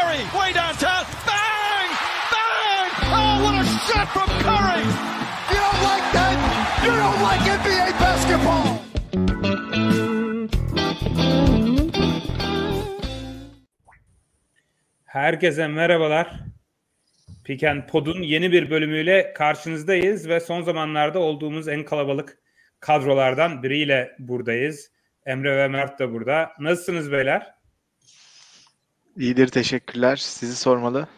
Curry, way downtown. Bang! Bang! Oh, what a shot from Curry! You don't like that? You don't like NBA basketball! Herkese merhabalar. Pick and Pod'un yeni bir bölümüyle karşınızdayız ve son zamanlarda olduğumuz en kalabalık kadrolardan biriyle buradayız. Emre ve Mert de burada. Nasılsınız beyler? İyidir, teşekkürler. Sizi sormalı.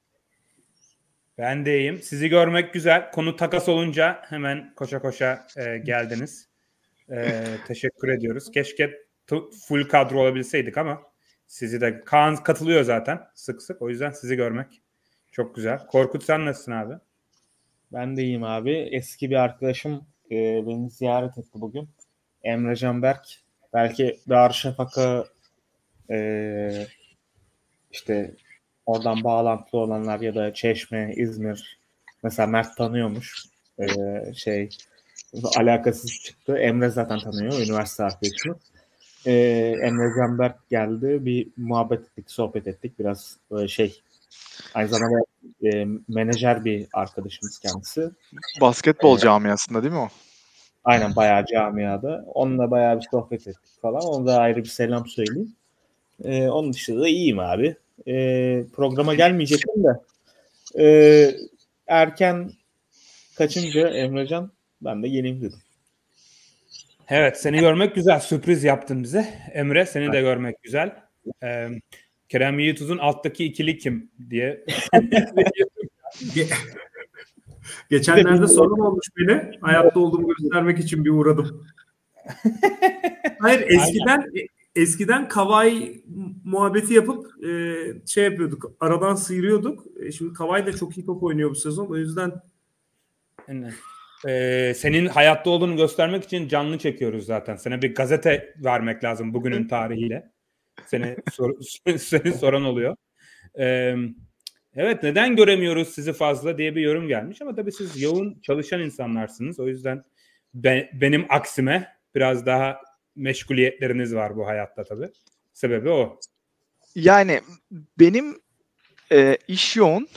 Ben de iyiyim. Sizi görmek güzel. Konu takas olunca hemen koşa koşa geldiniz. Teşekkür ediyoruz. Keşke full kadro olabilseydik ama sizi de Kaan katılıyor zaten sık sık. O yüzden sizi görmek çok güzel. Korkut sen nasılsın abi? Ben de iyiyim abi. Eski bir arkadaşım beni ziyaret etti bugün. Emre Canberk. Belki Darüşşafaka işte oradan bağlantılı olanlar ya da Çeşme, İzmir mesela Mert tanıyormuş. Alakasız çıktı. Emre zaten tanıyor. Üniversite arkadaşımız. Emre Canberk geldi. Bir muhabbet ettik, sohbet ettik. Biraz aynı zamanda menajer bir arkadaşımız kendisi. Basketbol camiasında değil mi o? Aynen, bayağı camiada. Onunla bayağı bir sohbet ettik falan. Ona da ayrı bir selam söyleyeyim. Onun dışında da iyiyim abi. Programa gelmeyecektim de erken kaçınca Emrecan ben de geleyim dedim. Evet, seni görmek güzel. Sürpriz yaptın bize. Emre, seni de görmek güzel. Kerem Yiğituz'un alttaki ikili kim diye. Geçenlerde sorun olmuş beni. Hayatta olduğumu göstermek için bir uğradım. Hayır, eskiden Kawhi muhabbeti yapıp yapıyorduk. Aradan sıyırıyorduk. Şimdi Kawhi de çok iyi top oynuyor bu sezon. O yüzden senin hayatta olduğunu göstermek için canlı çekiyoruz zaten. Sana bir gazete vermek lazım bugünün tarihiyle. Seni soran oluyor. Evet, neden göremiyoruz sizi fazla diye bir yorum gelmiş ama tabii siz yoğun çalışan insanlarsınız. O yüzden benim aksime biraz daha meşguliyetleriniz var bu hayatta tabii. Sebebi o. Yani benim iş yoğun.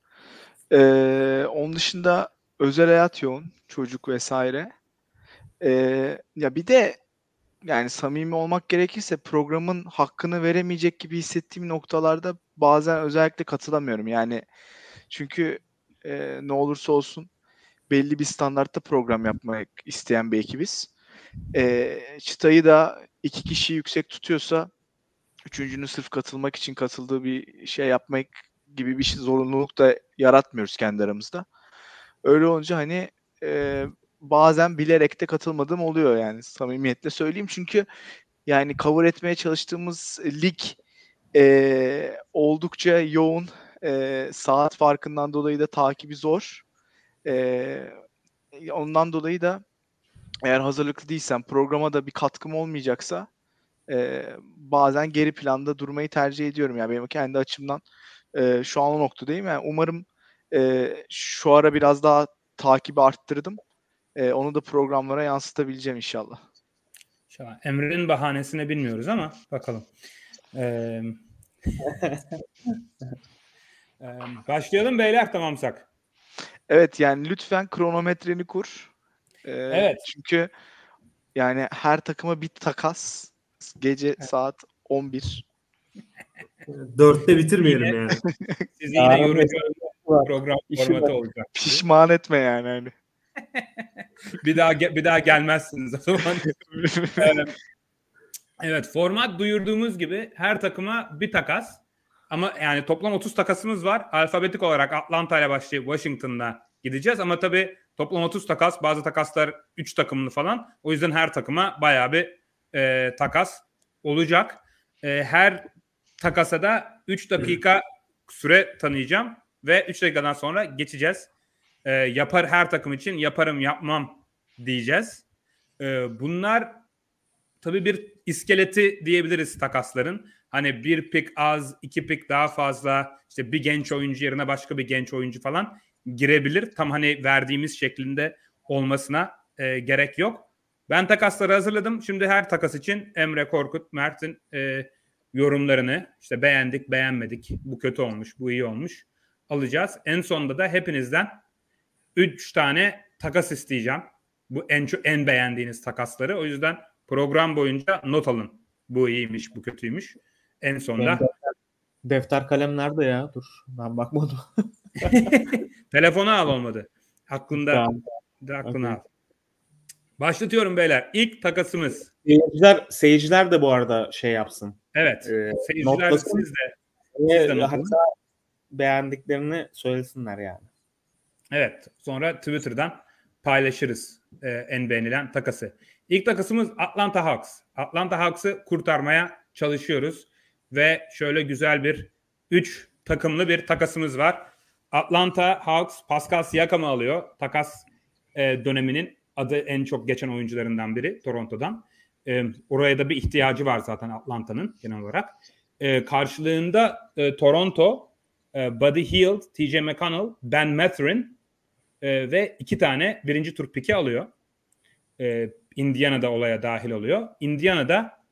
Onun dışında özel hayat yoğun. Çocuk vesaire. Ya bir de yani samimi olmak gerekirse programın hakkını veremeyecek gibi hissettiğim noktalarda bazen özellikle katılamıyorum. Yani çünkü ne olursa olsun belli bir standartta program yapmak isteyen bir ekibiz. Çıtayı da 2 kişi yüksek tutuyorsa üçüncünün sırf katılmak için katıldığı bir şey yapmak gibi bir zorunluluk da yaratmıyoruz kendi aramızda. Öyle olunca hani bazen bilerek de katılmadığım oluyor yani, samimiyetle söyleyeyim. Çünkü yani cover etmeye çalıştığımız lig oldukça yoğun. Saat farkından dolayı da takibi zor. Ondan dolayı da eğer hazırlıklı değilsem, programa da bir katkım olmayacaksa bazen geri planda durmayı tercih ediyorum. Yani benim kendi açımdan şu an o noktadayım. Yani umarım şu ara biraz daha takibi arttırdım. Onu da programlara yansıtabileceğim inşallah. Emre'nin bahanesini bilmiyoruz ama bakalım. Başlayalım beyler, tamamsak. Evet, yani lütfen kronometreni kur. Evet. Çünkü yani her takıma bir takas. Gece saat 11. 4'te bitirmeyelim yani. Sizi yine yorucu program formatı olacak. Pişman etme yani hani. bir daha gelmezsiniz o zaman. Evet, format duyurduğumuz gibi her takıma bir takas. Ama yani toplam 30 takasımız var. Alfabetik olarak Atlanta ile başlayıp Washington'la gideceğiz. Ama tabii toplam 30 takas. Bazı takaslar 3 takımlı falan. O yüzden her takıma bayağı bir takas olacak. Her takasa da 3 dakika süre tanıyacağım. Ve 3 dakikadan sonra geçeceğiz. Her takım için yaparım yapmam diyeceğiz. Bunlar tabii bir iskeleti diyebiliriz takasların. Hani bir pick az, 2 pick daha fazla, işte bir genç oyuncu yerine başka bir genç oyuncu falan girebilir. Tam hani verdiğimiz şeklinde olmasına gerek yok. Ben takasları hazırladım. Şimdi her takas için Emre, Korkut, Mert'in yorumlarını, işte beğendik, beğenmedik, bu kötü olmuş, bu iyi olmuş alacağız. En sonunda da hepinizden 3 tane takas isteyeceğim. Bu en beğendiğiniz takasları. O yüzden program boyunca not alın. Bu iyiymiş, bu kötüymüş. En sonunda defter kalem nerede ya? Dur ben bakmadım. telefonu al olmadı. Aklında aklına al. Başlatıyorum beyler. İlk takasımız. Seyirciler de bu arada şey yapsın. Evet. Seyirciler notlasın. siz de hatta beğendiklerini söylesinler yani. Evet. Sonra Twitter'dan paylaşırız en beğenilen takası. İlk takasımız Atlanta Hawks. Atlanta Hawks'ı kurtarmaya çalışıyoruz. Ve şöyle güzel bir 3 takımlı bir takasımız var. Atlanta Hawks Pascal Siakam'ı alıyor. Takas döneminin adı en çok geçen oyuncularından biri Toronto'dan. Oraya da bir ihtiyacı var zaten Atlanta'nın genel olarak. Karşılığında Toronto Buddy Hield, TJ McConnell, Ben Mathurin ve 2 tane birinci tur piki alıyor. Indiana'da olaya dahil oluyor. Indiana'da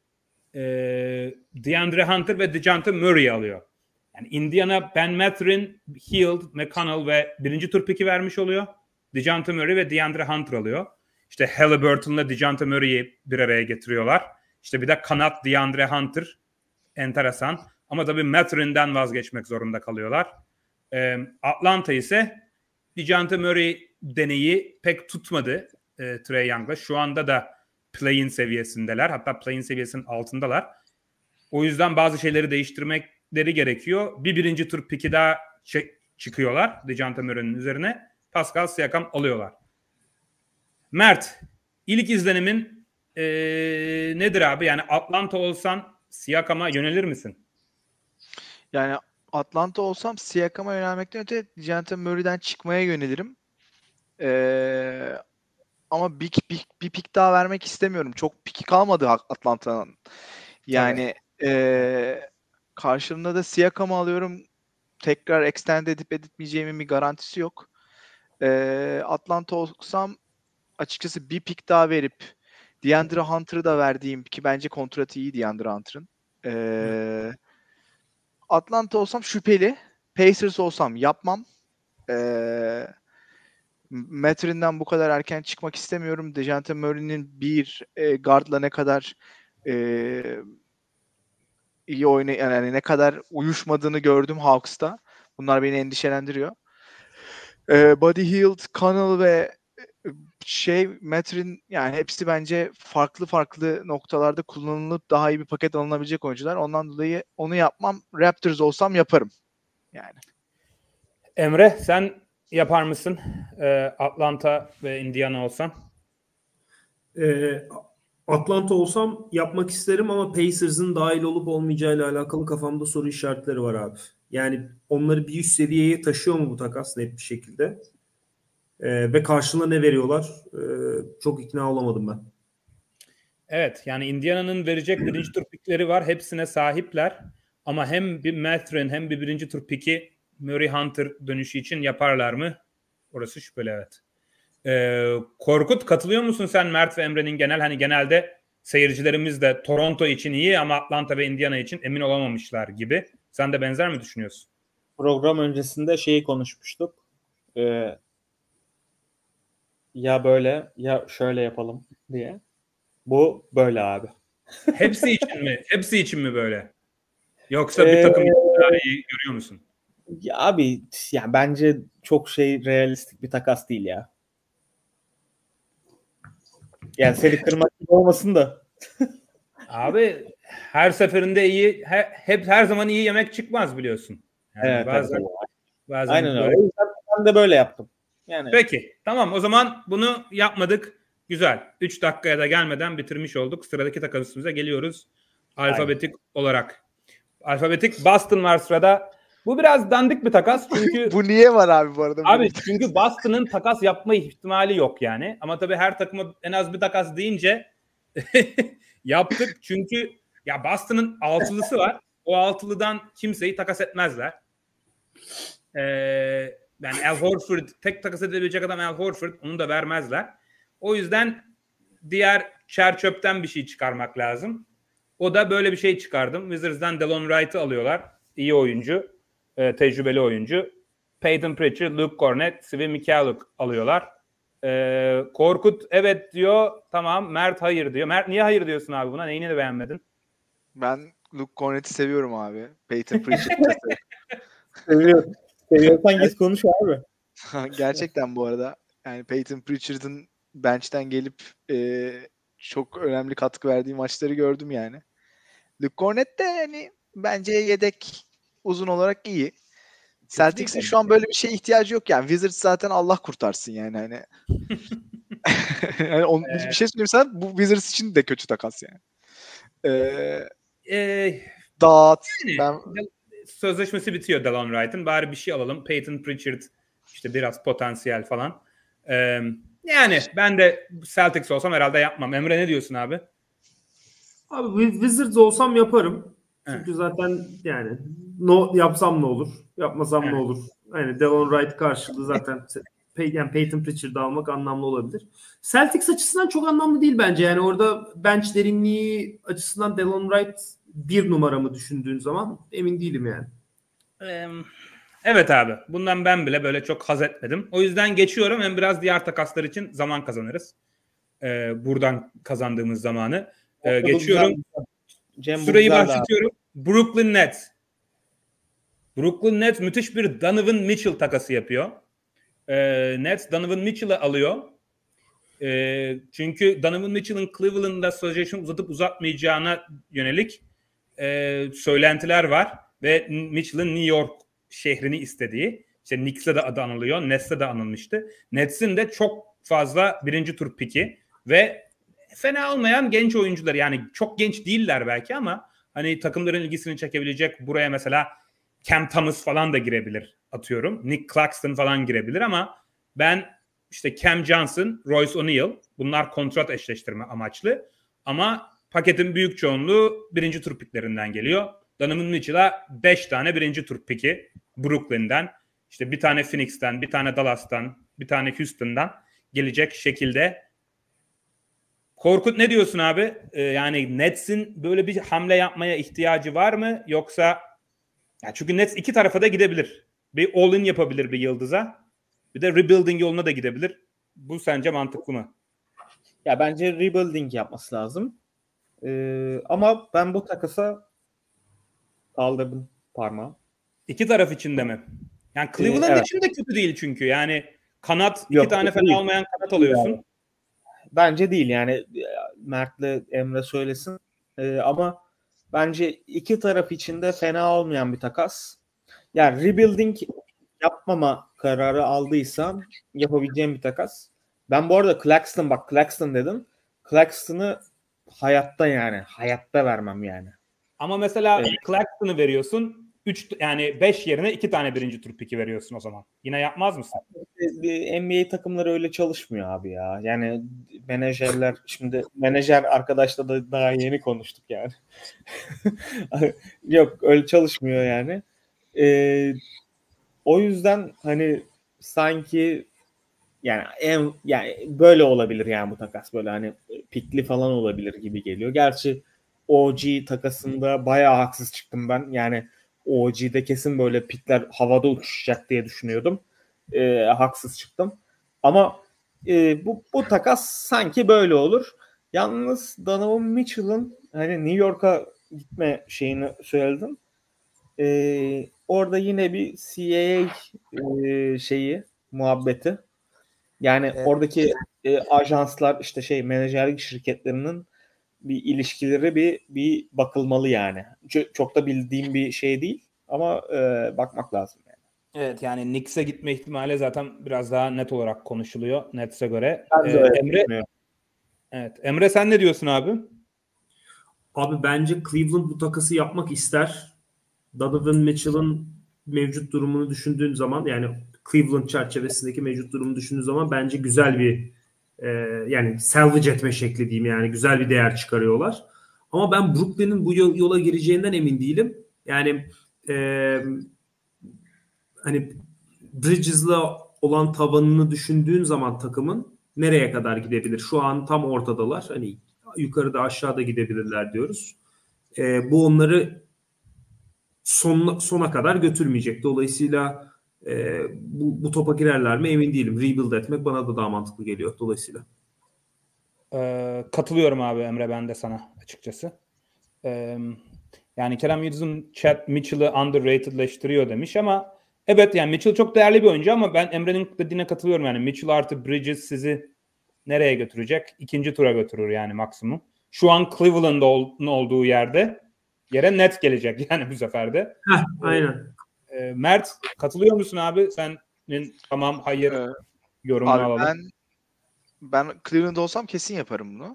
DeAndre Hunter ve DeJounte Murray'i alıyor. Yani Indiana Ben Mathurin, Hield, McConnell ve birinci tur piki vermiş oluyor. DeJounte Murray ve DeAndre Hunter alıyor. İşte Halliburton'la DeJounte Murray'i bir araya getiriyorlar. İşte bir de kanat DeAndre Hunter. Enteresan. Ama tabii Mathurin'den vazgeçmek zorunda kalıyorlar. Atlanta ise DeJounte Murray deneyi pek tutmadı Trae Young'la. Şu anda da play-in seviyesindeler. Hatta play-in seviyesinin altındalar. O yüzden bazı şeyleri değiştirmekleri gerekiyor. Birinci tur piki daha çıkıyorlar DeJounte Murray'nin üzerine. Pascal Siakam alıyorlar. Mert, ilk izlenimin nedir abi? Yani Atlanta olsan Siakam'a yönelir misin? Yani Atlanta olsam Siakam'a yönelmekten öte DeJounte Murray'den çıkmaya yönelirim. Ama bir pik daha vermek istemiyorum. Çok piki kalmadı Atlanta'nın. Yani karşılığında da Siakam'ı alıyorum. Tekrar extend edip etmeyeceğimin bir garantisi yok. Atlanta olsam açıkçası bir pik daha verip DeAndre Hunter'ı da verdiğim ki bence kontratı iyi DeAndre Hunter'ın. Atlanta olsam şüpheli. Pacers olsam yapmam. Mathurin'den bu kadar erken çıkmak istemiyorum. DeJounte Murray'nin bir guardla ne kadar iyi yani ne kadar uyuşmadığını gördüm Hawks'ta. Bunlar beni endişelendiriyor. Buddy Hield, Connell ve Mathurin yani hepsi bence farklı noktalarda kullanılıp daha iyi bir paket alınabilecek oyuncular. Ondan dolayı onu yapmam. Raptors olsam yaparım. Yani. Emre sen yapar mısın? Atlanta ve Indiana olsan? Atlanta olsam yapmak isterim ama Pacers'ın dahil olup olmayacağıyla alakalı kafamda soru işaretleri var abi. Yani onları bir üst seviyeye taşıyor mu bu takas net bir şekilde? Ve karşılığında ne veriyorlar? Çok ikna olamadım ben. Evet yani Indiana'nın verecek birinci tur pikleri var. Hepsine sahipler. Ama hem bir Mathurin hem bir birinci tur piki Murray Hunter dönüşü için yaparlar mı? Orası şüpheli evet. Korkut katılıyor musun sen Mert ve Emre'nin genelde seyircilerimiz de Toronto için iyi ama Atlanta ve Indiana için emin olamamışlar gibi. Sen de benzer mi düşünüyorsun? Program öncesinde şeyi konuşmuştuk. Ya böyle ya şöyle yapalım diye. Bu böyle abi. Hepsi için mi? Hepsi için mi böyle? Yoksa bir takım daha iyi görüyor musun? Ya abi ya bence çok realistik bir takas değil ya. Yani seni kırmak gibi olmasın da. Abi her seferinde iyi her zaman iyi yemek çıkmaz biliyorsun. Yani evet, bazen aynen böyle. öyle. O yüzden ben de böyle yaptım. Yani. Peki tamam o zaman bunu yapmadık. Güzel. 3 dakikaya da gelmeden bitirmiş olduk. Sıradaki takasımıza geliyoruz. Alfabetik olarak. Alfabetik Boston var sırada. Bu biraz dandik bir takas çünkü bu niye var abi bu arada? Abi çünkü Boston'ın takas yapma ihtimali yok yani. Ama tabii her takıma en az bir takas deyince yaptık. Çünkü ya Boston'ın altılısı var. O altılıdan kimseyi takas etmezler. Yani Al Horford tek takas edebilecek adam Al Horford. Onu da vermezler. O yüzden diğer çer çöpten bir şey çıkarmak lazım. O da böyle bir şey çıkardım. Wizards'dan Delon Wright'ı alıyorlar. İyi oyuncu. Tecrübeli oyuncu. Peyton Pritchard, Luke Cornett, Svi Mykhailiuk alıyorlar. Korkut evet diyor. Tamam. Mert hayır diyor. Mert niye hayır diyorsun abi buna? Neyini de beğenmedin? Ben Luke Cornett'i seviyorum abi. Peyton Pritchard'ı Seviyorum. Seviyorsan git konuş abi. Gerçekten bu arada yani Peyton Pritchard'ın bench'ten gelip çok önemli katkı verdiği maçları gördüm yani. Luke Cornett de yani bence yedek uzun olarak iyi. Celtics'in şu an böyle bir şeye ihtiyacı yok yani. Wizards zaten Allah kurtarsın yani hani. Yani bir şey söyleyeyim sana, bu Wizards için de kötü takas yani. Dağıt. Sözleşmesi bitiyor Delon Wright'ın. Bari bir şey alalım. Peyton Pritchard işte biraz potansiyel falan. Yani ben de Celtics olsam herhalde yapmam. Emre ne diyorsun abi? Abi Wizards olsam yaparım. Çünkü zaten yani yapsam ne olur? Yapmasam ne olur? Yani Delon Wright karşılığı zaten yani Peyton Pritchard'ı almak anlamlı olabilir. Celtics açısından çok anlamlı değil bence. Yani orada bench derinliği açısından Delon Wright bir numaramı düşündüğün zaman emin değilim yani. Evet abi. Bundan ben bile böyle çok haz etmedim. O yüzden geçiyorum. Hem biraz diğer takaslar için zaman kazanırız. Buradan kazandığımız zamanı. Geçiyorum. Süreyi başlatıyorum. Brooklyn Nets. Brooklyn Nets müthiş bir Donovan Mitchell takası yapıyor. Nets Donovan Mitchell'ı alıyor. Çünkü Donovan Mitchell'ın Cleveland'da sözleşme uzatıp uzatmayacağına yönelik söylentiler var. Ve Mitchell'ın New York şehrini istediği. İşte Knicks'e de adı anılıyor. Nets'e de anılmıştı. Nets'in de çok fazla birinci tur piki ve fena olmayan genç oyuncular. Yani çok genç değiller belki ama hani takımların ilgisini çekebilecek, buraya mesela Cam Thomas falan da girebilir atıyorum. Nick Claxton falan girebilir ama ben işte Cam Johnson, Royce O'Neal, bunlar kontrat eşleştirme amaçlı. Ama paketin büyük çoğunluğu birinci tur piklerinden geliyor. Donovan Mitchell'a 5 tane birinci tur piki Brooklyn'den, işte bir tane Phoenix'ten, bir tane Dallas'tan, bir tane Houston'dan gelecek şekilde. Korkut ne diyorsun abi? Yani Nets'in böyle bir hamle yapmaya ihtiyacı var mı? Yoksa ya çünkü Nets iki tarafa da gidebilir. Bir all-in yapabilir bir yıldıza. Bir de rebuilding yoluna da gidebilir. Bu sence mantıklı mı? Ya bence rebuilding yapması lazım. Ama ben bu takasa kaldırdım parmağı. İki taraf içinde mi? Yani Cleveland evet. için de kötü değil çünkü. Yani kanat, iki tane fena olmayan kanat alıyorsun. Yani. Bence değil yani. Mert'le Emre söylesin. Ama bence iki taraf için de fena olmayan bir takas. Yani rebuilding yapmama kararı aldıysam yapabileceğim bir takas. Ben bu arada Claxton dedim. Claxton'ı hayatta vermem yani. Ama mesela Claxton'ı veriyorsun. 5 yerine 2 tane birinci tur piki veriyorsun o zaman. Yine yapmaz mısın? NBA takımları öyle çalışmıyor abi ya. Yani menajerler, şimdi menajer arkadaşla da daha yeni konuştuk yani. Yok öyle çalışmıyor yani. O yüzden hani sanki yani böyle olabilir yani bu takas, böyle hani pikli falan olabilir gibi geliyor. Gerçi OG takasında bayağı haksız çıktım ben. Yani OG'de kesin böyle pikler havada uçuşacak diye düşünüyordum. Haksız çıktım. Ama bu takas sanki böyle olur. Yalnız Donovan Mitchell'ın hani New York'a gitme şeyini söyledim. Orada yine bir CAA muhabbeti. Yani oradaki ajanslar, işte menajerlik şirketlerinin bir ilişkileri bir bakılmalı yani. Çok da bildiğim bir şey değil ama bakmak lazım yani. Evet, yani Knicks'e gitme ihtimali zaten biraz daha net olarak konuşuluyor Nets'e göre. Emre sen ne diyorsun abi? Abi bence Cleveland bu takası yapmak ister. Donovan Mitchell'ın mevcut durumunu düşündüğün zaman, yani Cleveland çerçevesindeki mevcut durumunu düşündüğün zaman bence güzel bir yani salvage etme şekli diyeyim, yani güzel bir değer çıkarıyorlar. Ama ben Brooklyn'in bu yola gireceğinden emin değilim. Yani hani Bridges'la olan tavanını düşündüğün zaman takımın nereye kadar gidebilir? Şu an tam ortadalar. Hani yukarıda aşağıda gidebilirler diyoruz. Bu onları sona kadar götürmeyecek. Dolayısıyla bu topa girerler mi emin değilim. Rebuild etmek bana da daha mantıklı geliyor dolayısıyla. Katılıyorum abi Emre, ben de sana açıkçası. Yani Kerem Yıldız'ın chat Mitchell'ı underratedleştiriyor demiş ama evet, yani Mitchell çok değerli bir oyuncu ama ben Emre'nin dediğine katılıyorum. Yani Mitchell artı Bridges sizi nereye götürecek? İkinci tura götürür yani maksimum. Şu an Cleveland'ın olduğu yere net gelecek yani bu sefer de. Aynen. Mert, katılıyor musun abi? Senin tamam hayır yorumunu Abi alalım. ben Cleveland olsam kesin yaparım bunu.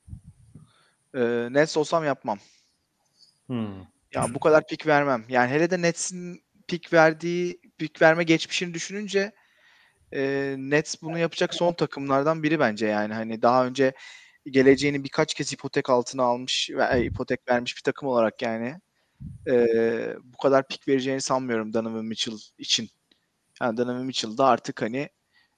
Nets olsam yapmam. Ya bu kadar pik vermem. Yani hele de Nets'in pik verme geçmişini düşününce Nets bunu yapacak son takımlardan biri bence yani. Hani daha önce geleceğini birkaç kez ipotek altına almış ve ipotek vermiş bir takım olarak yani bu kadar pik vereceğini sanmıyorum Donovan Mitchell için. Yani Donovan Mitchell da artık hani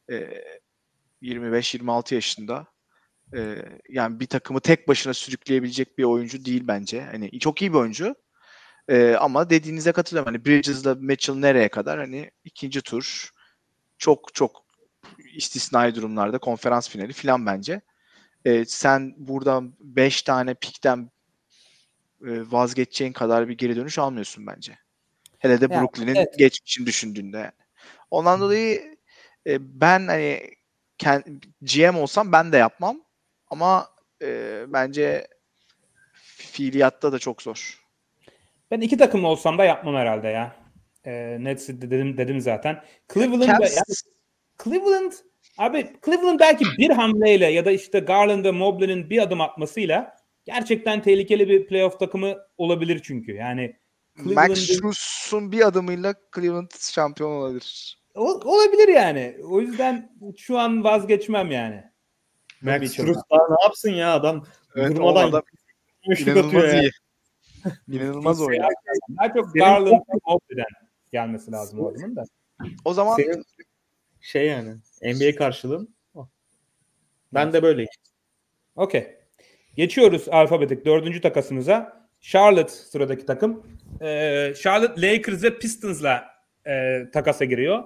25-26 yaşında. Yani bir takımı tek başına sürükleyebilecek bir oyuncu değil bence. Hani çok iyi bir oyuncu. Ama dediğinize katılıyorum. Hani Bridges'la Mitchell nereye kadar? Hani ikinci tur çok çok istisnai durumlarda konferans finali falan bence. Sen buradan 5 tane pikten vazgeçeceğin kadar bir geri dönüş almıyorsun bence. Hele de Yani, Brooklyn'in evet. geçmişini düşündüğünde. Yani. Ondan dolayı ben hani GM olsam ben de yapmam. Ama bence fiiliyatta da çok zor. Ben iki takım olsam da yapmam herhalde ya. Nets'i dedim zaten. Cleveland abi, Cleveland belki bir hamleyle ya da işte Garland ve Mobley'nin bir adım atmasıyla gerçekten tehlikeli bir playoff takımı olabilir çünkü. Yani Max Strus'un bir adımıyla Cleveland şampiyon olabilir. Olabilir yani. O yüzden şu an vazgeçmem yani. Max Strus daha ne yapsın ya, adam evet, durmadan adam inanılmaz iyi. İnanılmaz oynuyor. Daha çok Garland ve Mobley'den gelmesi lazım o adamın da. O zaman senin yani NBA karşılığın o. Ben de böyleyim. Okey. Geçiyoruz alfabetik 4. takasımıza. Charlotte sıradaki takım. Charlotte Lakers ve Pistons'la takasa giriyor.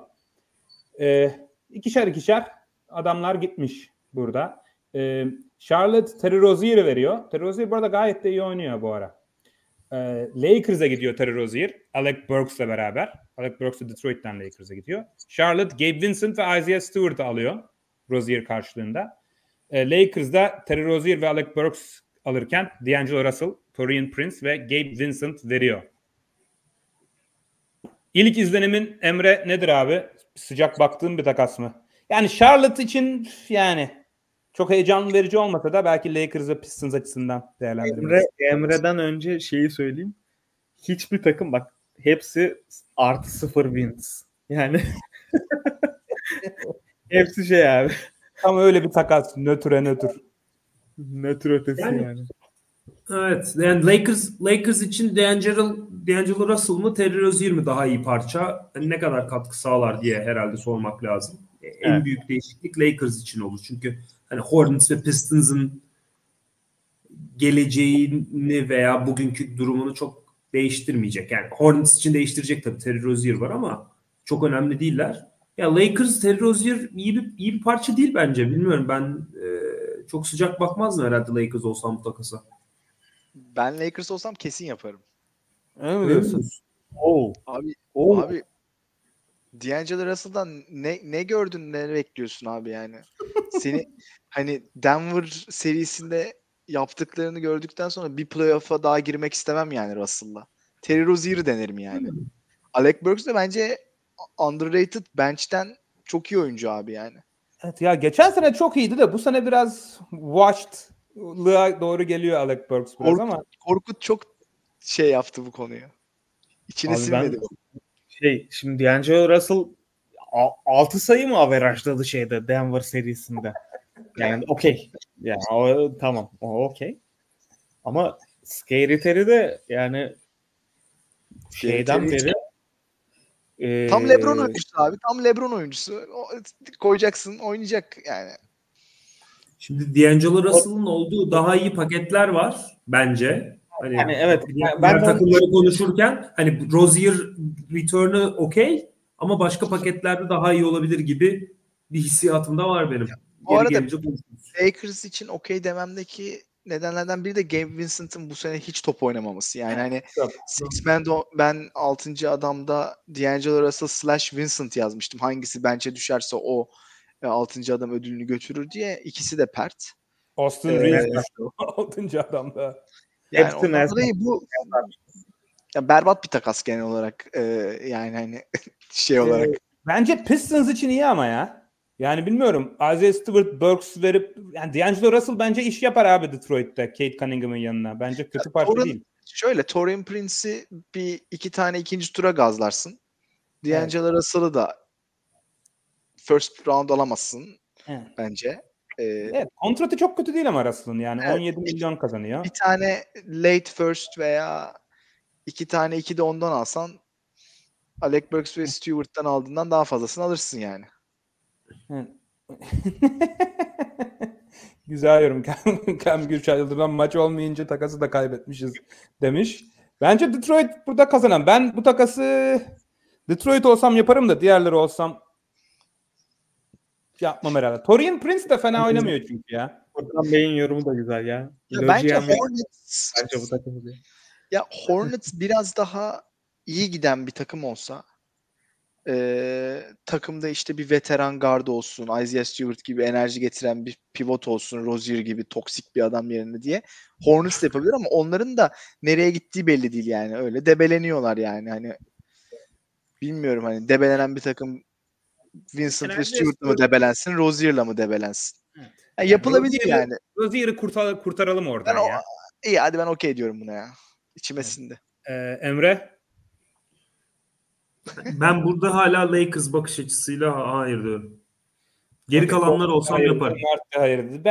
İkişer adamlar gitmiş burada. Charlotte Terry Rozier'i veriyor. Terry Rozier bu arada gayet de iyi oynuyor bu ara. Lakers'a gidiyor Terry Rozier. Alec Burks'la beraber. Alec Burks da Detroit'ten Lakers'a gidiyor. Charlotte Gabe Vincent ve Isaiah Stewart'ı alıyor Rozier karşılığında. Lakers'da Terry Rozier ve Alec Burks alırken D'Angelo Russell, Taurean Prince ve Gabe Vincent veriyor. İlk izlenimin Emre nedir abi? Sıcak baktığın bir takas mı? Yani Charlotte için yani çok heyecan verici olmasa da belki Lakers ve Pistons açısından değerlendirebiliriz. Emre'den önce şeyi söyleyeyim. Hiçbir takım bak hepsi +0 wins. Yani hepsi şey abi. Tam öyle bir takas. Nötr. Nötr ötesi yani. Evet. Yani Lakers için D'Angelo Russell mı Terry Rozier mi daha iyi parça? Yani ne kadar katkı sağlar diye herhalde sormak lazım. En büyük değişiklik Lakers için olur. Çünkü hani Hornets ve Pistons'ın geleceğini veya bugünkü durumunu çok değiştirmeyecek. Yani Hornets için değiştirecek tabii, Terry Rozier var ama çok önemli değiller. Ya Lakers, Terry Rozier iyi bir parça değil bence. Bilmiyorum, ben çok sıcak bakmazdım herhalde Lakers olsam bu takasa. Ben Lakers olsam kesin yaparım. Öyle mi diyorsun? Abi D'Angelo Russell'dan ne gördün, ne bekliyorsun abi yani? Seni hani Denver serisinde yaptıklarını gördükten sonra bir playoff'a daha girmek istemem yani Russell'la. Terry Rozier'i denerim yani. Alec Burks de bence underrated, bench'ten çok iyi oyuncu abi yani. Evet ya, geçen sene çok iyiydi de bu sene biraz washed doğru geliyor Alec Burks biraz ama. Korkut çok şey yaptı bu konuyu. İçine sinmedi bu. Şimdi D'Angelo Russell 6 sayı mı averajladı şeyde Denver serisinde? Yani okey. Yani o tamam. O okey. Ama Scary Terry de yani şeyden beri tam LeBron oyuncusu abi. Tam LeBron oyuncusu. Koyacaksın, oynayacak yani. Şimdi D'Angelo Russell'ın olduğu daha iyi paketler var bence. Hani Yani evet, diğer ben de takımları konuşurken hani Rozier return'ı okey ama başka paketlerde daha iyi olabilir gibi bir hissiyatım da var benim. Bu arada Gelince konuşuruz. Lakers için okey dememdeki nedenlerden biri de Gabe Vincent'ın bu sene hiç top oynamaması. Yani hani ben 6. adamda D'Angelo Russell / Vincent yazmıştım. Hangisi bench'e düşerse o 6. adam ödülünü götürür diye. İkisi de pert. Austin Reeves düştü 6. adamda. Yani Hepsi ondan Nets. dolayı bu berbat bir takas genel olarak. Yani hani şey olarak. Bence Pistons için iyi ama ya. Yani bilmiyorum. Isaiah Stewart, Burks verip yani D'Angelo Russell bence iş yapar abi Detroit'te Kate Cunningham'ın yanına. Bence kötü parça değil. Şöyle Taurean Prince'i bir 2 tane ikinci tura gazlarsın. D'Angelo Russell'ı da first round alamazsın bence. Evet, kontratı çok kötü değil ama Russell'ın yani Evet, 17 milyon kazanıyor. Bir tane late first veya 2 tane 2 de ondan alsan Alec Burks ve Stewart'tan aldığından daha fazlasını alırsın yani. Güzel yorum. Kem Gürçay Yıldırım maç olmayınca takası da kaybetmişiz demiş. Bence Detroit burada kazanan. Ben bu takası Detroit olsam yaparım da diğerleri olsam yapmam herhalde. Taurean Prince de fena oynamıyor çünkü ya. Furkan Bey'in yorumu da güzel ya. Bence Lojian Hornets bence bu takımı diyor. ya Hornets biraz daha iyi giden bir takım olsa takımda işte bir veteran guard olsun, Isaiah Stewart gibi enerji getiren bir pivot olsun, Rozier gibi toksik bir adam yerine diye Hornets de yapabilir ama onların da nereye gittiği belli değil yani. Öyle debeleniyorlar yani. Hani bilmiyorum hani debelenen bir takım Vincent ve Stewart'la mı debelensin, Rozier'la mı debelensin? Evet. Yani yapılabilir yani. Rozier'i kurtaralım oradan ya. İyi hadi ben okey diyorum buna ya. İçime sindi. Emre? Ben burada hala Lakers bakış açısıyla hayır diyorum. Geri kalanlar olsam hayır, yaparım. Hayır dedi.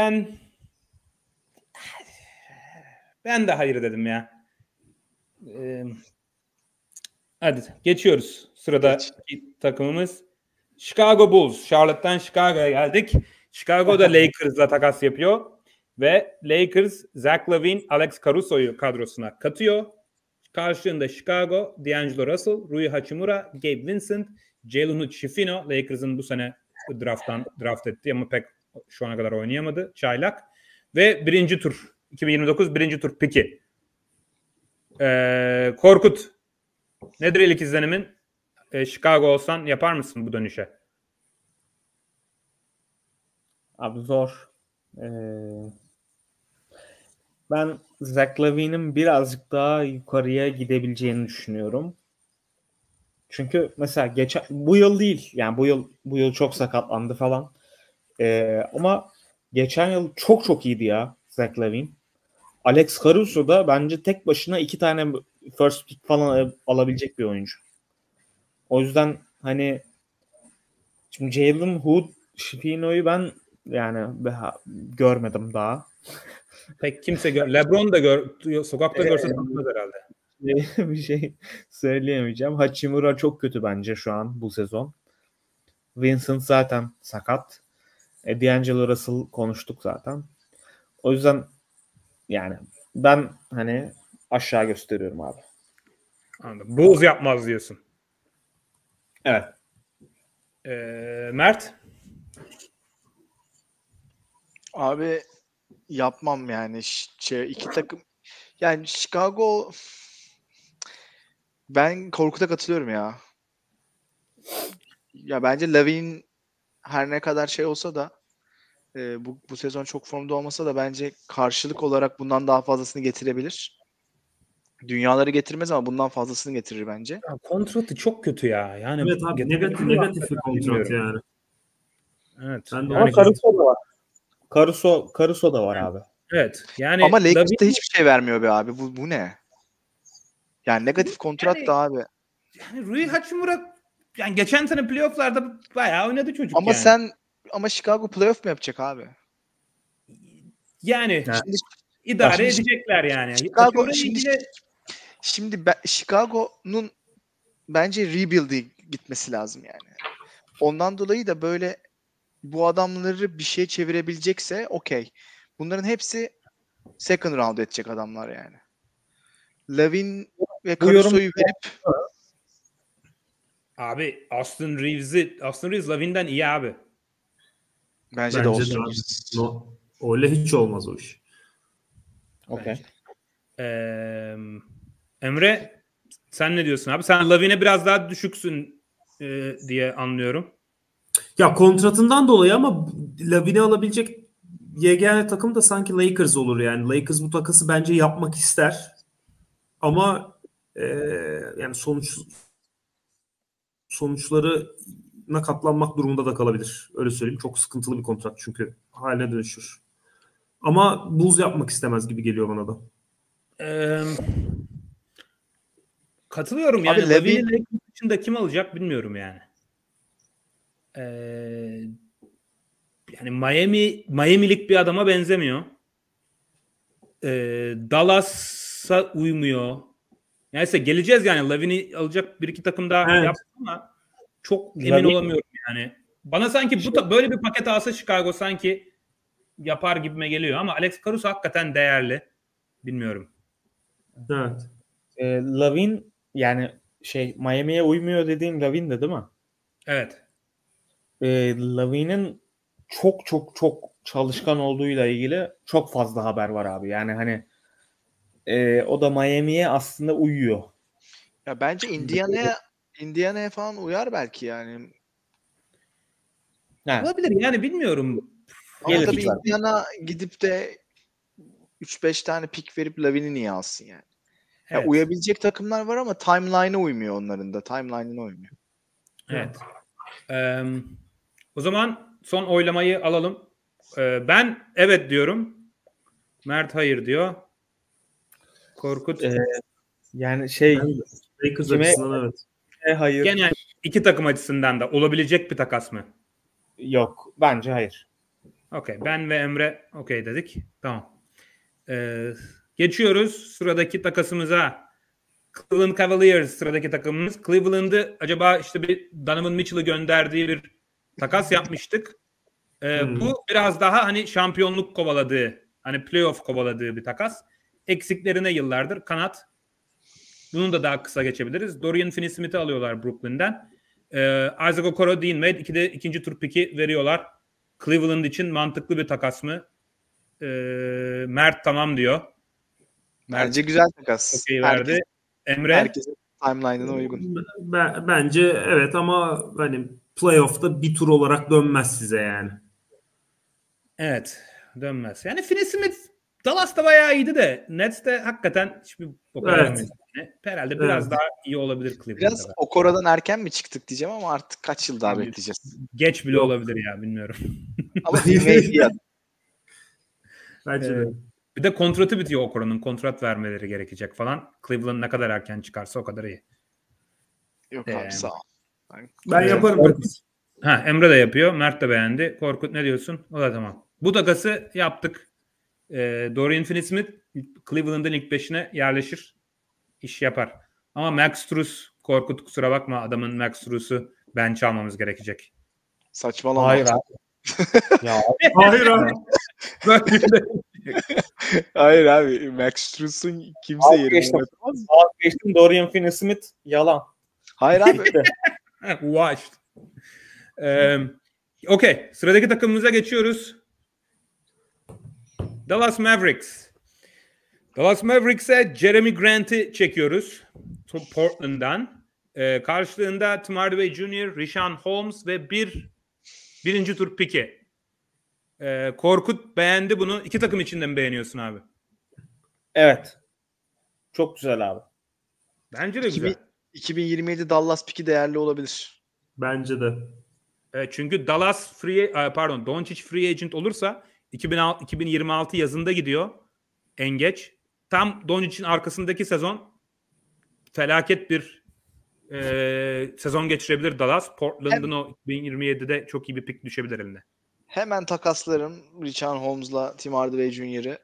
Ben de hayır dedim ya. Hadi geçiyoruz. Sıradaki takımımız Chicago Bulls. Charlotte'tan Chicago'ya geldik. Chicago da Lakers'la takas yapıyor. Ve Lakers, Zach LaVine, Alex Caruso'yu kadrosuna katıyor. Karşılığında Chicago, D'Angelo Russell, Rui Hachimura, Gabe Vincent, Jalen Hood-Schifino, Lakers'ın bu sene draft etti ama pek şu ana kadar oynayamadı. Çaylak. Ve 2029 birinci tur piki. Korkut, nedir ilk izlenimin? Chicago olsan yapar mısın bu dönüşe? Abi zor. Ben Zach LaVine'in birazcık daha yukarıya gidebileceğini düşünüyorum. Çünkü mesela bu yıl değil. Yani bu yıl çok sakatlandı falan. Ama geçen yıl çok iyiydi ya Zach LaVine. Alex Caruso da bence tek başına 2 tane first pick falan alabilecek bir oyuncu. O yüzden hani şimdi Jalen Hood, Schifino'yu ben yani görmedim daha. Pek kimse LeBron da sokakta görse tanımaz herhalde. Bir şey söyleyemeyeceğim. Hachimura çok kötü bence şu an bu sezon. Vincent zaten sakat. D'Angelo Russell konuştuk zaten. O yüzden yani ben hani aşağı gösteriyorum abi. Anladım. Bulls yapmaz diyorsun. Evet. Mert? Abi yapmam yani. İki takım yani Chicago ben Korkut'a katılıyorum ya. Ya bence Lavin her ne kadar şey olsa da bu sezon çok formda olmasa da bence karşılık olarak bundan daha fazlasını getirebilir. Dünyaları getirmez ama bundan fazlasını getirir bence. Ya, kontratı çok kötü ya. Yani Evet abi negatif bir kontrat yani. Evet. Ben de Ama yani Caruso da var. Caruso da var abi. Evet. Yani Ama Lakers'ta hiçbir şey vermiyor be abi. Bu ne? Yani negatif kontrat da abi. Yani Rui Hachimura yani geçen sene playoff'larda bayağı oynadı çocuk Ama yani. ama Chicago playoff mu yapacak abi? Yani Şimdi, idare edecekler yani. Chicago şimdi Chicago'nun bence rebuild'e gitmesi lazım yani. Ondan dolayı da böyle bu adamları bir şey çevirebilecekse okey. Bunların hepsi second round edecek adamlar yani. Lavin ve Bu yorum- Caruso'yu verip Abi Austin Reeves Lavin'den iyi abi. bence de Bence Austin de abi. Reeves. Öyle hiç olmaz o iş. Okey. Emre sen ne diyorsun abi? Sen Lavin'e biraz daha düşüksün diye anlıyorum. Ya kontratından dolayı ama Lavin'i alabilecek yegane takım da sanki Lakers olur yani. Lakers bu takası bence yapmak ister. Ama yani sonuçlarına katlanmak durumunda da kalabilir. Öyle söyleyeyim. Çok sıkıntılı bir kontrat çünkü haline dönüşür. Ama Bulls yapmak istemez gibi geliyor bana da. Katılıyorum yani. Abi Lavin'i Lakers dışında kim alacak bilmiyorum yani. Yani Miami'lik bir adama benzemiyor. Dallas'a uymuyor. Neyse geleceğiz yani. Lavin'i alacak bir iki takım daha Evet. yaptı ama çok emin Lavin- olamıyorum yani. Bana sanki böyle bir paket alsa Chicago sanki yapar gibime geliyor ama Alex Caruso hakikaten değerli. Bilmiyorum. Evet. Lavin yani Miami'ye uymuyor dediğim Lavin de değil mi? Evet. Lavin'in çok çok çok çalışkan olduğuyla ilgili çok fazla haber var abi. Yani hani o da Miami'ye aslında uyuyor. Ya bence Indiana'ya falan uyar belki yani. Ha, Olabilir yani bilmiyorum. Ama Gelir tabii zaten. Indiana gidip de 3-5 tane pick verip Lavin'i niye alsın yani? Ya Evet. uyabilecek takımlar var ama timeline'a uymuyor onların da. Timeline'ına uymuyor. Evet. O zaman son oylamayı alalım. Ben evet diyorum. Mert hayır diyor. Korkut yani Lakers Kime- açısından evet. hayır gene iki takım açısından da olabilecek bir takas mı? yok. Bence hayır. Okey. Ben ve Emre okey dedik. Tamam. Geçiyoruz sıradaki takasımıza. Cleveland Cavaliers sıradaki takımımız. Cleveland'ı acaba işte bir Donovan Mitchell'ı gönderdiği bir takas yapmıştık. Bu biraz daha hani şampiyonluk kovaladığı, hani playoff kovaladığı bir takas. Eksiklerine yıllardır kanat. Bunu da daha kısa geçebiliriz. Dorian Finney-Smith'i alıyorlar Brooklyn'den. Isaac Okoro, Dean Wade ikinci tur piki veriyorlar. Cleveland için mantıklı bir takas mı? Mert tamam diyor. Mert Bence güzel takas. okey verdi. Emre? Herkesin timeline'ına uygun. Bence evet ama hani playoff'ta bir tur olarak dönmez size yani. Evet. Dönmez. Yani Finney-Smith Dallas'ta bayağı iyiydi de Nets'te hakikaten hiçbir boka Evet. yaramıyor. Yani herhalde biraz Evet. daha iyi olabilir Biraz Cleveland'da. Okoro'dan erken mi çıktık diyeceğim ama artık kaç yıl daha bekleyeceğiz. Geç bile Yok. olabilir ya bilmiyorum. Ama Dinwiddie iyi adam. Bence de. Bir de kontratı bitiyor Okoro'nun. Kontrat vermeleri gerekecek falan. Cleveland ne kadar erken çıkarsa o kadar iyi. Yok abi sağ ol. Ben yaparım. Emre de yapıyor. Mert de beğendi. Korkut ne diyorsun? O da tamam. Bu takası yaptık. Dorian Finney-Smith Cleveland'ın ilk 5'ine yerleşir. İş yapar. Ama Max Strus, Korkut kusura bakma adamın Max Strus'u bench almamız gerekecek. Saçmalama. Hayır abi. Ya Hayır abi. Hayır abi. Max Strus'un kimse yerine Vazgeçtim. oynatmaz. Vazgeçtim. Dorian Finney-Smith yalan. Hayır abi. Bitti. Washed. Okey. Sıradaki takımımıza geçiyoruz. Dallas Mavericks. Dallas Mavericks'e Jeremy Grant'i çekiyoruz. Portland'dan. Karşılığında Tim Hardaway Jr., Richaun Holmes ve birinci tur piki. Korkut beğendi bunu. İki takım içinde mi beğeniyorsun abi? Evet. Çok güzel abi. Bence de güzel. 2027 Dallas piki değerli olabilir. Bence de. Çünkü Dallas Doncic free agent olursa 2026 yazında gidiyor en geç. Tam Doncic'in arkasındaki sezon felaket bir sezon geçirebilir Dallas. Portland'ın o 2027'de çok iyi bir pik düşebilir eline. Hemen takaslarım Richaun Holmes'la Tim Hardaway Jr.'ı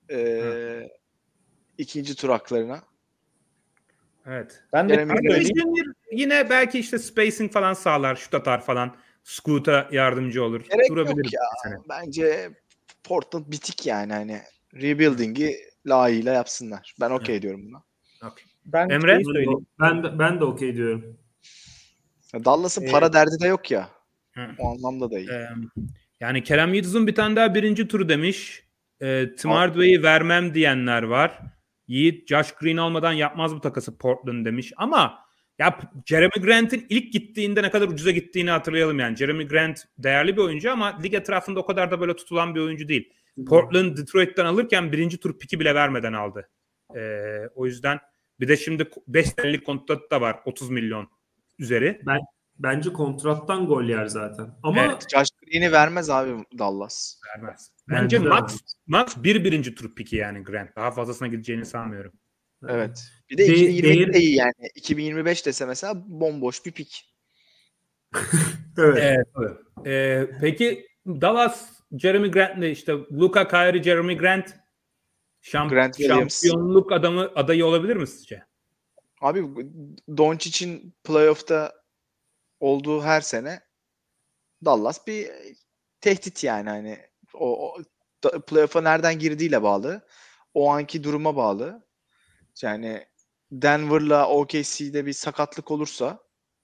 ikinci tur haklarına. Evet. Ben de Hardaway Jr. yine belki işte spacing falan sağlar, şut atar falan. Scoot'a yardımcı olur. Gerek Durabilir yok ya. bir sene. Bence Portland bitik yani hani rebuilding'i layığıyla yapsınlar. Ben okey diyorum buna. Okay. Ben Emre? şeyi söyleyeyim. Ben de okey diyorum. Dallas'ın para derdi de yok ya. Hı. O anlamda da iyi. Yani Kerem Yıldız'ın bir tane daha birinci turu demiş. Tim Hardaway'i vermem diyenler var. Yiğit Josh Green almadan yapmaz bu takası Portland demiş. Ama ya Jeremy Grant'in ilk gittiğinde ne kadar ucuza gittiğini hatırlayalım yani. Jeremy Grant değerli bir oyuncu ama lig etrafında o kadar da böyle tutulan bir oyuncu değil. Portland Detroit'ten alırken birinci tur piki bile vermeden aldı. O yüzden bir de şimdi 5 senelik kontratı da var 30 milyon üzeri. Bence kontrattan gol yer zaten. Ama Evet. Josh Green'i vermez abi Dallas. Vermez. Bence Bence de max birinci tur piki yani Grant. Daha fazlasına gideceğini sanmıyorum. Evet. Bir de De- 2020 de iyi yani. 2025 dese mesela bomboş bir pik. evet. Peki Dallas Jeremy Grant'le işte Luka, Kyrie, Jeremy Grant Grant Williams. şampiyonluk adayı olabilir mi sizce? Abi Doncic'in playoff'ta olduğu her sene Dallas bir tehdit yani hani o playoff'a nereden girdiğiyle bağlı. O anki duruma bağlı. Yani Denver'la OKC'de bir sakatlık olursa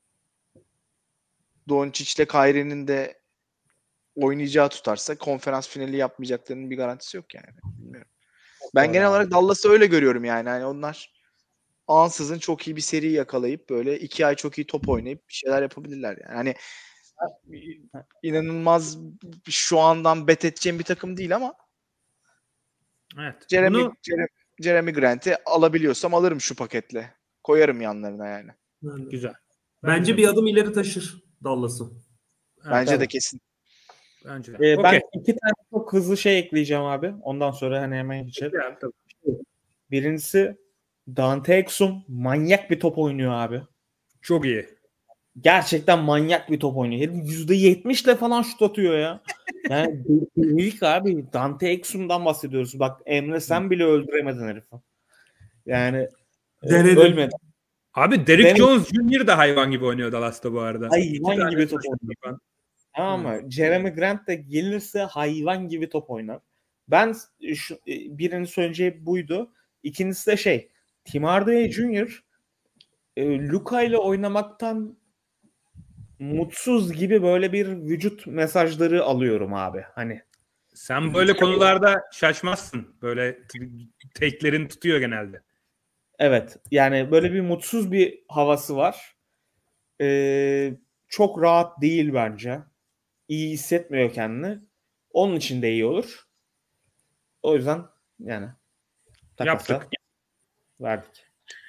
Doncic'le Kyrie'nin de oynayacağı tutarsa konferans finali yapmayacaklarının bir garantisi yok yani. Bilmiyorum. Ben genel olarak Dallas'ı öyle görüyorum yani. Hani onlar ansızın çok iyi bir seri yakalayıp böyle 2 ay çok iyi top oynayıp bir şeyler yapabilirler yani. Hani inanılmaz şu andan bet edeceğim bir takım değil ama Evet. Jeremy Grant'i alabiliyorsam alırım şu paketle. Koyarım yanlarına yani. Güzel. Bence bir adım ileri taşır Dallas'ı. Bence tabii. de kesin. Bence de. Ben Okay. 2 tane çok hızlı şey ekleyeceğim abi. Ondan sonra hani hemen geçelim. Yani, tabii. Birincisi Dante Exum manyak bir top oynuyor abi. Çok iyi. Gerçekten manyak bir top oynuyor. Herif %70 ile falan şut atıyor ya. Yani delilik abi. Dante Exum'dan bahsediyoruz. Bak Emre sen bile öldüremedin herifi. Yani Denedim. ölmedi. Abi Derrick Jones Jr. da hayvan gibi oynuyor Dallas'ta bu arada. Hayvan gibi top oynuyor. Tamam mı? Jeremy Grant de gelirse hayvan gibi top oynar. Ben birini söyleyeceğim buydu. İkincisi de Tim Hardaway Jr. Luka ile oynamaktan mutsuz gibi böyle bir vücut mesajları alıyorum abi. Hani Sen böyle konularda şaşmazsın. Böyle take'lerin tutuyor genelde. evet. Yani böyle bir mutsuz bir havası var. Çok rahat değil bence. İyi hissetmiyor kendini. Onun için de iyi olur. O yüzden yani takasa Yaptık. verdik.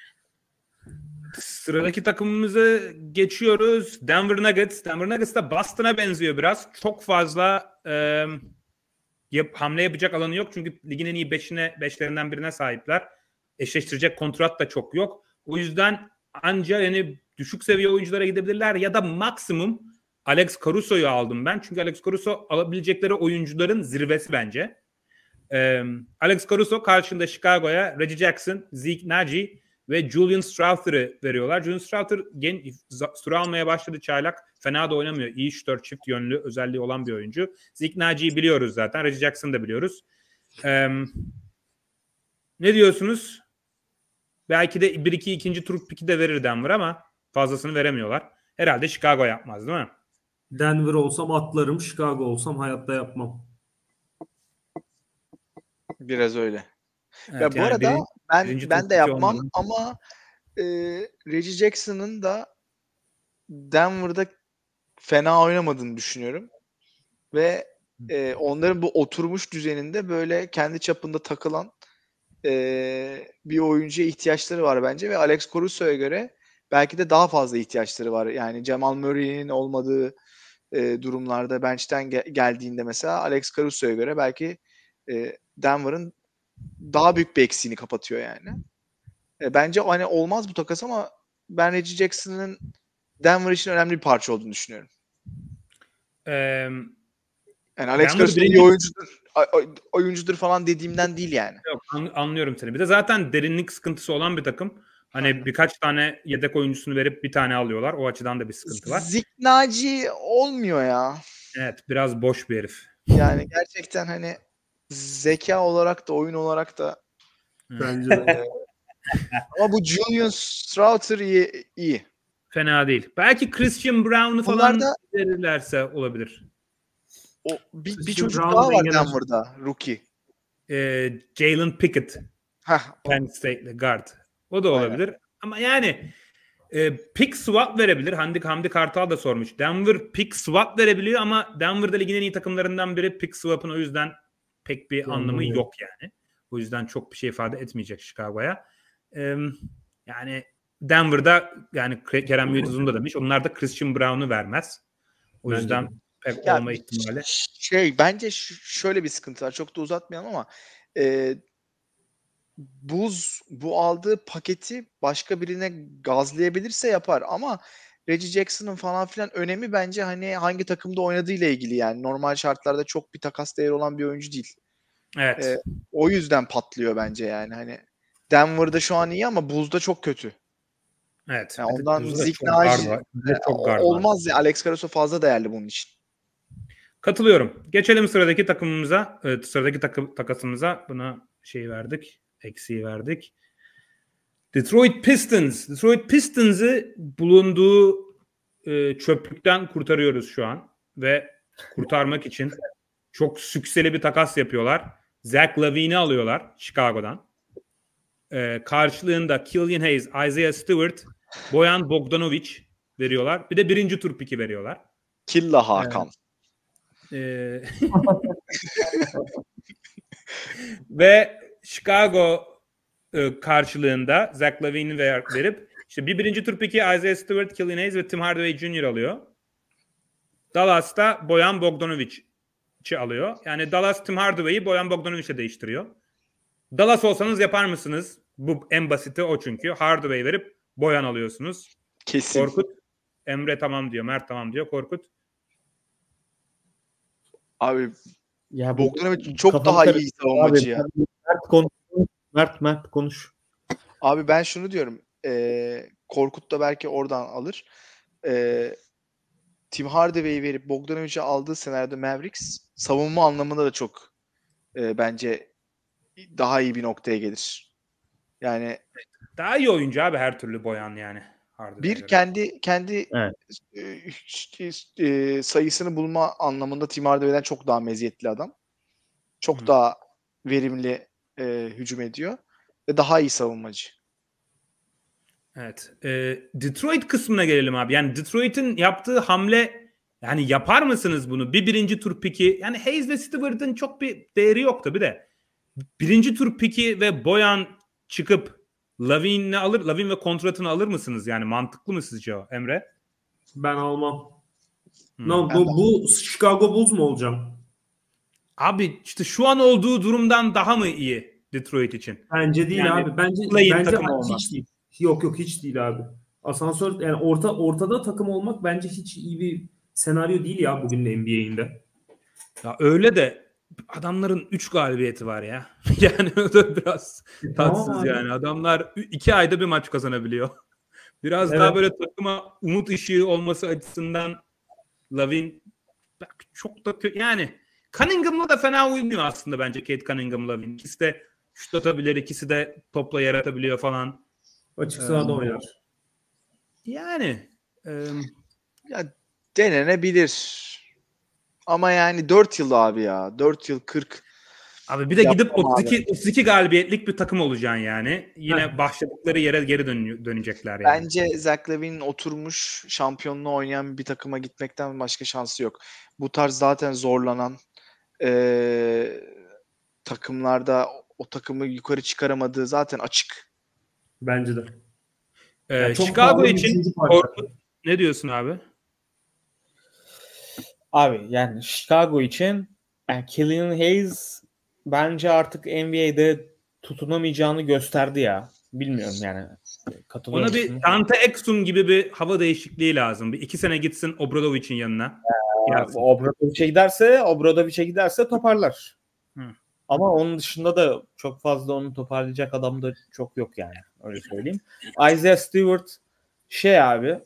Sıradaki takımımızı geçiyoruz. Denver Nuggets. Denver Nuggets da Boston'a benziyor biraz. Çok fazla hamle yapacak alanı yok. Çünkü ligin en iyi 5'lerinden birine sahipler. Eşleştirecek kontrat da çok yok. O yüzden anca yani düşük seviye oyunculara gidebilirler ya da maksimum Alex Caruso'yu aldım ben. Çünkü Alex Caruso alabilecekleri oyuncuların zirvesi bence. Alex Caruso karşında Chicago'ya Reggie Jackson, Zeke Naji ve Julian Strawther'ı veriyorlar. Julian Strawther süre almaya başladı çaylak. Fena da oynamıyor. İyi şutör, çift yönlü özelliği olan bir oyuncu. Zeke Naji'yi biliyoruz zaten. Reggie Jackson'ı da biliyoruz. Ne diyorsunuz? Belki de 1-2 ikinci tur piki de verir Denver ama fazlasını veremiyorlar. Herhalde Chicago yapmaz değil mi? Denver olsam atlarım. Chicago olsam hayatta yapmam. Biraz öyle. Evet, Ya bu yani arada ben de yapmam olmadan. ama Reggie Jackson'ın da Denver'da fena oynamadığını düşünüyorum. Ve onların bu oturmuş düzeninde böyle kendi çapında takılan bir oyuncuya ihtiyaçları var bence ve Alex Caruso'ya göre belki de daha fazla ihtiyaçları var. Yani Jamal Murray'nin olmadığı durumlarda bench'ten geldiğinde mesela Alex Caruso'ya göre belki Denver'ın daha büyük bir eksiğini kapatıyor yani. Bence hani olmaz bu takas ama ben Reggie Jackson'ın Denver için önemli bir parça olduğunu düşünüyorum. Yani Alex Caruso iyi oyuncudur falan dediğimden değil yani. Yok, anlıyorum seni. Bir de zaten derinlik sıkıntısı olan bir takım. Hani birkaç tane yedek oyuncusunu verip bir tane alıyorlar. O açıdan da bir sıkıntı var. Zeke Naji olmuyor ya. Evet, biraz boş bir herif. Yani gerçekten hani zeka olarak da oyun olarak da Bence de. Ama bu Julian Strouter iyi. Fena değil. Belki Christian Brown'u falan Bunlarda verirlerse olabilir. bir Christian çocuk Brown daha var Engel'e- Denver'da. Rookie. Jalen Pickett. Heh, Penn State'li guard. O da Aynen. olabilir. Ama yani pick swap verebilir. Hamdi Kartal da sormuş. Denver pick swap verebiliyor ama Denver'da ligin en iyi takımlarından biri pick swap'ın, o yüzden pek bir anlamı yok yani. O yüzden çok bir şey ifade etmeyecek Chicago'ya. Yani Denver'da yani Kerem Yıldız'ın da demiş. Onlar da Christian Brown'u vermez. O Bence yüzden de. pek Ya, olma ihtimali. bence şöyle bir sıkıntı var. Çok da uzatmayalım ama Bulls bu aldığı paketi başka birine gazlayabilirse yapar ama Reggie Jackson'ın falan filan önemi bence hani hangi takımda oynadığıyla ilgili yani. Normal şartlarda çok bir takas değeri olan bir oyuncu değil. Evet. O yüzden patlıyor bence yani. Hani Denver'da şu an iyi ama Bulls'da çok kötü. Evet. Yani ondan Buzda Zeke çok guard Naji var. Buzda çok guard var. olmaz ya. Alex Caruso fazla değerli bunun için. Katılıyorum. Geçelim sıradaki takımımıza. Evet, sıradaki takasımıza. Buna şey verdik. Eksiği verdik. Detroit Pistons. Detroit Pistons'ı bulunduğu çöplükten kurtarıyoruz şu an. Ve kurtarmak için çok sükseli bir takas yapıyorlar. Zach LaVine'i alıyorlar Chicago'dan. Karşılığında Killian Hayes, Isaiah Stewart, Bojan Bogdanovic veriyorlar. Bir de 1. tur piki veriyorlar. Killa Hakan. Ve Chicago karşılığında Zach LaVine'i verip işte bir 1. tur piki Isaiah Stewart, Killian Hayes ve Tim Hardaway Jr. alıyor. Dallas'ta Bojan Bogdanovic'i alıyor. Yani Dallas Tim Hardaway'i Bojan Bogdanovic'e değiştiriyor. Dallas olsanız yapar mısınız? Bu en basiti o çünkü. Hardaway verip Bojan alıyorsunuz. Kesin. Korkut. Emre tamam diyor. Mert tamam diyor. Korkut. Abi Ya Bogdanovic çok daha iyi savunmacı ya. Mert konuş. Abi ben şunu diyorum. Korkut da belki oradan alır. Tim Hardaway'i verip Bogdanovic'i aldığı senaryoda Mavericks savunma anlamında da çok bence daha iyi bir noktaya gelir. Yani Daha iyi oyuncu abi her türlü Bojan yani. Hardaway'e bir göre. kendi Evet. sayısını bulma anlamında Tim Hardaway'den çok daha meziyetli adam. Çok daha verimli hücum ediyor ve daha iyi savunmacı. Evet. Detroit kısmına gelelim abi. Yani Detroit'in yaptığı hamle, yani yapar mısınız bunu? Bir 1. tur piki. Yani Hayes ve Stewart'ın çok bir değeri yok tabii de. 1. tur piki ve Bojan çıkıp Lavine ve kontratını alır mısınız? Yani mantıklı mı sizce o Emre? Ben almam. Hmm. Bu Chicago Bulls mu olacağım? Abi işte şu an olduğu durumdan daha mı iyi Detroit için? Bence değil Yani abi. Bence takım olmaz. hiç değil. Yok hiç değil abi. Asansör yani ortada takım olmak bence hiç iyi bir senaryo değil ya bugün NBA'inde. Ya öyle de adamların 3 galibiyeti var ya. Yani o da biraz tatsız Tamam yani. Adamlar 2 ayda bir maç kazanabiliyor. Biraz Evet. daha böyle takıma umut ışığı olması açısından Lavine çok da yani Cunningham'la da fena uymuyor aslında bence Cade Cunningham Lavine. İkisi de şut atabilir, ikisi de topla yaratabiliyor falan. Açık sahada oynar. Yani Ya denenebilir. Ama yani 4 yıl abi ya. 4 yıl 40. abi bir de gidip Yapmam 32 galibiyetlik bir takım olacaksın yani. Yine Heh. başladıkları yere geri dönecekler yani. Bence Zach LaVine'in oturmuş şampiyonluğu oynayan bir takıma gitmekten başka şansı yok. Bu tarz zaten zorlanan takımlarda o takımı yukarı çıkaramadığı zaten açık. Bence de. Yani çok Chicago pahalı bir için üçüncü parça. Korkut, ne diyorsun abi? Abi yani Chicago için yani Killian Hayes bence artık NBA'de tutunamayacağını gösterdi ya. Bilmiyorum yani. Katılıyor Ona musun? bir Dante Exum gibi bir hava değişikliği lazım. Bir 2 sene gitsin Obradovic'in yanına. Gelsin. Obradovic'e giderse toparlar. Hı. Ama onun dışında da çok fazla onu toparlayacak adam da çok yok yani. Öyle söyleyeyim. Isaiah Stewart abi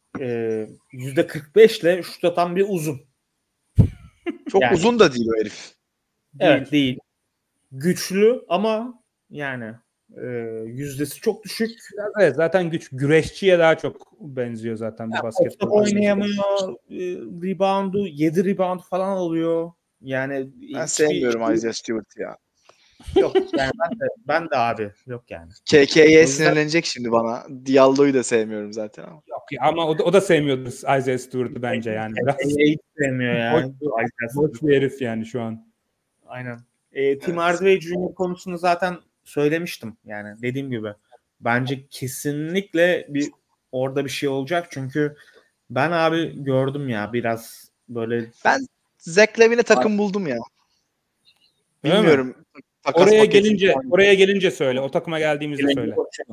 %45 ile şut atan bir uzun. Çok Yani- uzun da değil o herif. Evet değil. Güçlü ama yani Yüzdesi çok düşük. Evet, zaten güreşçiye daha çok benziyor zaten bu basketbol. Oynayamıyor. Rebound'u 7 rebound falan alıyor. Yani Ben sevmiyorum Isaiah Stewart'ı ya. Yok yani ben de abi yok yani. KK'ye sinirlenecek şimdi bana. Diallo'yu da sevmiyorum zaten ama. Yok ya, ama o da sevmiyordur Isaiah Stewart'ı bence yani. Biraz Hiç sevmiyor yani. boş bir herif yani şu an. Aynen. Tim Hardaway Jr. konusunu zaten söylemiştim. Yani dediğim gibi. Bence kesinlikle orada bir şey olacak. Çünkü ben abi gördüm ya biraz böyle. Ben Zach Levine'e takım buldum ya. Bilmiyorum. Oraya gelince söyle. O takıma geldiğimizde söyle.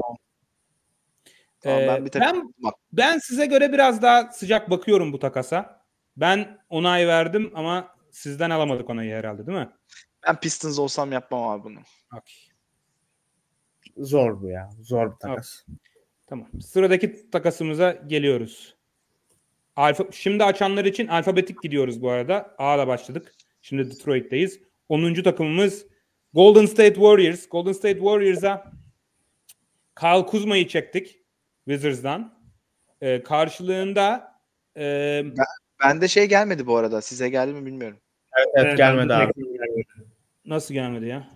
Ben size göre biraz daha sıcak bakıyorum bu takasa. Ben onay verdim ama sizden alamadık onayı herhalde, değil mi? Ben Pistons olsam yapmam abi bunu. Okay. Zor bu ya. Zor bir takas. Okay. Tamam. Sıradaki takasımıza geliyoruz. Şimdi açanlar için alfabetik gidiyoruz bu arada. A'la başladık. Şimdi Detroit'teyiz. 10. takımımız Golden State Warriors. Golden State Warriors'a Kyle Kuzma'yı çektik Wizards'dan. Karşılığında bende şey gelmedi bu arada. Size geldi mi bilmiyorum. Evet gelmedi abi. Nasıl gelmedi ya?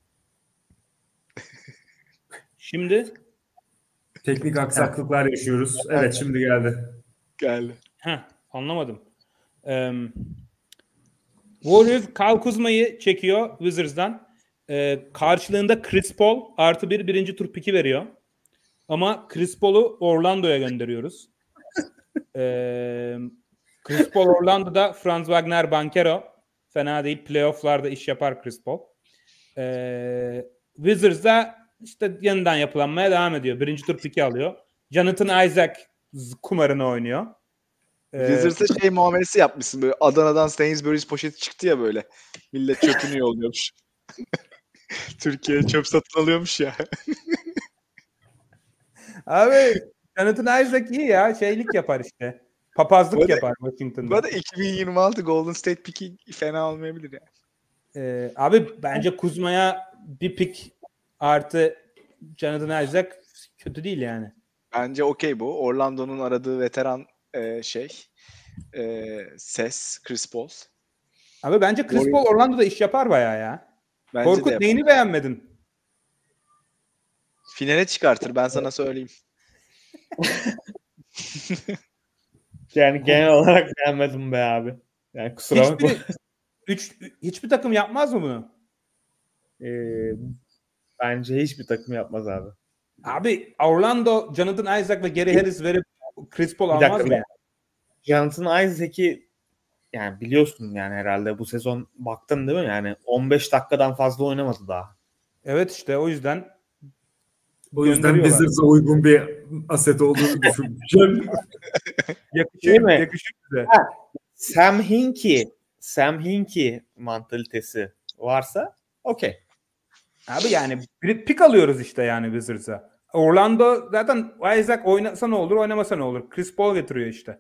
Şimdi teknik aksaklıklar yaşıyoruz. Evet, şimdi geldi. Geldi. Anlamadım. Warriors Kyle Kuzma'yı çekiyor Wizards'dan. Karşılığında Chris Paul artı birinci tur piki veriyor. Ama Chris Paul'u Orlando'ya gönderiyoruz. Chris Paul Orlando'da Franz Wagner Banchero. Fena değil. Playoff'larda iş yapar Chris Paul. Wizards'da işte yeniden yapılanmaya devam ediyor. Birinci tur piki alıyor. Jonathan Isaac kumarını oynuyor. Wizards'a şey muamelesi yapmışsın. Böyle Adana'dan Sainsbury's poşeti çıktı ya böyle. Millet çöpünü yolluyormuş. Türkiye çöp satın alıyormuş ya. Abi Jonathan Isaac iyi ya. Şeylik yapar işte. Papazlık böyle, yapar Washington'da. Bu arada 2026 Golden State piki fena olmayabilir ya. Abi bence Kuzma'ya bir pik artı Jonathan Isaac kötü değil yani. Bence okey bu. Orlando'nun aradığı veteran ses Chris Paul. Abi bence Chris Paul Orlando'da iş yapar bayağı ya. Bence Korkut neyini beğenmedin? Finale çıkartır, ben sana söyleyeyim. Yani genel olarak beğenmedim be abi. Yani kusura bakma. Hiçbir takım yapmaz mı bunu? Bence hiçbir takım yapmaz abi. Abi Orlando, Jonathan Isaac ve Gary Harris verip Chris Paul almaz mı? Jonathan Isaac'i yani biliyorsun yani herhalde bu sezon baktın değil mi? Yani 15 dakikadan fazla oynamadı daha. Evet işte o yüzden Wizards'a uygun bir aset olduğunu düşünüyorum. yakışır bize. Sam Hinkie mantalitesi varsa okey. Abi yani pik alıyoruz işte yani Wizards'a. Orlando zaten Isaac oynasa ne olur, oynamasa ne olur. Chris Paul getiriyor işte.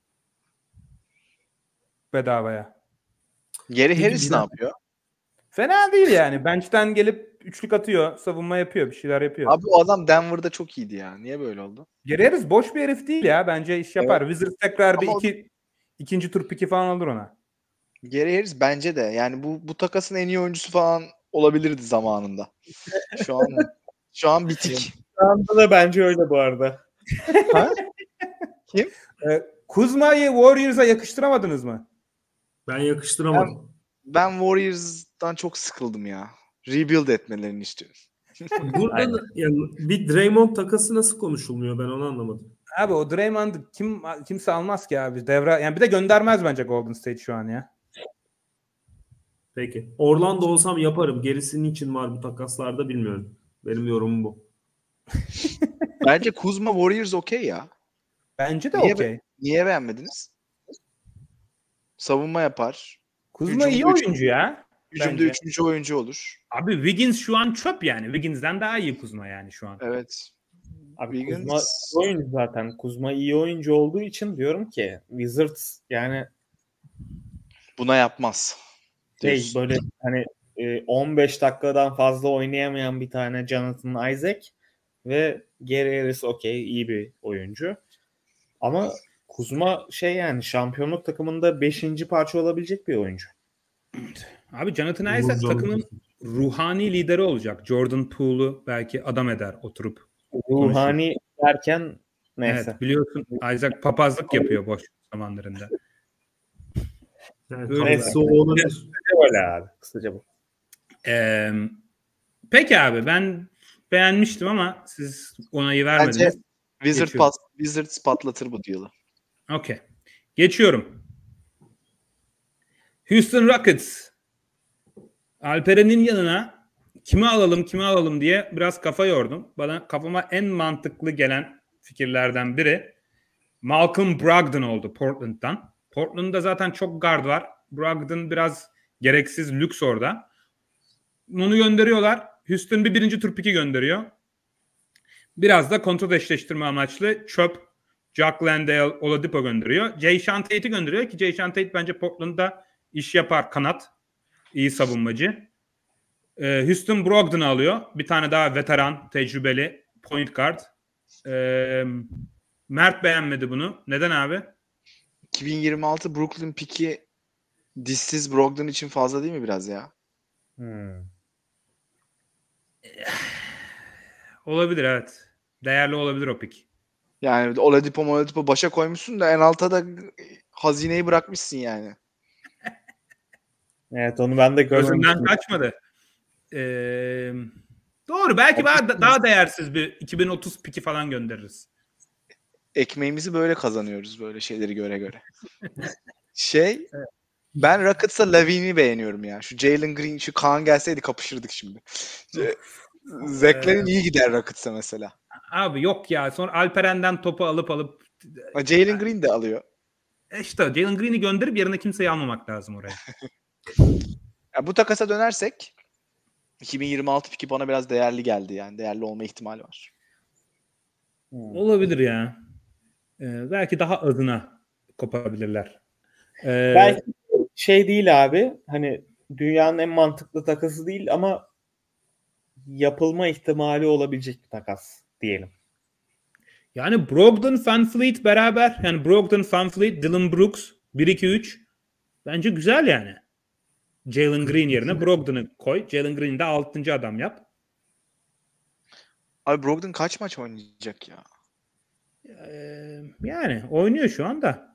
Bedavaya. Gary Harris ne yapıyor? Fena değil yani. Bench'ten gelip üçlük atıyor, savunma yapıyor, bir şeyler yapıyor. Abi o adam Denver'da çok iyiydi ya. Niye böyle oldu? Gary Harris boş bir herif değil ya. Bence iş yapar. Evet. Wizards tekrar ikinci tur piki falan alır ona. Gary Harris bence de. Yani bu takasın en iyi oyuncusu falan olabilirdi zamanında. Şu an bitik. Şu anda da bence öyle bu arada. Ha? Kim? Kuzma'yı Warriors'a yakıştıramadınız mı? Ben yakıştıramadım. Ben Warriors'dan çok sıkıldım ya. Rebuild etmelerini istiyorum. Burada yani bir Draymond takası nasıl konuşulmuyor, ben onu anlamadım. Abi o Draymond'ı kimse almaz ki abi. Yani bir de göndermez bence Golden State şu an ya. Peki. Orlando olsam yaparım. Gerisi niçin var bu takaslarda bilmiyorum. Benim yorumum bu. Bence Kuzma Warriors okey ya. Bence de okey. Niye beğenmediniz? Savunma yapar. Kuzma iyi oyuncu ya. Hücumda 3. oyuncu olur. Abi Wiggins şu an çöp yani. Wiggins'den daha iyi Kuzma yani şu an. Evet. Abi Wiggins... Kuzma iyi oyuncu zaten. Kuzma iyi oyuncu olduğu için diyorum ki Wizards yani buna yapmaz. Böyle hani 15 dakikadan fazla oynayamayan bir tane Jonathan Isaac ve Gary Harris okey, iyi bir oyuncu. Ama Kuzma yani şampiyonluk takımında 5. parça olabilecek bir oyuncu. Abi Jonathan Isaac takımın ruhani lideri olacak. Jordan Poole'u belki adam eder oturup. Ruhani derken neyse. Evet, biliyorsun Isaac papazlık yapıyor boş zamanlarında. Neyse olabilir. Öyle abi. Kısaca bu. Peki abi ben beğenmiştim ama siz onayı vermediniz. Bence Wizards patlatır bu deal'ı. Okey. Geçiyorum. Houston Rockets. Alperen'in yanına kimi alalım diye biraz kafa yordum. Kafama en mantıklı gelen fikirlerden biri Malcolm Brogdon oldu Portland'dan. Portland'da zaten çok guard var. Brogdon biraz gereksiz lüks orada. Onu gönderiyorlar. Houston bir birinci tur piki gönderiyor. Biraz da kontrat eşleştirme amaçlı çöp Jack Landale Oladipo gönderiyor. Jason Tate'i gönderiyor ki Jason Tate bence Portland'da iş yapar, kanat. İyi savunmacı. Houston Brogdon'u alıyor. Bir tane daha veteran, tecrübeli point guard. Mert beğenmedi bunu. Neden abi? 2026 Brooklyn piki dişsiz Brogdon için fazla değil mi biraz ya? Olabilir evet. Değerli olabilir o pik. Yani Oladipo başa koymuşsun da en alta da hazineyi bırakmışsın yani. Evet, onu ben de görmemiştim. Gözümden kaçmadı. Doğru. Belki daha değersiz bir 2030 piki falan göndeririz. Ekmeğimizi böyle kazanıyoruz, böyle şeyleri göre. Ben Rockets'a Lavine'i beğeniyorum ya. Şu Jalen Green, şu Kaan gelseydi kapışırdık şimdi. Zach Lavine iyi gider Rockets'a mesela. Abi yok ya. Sonra Alperen'den topu alıp Jalen Green de alıyor. İşte Jalen Green'i gönderip yerine kimseyi almamak lazım oraya. Ya bu takasa dönersek 2026 piki bana biraz değerli geldi yani. Değerli olma ihtimali var. Olabilir ya. Belki daha adına kopabilirler. Belki değil abi. Hani dünyanın en mantıklı takası değil ama yapılma ihtimali olabilecek bir takas diyelim. Yani Brogdon, VanVleet beraber, yani Brogdon, VanVleet, Dillon Brooks 1-2-3 bence güzel yani. Jalen Green yerine Brogdon'u koy. Jalen Green'i de 6. adam yap. Abi Brogdon kaç maç oynayacak ya? Yani oynuyor şu anda.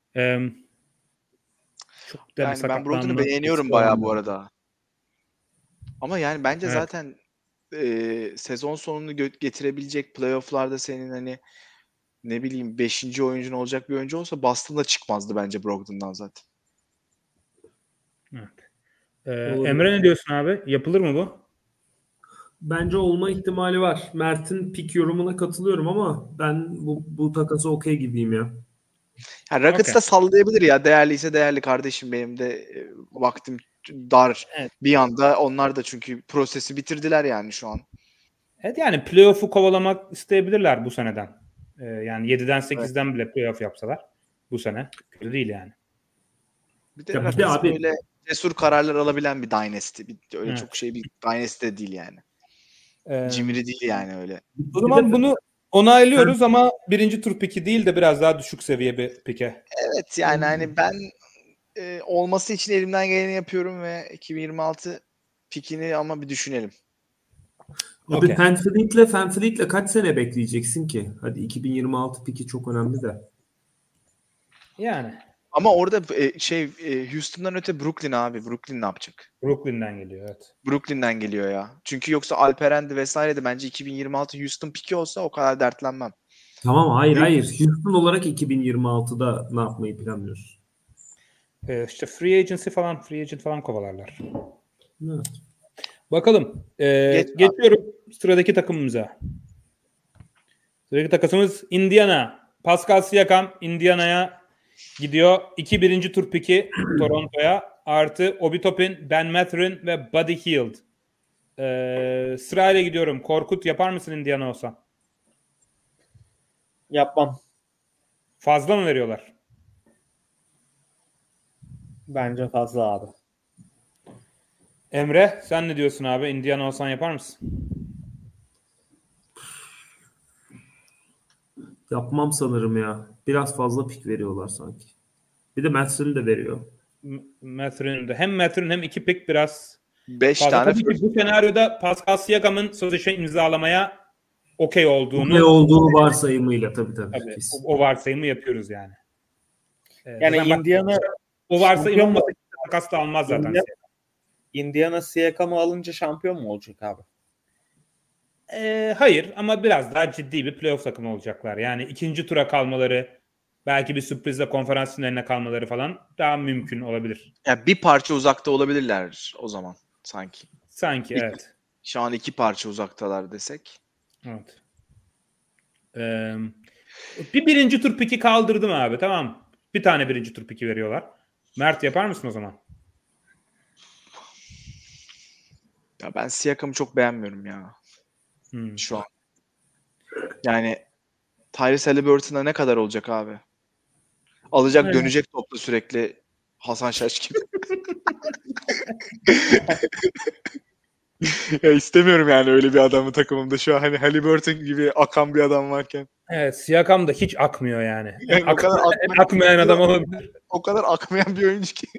Çok da yani ben Brogdon'u beğeniyorum bayağı bu arada. Ama yani bence zaten sezon sonunu getirebilecek playoff'larda senin hani ne bileyim 5. oyuncun olacak bir oyuncu olsa Boston'da çıkmazdı bence Brogdon'dan zaten. Evet. Emre ne diyorsun abi? Yapılır mı bu? Bence olma ihtimali var. Mert'in pik yorumuna katılıyorum ama ben bu takası okey gibiyim ya. Yani Rockets'ta sallayabilir ya. Değerliyse değerli kardeşim, benim de vaktim dar. Evet. Bir anda onlar da çünkü prosesi bitirdiler yani şu an. Evet, yani playoff'u kovalamak isteyebilirler bu seneden. Yani 7'den 8'den bile playoff yapsalar bu sene kötü değil yani. Bir de Rockets böyle cesur kararlar alabilen bir dynasty. Öyle çok bir dynasty de değil yani. Cimri değil yani öyle. O zaman bunu onaylıyoruz ama 1. tur piki değil de biraz daha düşük seviye bir pike. Evet yani hani ben olması için elimden geleni yapıyorum ve 2026 pikini ama bir düşünelim. Abi VanVleet'le kaç sene bekleyeceksin ki? Hadi 2026 piki çok önemli de. Yani. Ama orada Houston'dan öte Brooklyn abi. Brooklyn ne yapacak? Brooklyn'den geliyor evet. Brooklyn'den geliyor ya. Çünkü yoksa Alperen'di vesaire de bence 2026 Houston piki olsa o kadar dertlenmem. Tamam hayır. Houston olarak 2026'da ne yapmayı planlıyorsun? İşte free agent falan kovalarlar. Evet. Bakalım. Geçiyorum sıradaki takımımıza. Sıradaki takımımız Indiana. Pascal Siakam Indiana'ya gidiyor. 2 1. tur piki Toronto'ya. Artı Obi Toppin, Ben Mathurin ve Buddy Hield. Sırayla gidiyorum. Korkut yapar mısın Indiana olsa? Yapmam. Fazla mı veriyorlar? Bence fazla abi. Emre sen ne diyorsun abi? Indiana olsan yapar mısın? Yapmam sanırım ya. Biraz fazla pik veriyorlar sanki. Bir de Matson de veriyor. Mathurin'de. Hem Mathurin hem 2 pick biraz 5 fazla. tane Tabii ki bu senaryoda Pascal Siakam'ın sözleşme imzalamaya okey olduğunu Ne olduğu varsayımıyla tabii. tabii, Kesin. o varsayımı yapıyoruz yani. Yani Zaten Indiana o varsayım şampiyon mu? olmasa takas da almaz zaten. Indiana Siakam'ı alınca şampiyon mu olacak abi? Hayır ama biraz daha ciddi bir playoff takımı olacaklar. Yani ikinci tura kalmaları, belki bir sürprizle konferans finaline kalmaları falan daha mümkün olabilir. Yani bir parça uzakta olabilirler o zaman sanki. Sanki evet. Şu an 2 parça uzaktalar desek. Evet. Bir birinci tur piki kaldırdım abi, tamam. Bir tane birinci tur piki veriyorlar. Mert yapar mısın o zaman? Ya ben Siakam'ı çok beğenmiyorum ya şu an. Yani Tyrese Haliburton'a ne kadar olacak abi? Alacak Evet. dönecek topla sürekli Hasan Şaş gibi. Ya istemiyorum yani öyle bir adamı takımımda şu an, hani Haliburton gibi akan bir adam varken. Evet, Siakam da hiç akmıyor yani. Yani o kadar Akmayan adam olabilir. o kadar akmayan bir oyuncu ki.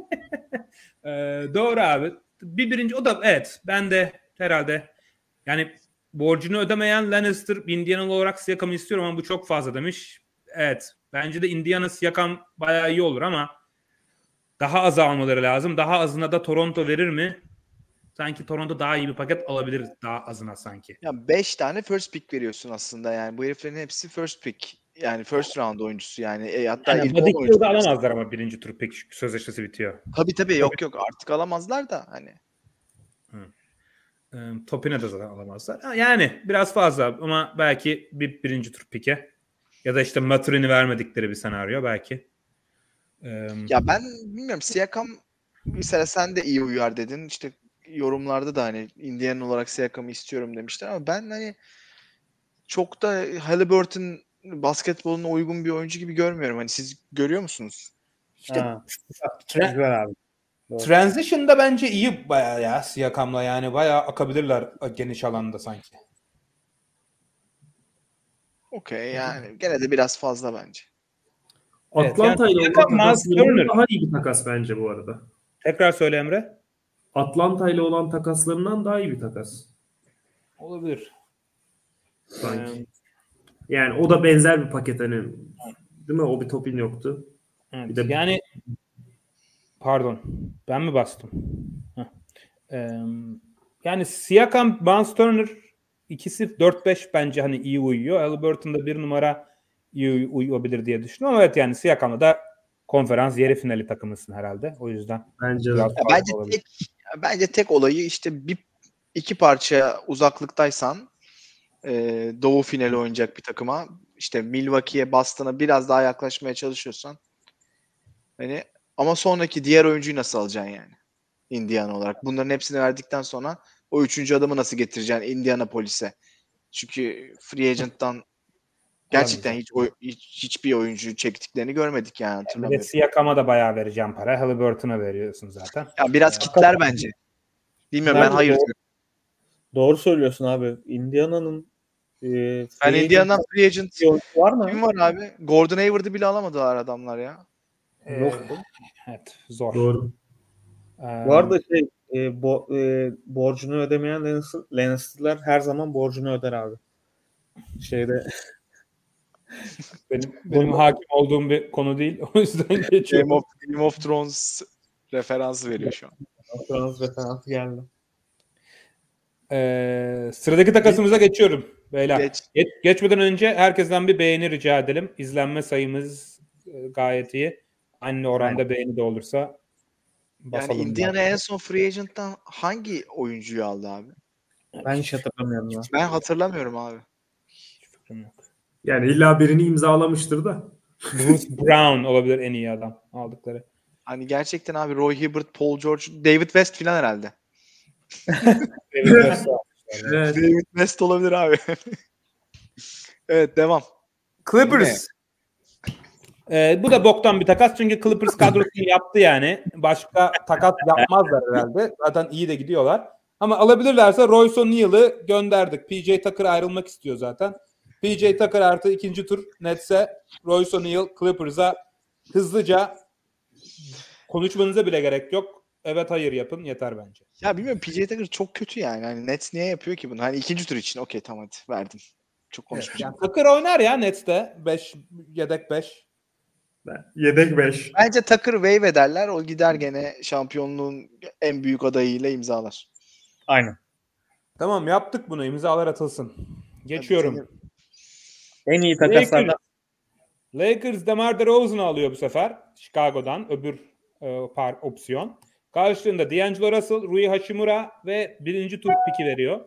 Doğru abi. Birinci o da evet. Ben de herhalde yani borcunu ödemeyen Lannister Indianalı olarak Siakam'ı istiyorum ama bu çok fazla demiş. Evet. Bence de Indiana Siakam bayağı iyi olur ama daha az almaları lazım. Daha azına da Toronto verir mi? Sanki Toronto daha iyi bir paket alabilir daha azına sanki. Ya 5 tane first pick veriyorsun aslında yani. Bu heriflerin hepsi first pick. Yani first round oyuncusu yani. Hatta Yani ilk 10 Buddy oyuncu. Hield'ı alamazlar ama birinci tur pek sözleşmesi bitiyor. Tabii yok artık alamazlar da hani. Topine de zaten alamazlar. Yani biraz fazla ama belki bir birinci tur pike ya da işte Mathurin'i vermedikleri bir senaryo belki. Ya ben bilmiyorum, Siakam mesela sen de iyi uyar dedin. İşte yorumlarda da hani Indiana olarak Siakam'ı istiyorum demişler ama ben hani çok da Haliburton basketboluna uygun bir oyuncu gibi görmüyorum. Hani siz görüyor musunuz? İşte Güzel abi. Doğru. Transition'da bence iyi bayağı ya Siakam'la, yani bayağı akabilirler geniş alanda sanki. Okey yani gene de biraz fazla bence. Atlanta ile yani olan Miles takaslarından Turner. daha iyi bir takas bence bu arada. Tekrar söyle Emre. Atlanta ile olan takaslarından daha iyi bir takas. Olabilir. Sanki. Yani o da benzer bir paket hani. Değil mi? O bir topin yoktu. Evet, Bir de yani pardon ben mi bastım? Yani Siakam, Barnes Turner ikisi 4-5 bence hani iyi uyuyor. Haliburton'da bir numara iyi uyuyabilir diye düşünüyorum. Ama evet yani Siakam'la da konferans yarı finali takımısın herhalde. O yüzden bence biraz Ya fazla olabilir. bence tek olayı işte iki parça uzaklıktaysan doğu finali oynayacak bir takıma, işte Milwaukee'ye, Boston'a biraz daha yaklaşmaya çalışıyorsan hani, ama sonraki diğer oyuncuyu nasıl alacaksın yani Indiana olarak? Bunların hepsini verdikten sonra o üçüncü adamı nasıl getireceksin Indianapolis'e? Çünkü free agent'tan gerçekten hiçbir oyuncu çektiklerini görmedik yani, Bir de hatırlamıyorum. Siakam'a da bayağı vereceğim para. Haliburton'a veriyorsun zaten. Ya biraz kitler bence. Bilmiyorum, ben Nerede hayır doğru, diyorum. doğru söylüyorsun abi. Indiana'nın Ben Indiana'dan free agent var mı? kim var abi? Gordon Hayward'ı bile alamadılar adamlar ya. Yok. Evet, zor. doğru. Bu arada borcunu ödemeyen Lannister'lar her zaman borcunu öder abi. Şeyde benim hakim olduğum bir konu değil. O yüzden geçiyorum. Game of Thrones referansı veriyor şu an. Fransız referansı geldi. Sıradaki takasımıza geçiyorum beyler. Geç. Geçmeden önce herkesten bir beğeni rica edelim. İzlenme sayımız gayet iyi. Aynı oranda beğeni de olursa basalım. Yani Indiana en son free agent'tan hangi oyuncuyu aldı abi? Ben hiç hatırlamıyorum ya. Ben hatırlamıyorum abi. Yani illa birini imzalamıştır da. Bruce Brown olabilir en iyi adam aldıkları. Hani gerçekten abi Roy Hibbert, Paul George, David West falan herhalde. Evet. David West olabilir abi. Evet, devam. Clippers. Bu da boktan bir takas çünkü Clippers kadrosunu yaptı yani. Başka takas yapmazlar herhalde. Zaten iyi de gidiyorlar. Ama alabilirlerse Royce O'Neal'ı gönderdik. PJ Tucker ayrılmak istiyor zaten. PJ Tucker artı ikinci tur Nets'e, Royce O'Neal Clippers'a hızlıca konuşmanıza bile gerek yok. Evet hayır yapın yeter bence. Ya bilmiyorum, PJ Tucker çok kötü yani. Hani Nets niye yapıyor ki bunu? Hani ikinci tur için okey tamam hadi verdim. Çok konuşmayacağım. Yani Tucker oynar ya Nets'te. 5 yedek 5. Yedek 5. Bence Tucker waive ederler. O gider gene şampiyonluğun en büyük adayıyla imzalar. Aynen. Tamam yaptık bunu. İmzalar atılsın. Geçiyorum. En iyi takaslardan. Lakers DeMar DeRozan'ı alıyor bu sefer. Chicago'dan. Öbür opsiyon. Karşılığında D'Angelo Russell, Rui Hachimura ve birinci tur piki veriyor.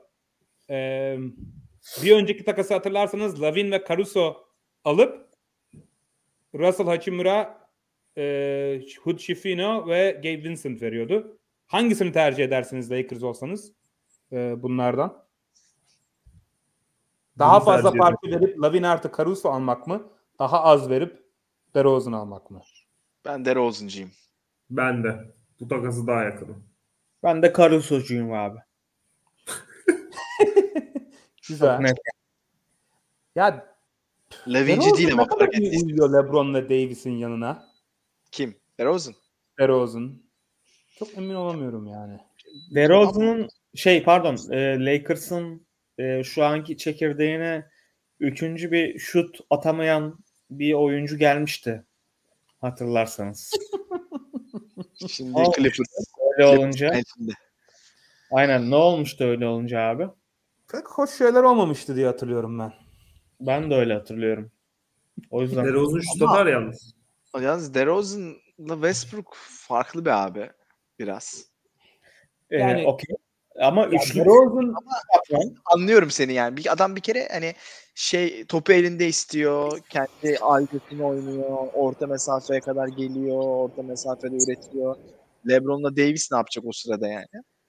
Bir önceki takası hatırlarsanız Lavin ve Caruso alıp Russell, Hachimura, Hood Schifino ve Gabe Vincent veriyordu. Hangisini tercih edersiniz Lakers olsanız bunlardan? Daha fazla parti verip Lavin artı Caruso almak mı? Daha az verip DeRozan almak mı? Ben DeRozan'cıyım. Ben de. Bu takası daha yakınım. Ben de Caruso'cuyum abi. Güzel. Net. Ya Lavinci değil ama fark ettiğiniz. ettiniz. Uyuyor LeBron'la Davis'in yanına. Kim? DeRozan. DeRozan. Çok emin olamıyorum yani. DeRozan'ın Lakers'ın şu anki çekirdeğine 3. bir şut atamayan bir oyuncu gelmişti. Hatırlarsanız. Şimdi Clippers. Clippers. Öyle olunca. Aynen, ne olmuştu öyle olunca abi? Pek hoş şeyler olmamıştı diye hatırlıyorum ben. Ben de öyle hatırlıyorum. O yüzden. DeRozan şut atar yalnız. Yalnız DeRozan'la Westbrook farklı bir abi. Biraz. Yani okey. Ama üçlü DeRozan Anlıyorum seni yani. Bir adam bir kere hani topu elinde istiyor. Kendi aygıtını oynuyor. Orta mesafeye kadar geliyor. Orta mesafede üretiyor. LeBron'la Davis ne yapacak o sırada yani?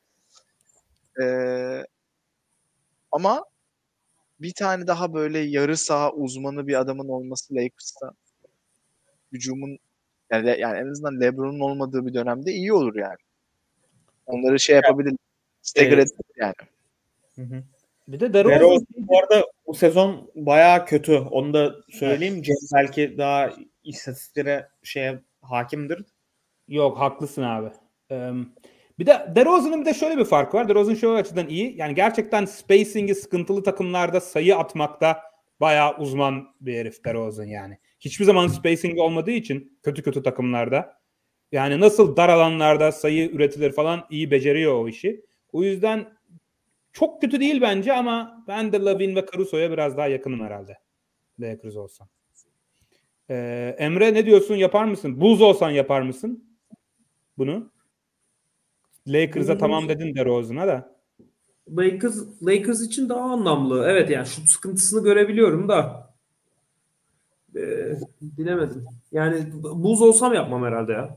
Ama bir tane daha böyle yarı saha uzmanı bir adamın olması Lakers'ta hücumun yani en azından LeBron'un olmadığı bir dönemde iyi olur yani. Onları yapabilir. Stagger edebilir yani. Hı. Bir de DeRozan bu arada bu sezon bayağı kötü. Onu da söyleyeyim. Evet. Cem belki daha istatistiklere hakimdir. Yok haklısın abi. Bir de DeRozan'ın bir de şöyle bir farkı var. DeRozan şu açıdan iyi. Yani gerçekten spacing'i sıkıntılı takımlarda sayı atmakta bayağı uzman bir herif DeRozan yani. Hiçbir zaman spacing olmadığı için kötü takımlarda yani nasıl dar alanlarda sayı üretilir falan iyi beceriyor o işi. O yüzden çok kötü değil bence ama ben de Lavin ve Caruso'ya biraz daha yakınım herhalde. Lakers olsam. Emre ne diyorsun? Yapar mısın? Bulls olsan yapar mısın bunu? Lakers'a tamam dedin DeRozan'a da. Lakers için daha anlamlı. Evet yani şut sıkıntısını görebiliyorum da bilemedim. Yani Bulls olsam yapmam herhalde ya.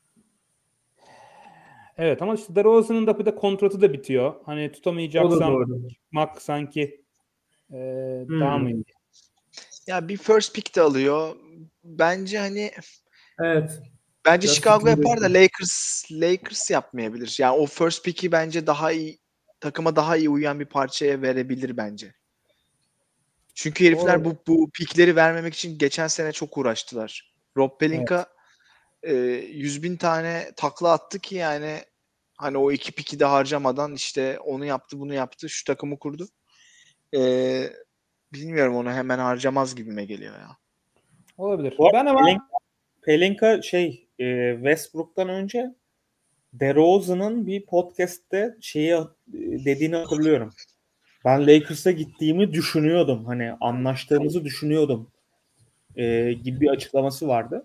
Evet ama işte DeRozan'ın da bir de kontratı da bitiyor. Hani tutamayacaksam çıkmak sanki daha mı iyi? Ya bir first pick de alıyor. Bence hani evet. Bence biraz Chicago yapar da Lakers yapmayabilir. Yani o first pick'i bence daha iyi takıma daha iyi uyan bir parçaya verebilir bence. Çünkü herifler bu pickleri vermemek için geçen sene çok uğraştılar. Rob Pelinka 100.000 tane takla attı ki yani hani o iki pick'i de harcamadan işte onu yaptı bunu yaptı şu takımı kurdu. Bilmiyorum onu hemen harcamaz gibime geliyor ya. Olabilir. Ben ama Pelinka Westbrook'tan önce DeRozan'ın bir podcast'te dediğini hatırlıyorum. Ben Lakers'a gittiğimi düşünüyordum. Hani anlaştığımızı düşünüyordum. Gibi bir açıklaması vardı.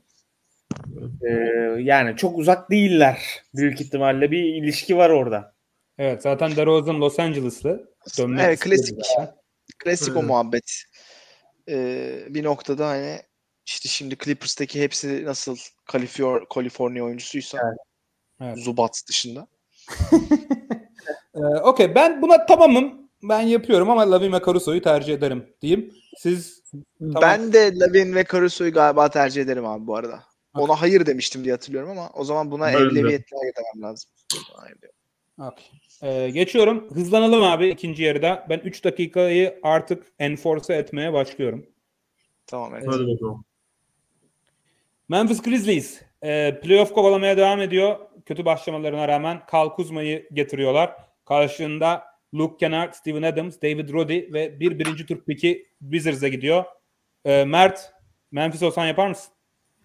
Yani çok uzak değiller. Büyük ihtimalle bir ilişki var orada. Evet zaten DeRozan Los Angeles'lı. Evet klasik o muhabbet. Bir noktada hani işte şimdi Clippers'taki hepsi nasıl Kaliforniya oyuncusuysa evet. Zubac dışında. Okey ben buna tamamım. Ben yapıyorum ama Lavin ve Caruso'yu tercih ederim diyeyim. Siz tamam. Ben de Lavin ve Caruso'yu galiba tercih ederim abi bu arada. Ona hayır demiştim diye hatırlıyorum ama o zaman buna Ben de. evleviyetler demem lazım. Hayır diyorum. Okay. Geçiyorum. Hızlanalım abi ikinci yarıda. Ben 3 dakikayı artık enforce etmeye başlıyorum. Tamam evet. Hadi bakalım. Memphis Grizzlies playoff kovalamaya devam ediyor. Kötü başlamalarına rağmen Kyle Kuzma'yı getiriyorlar. Karşılığında Luke Kennard, Steven Adams, David Roddy ve birinci tur piki Wizards'a gidiyor. Mert, Memphis olsan yapar mısın?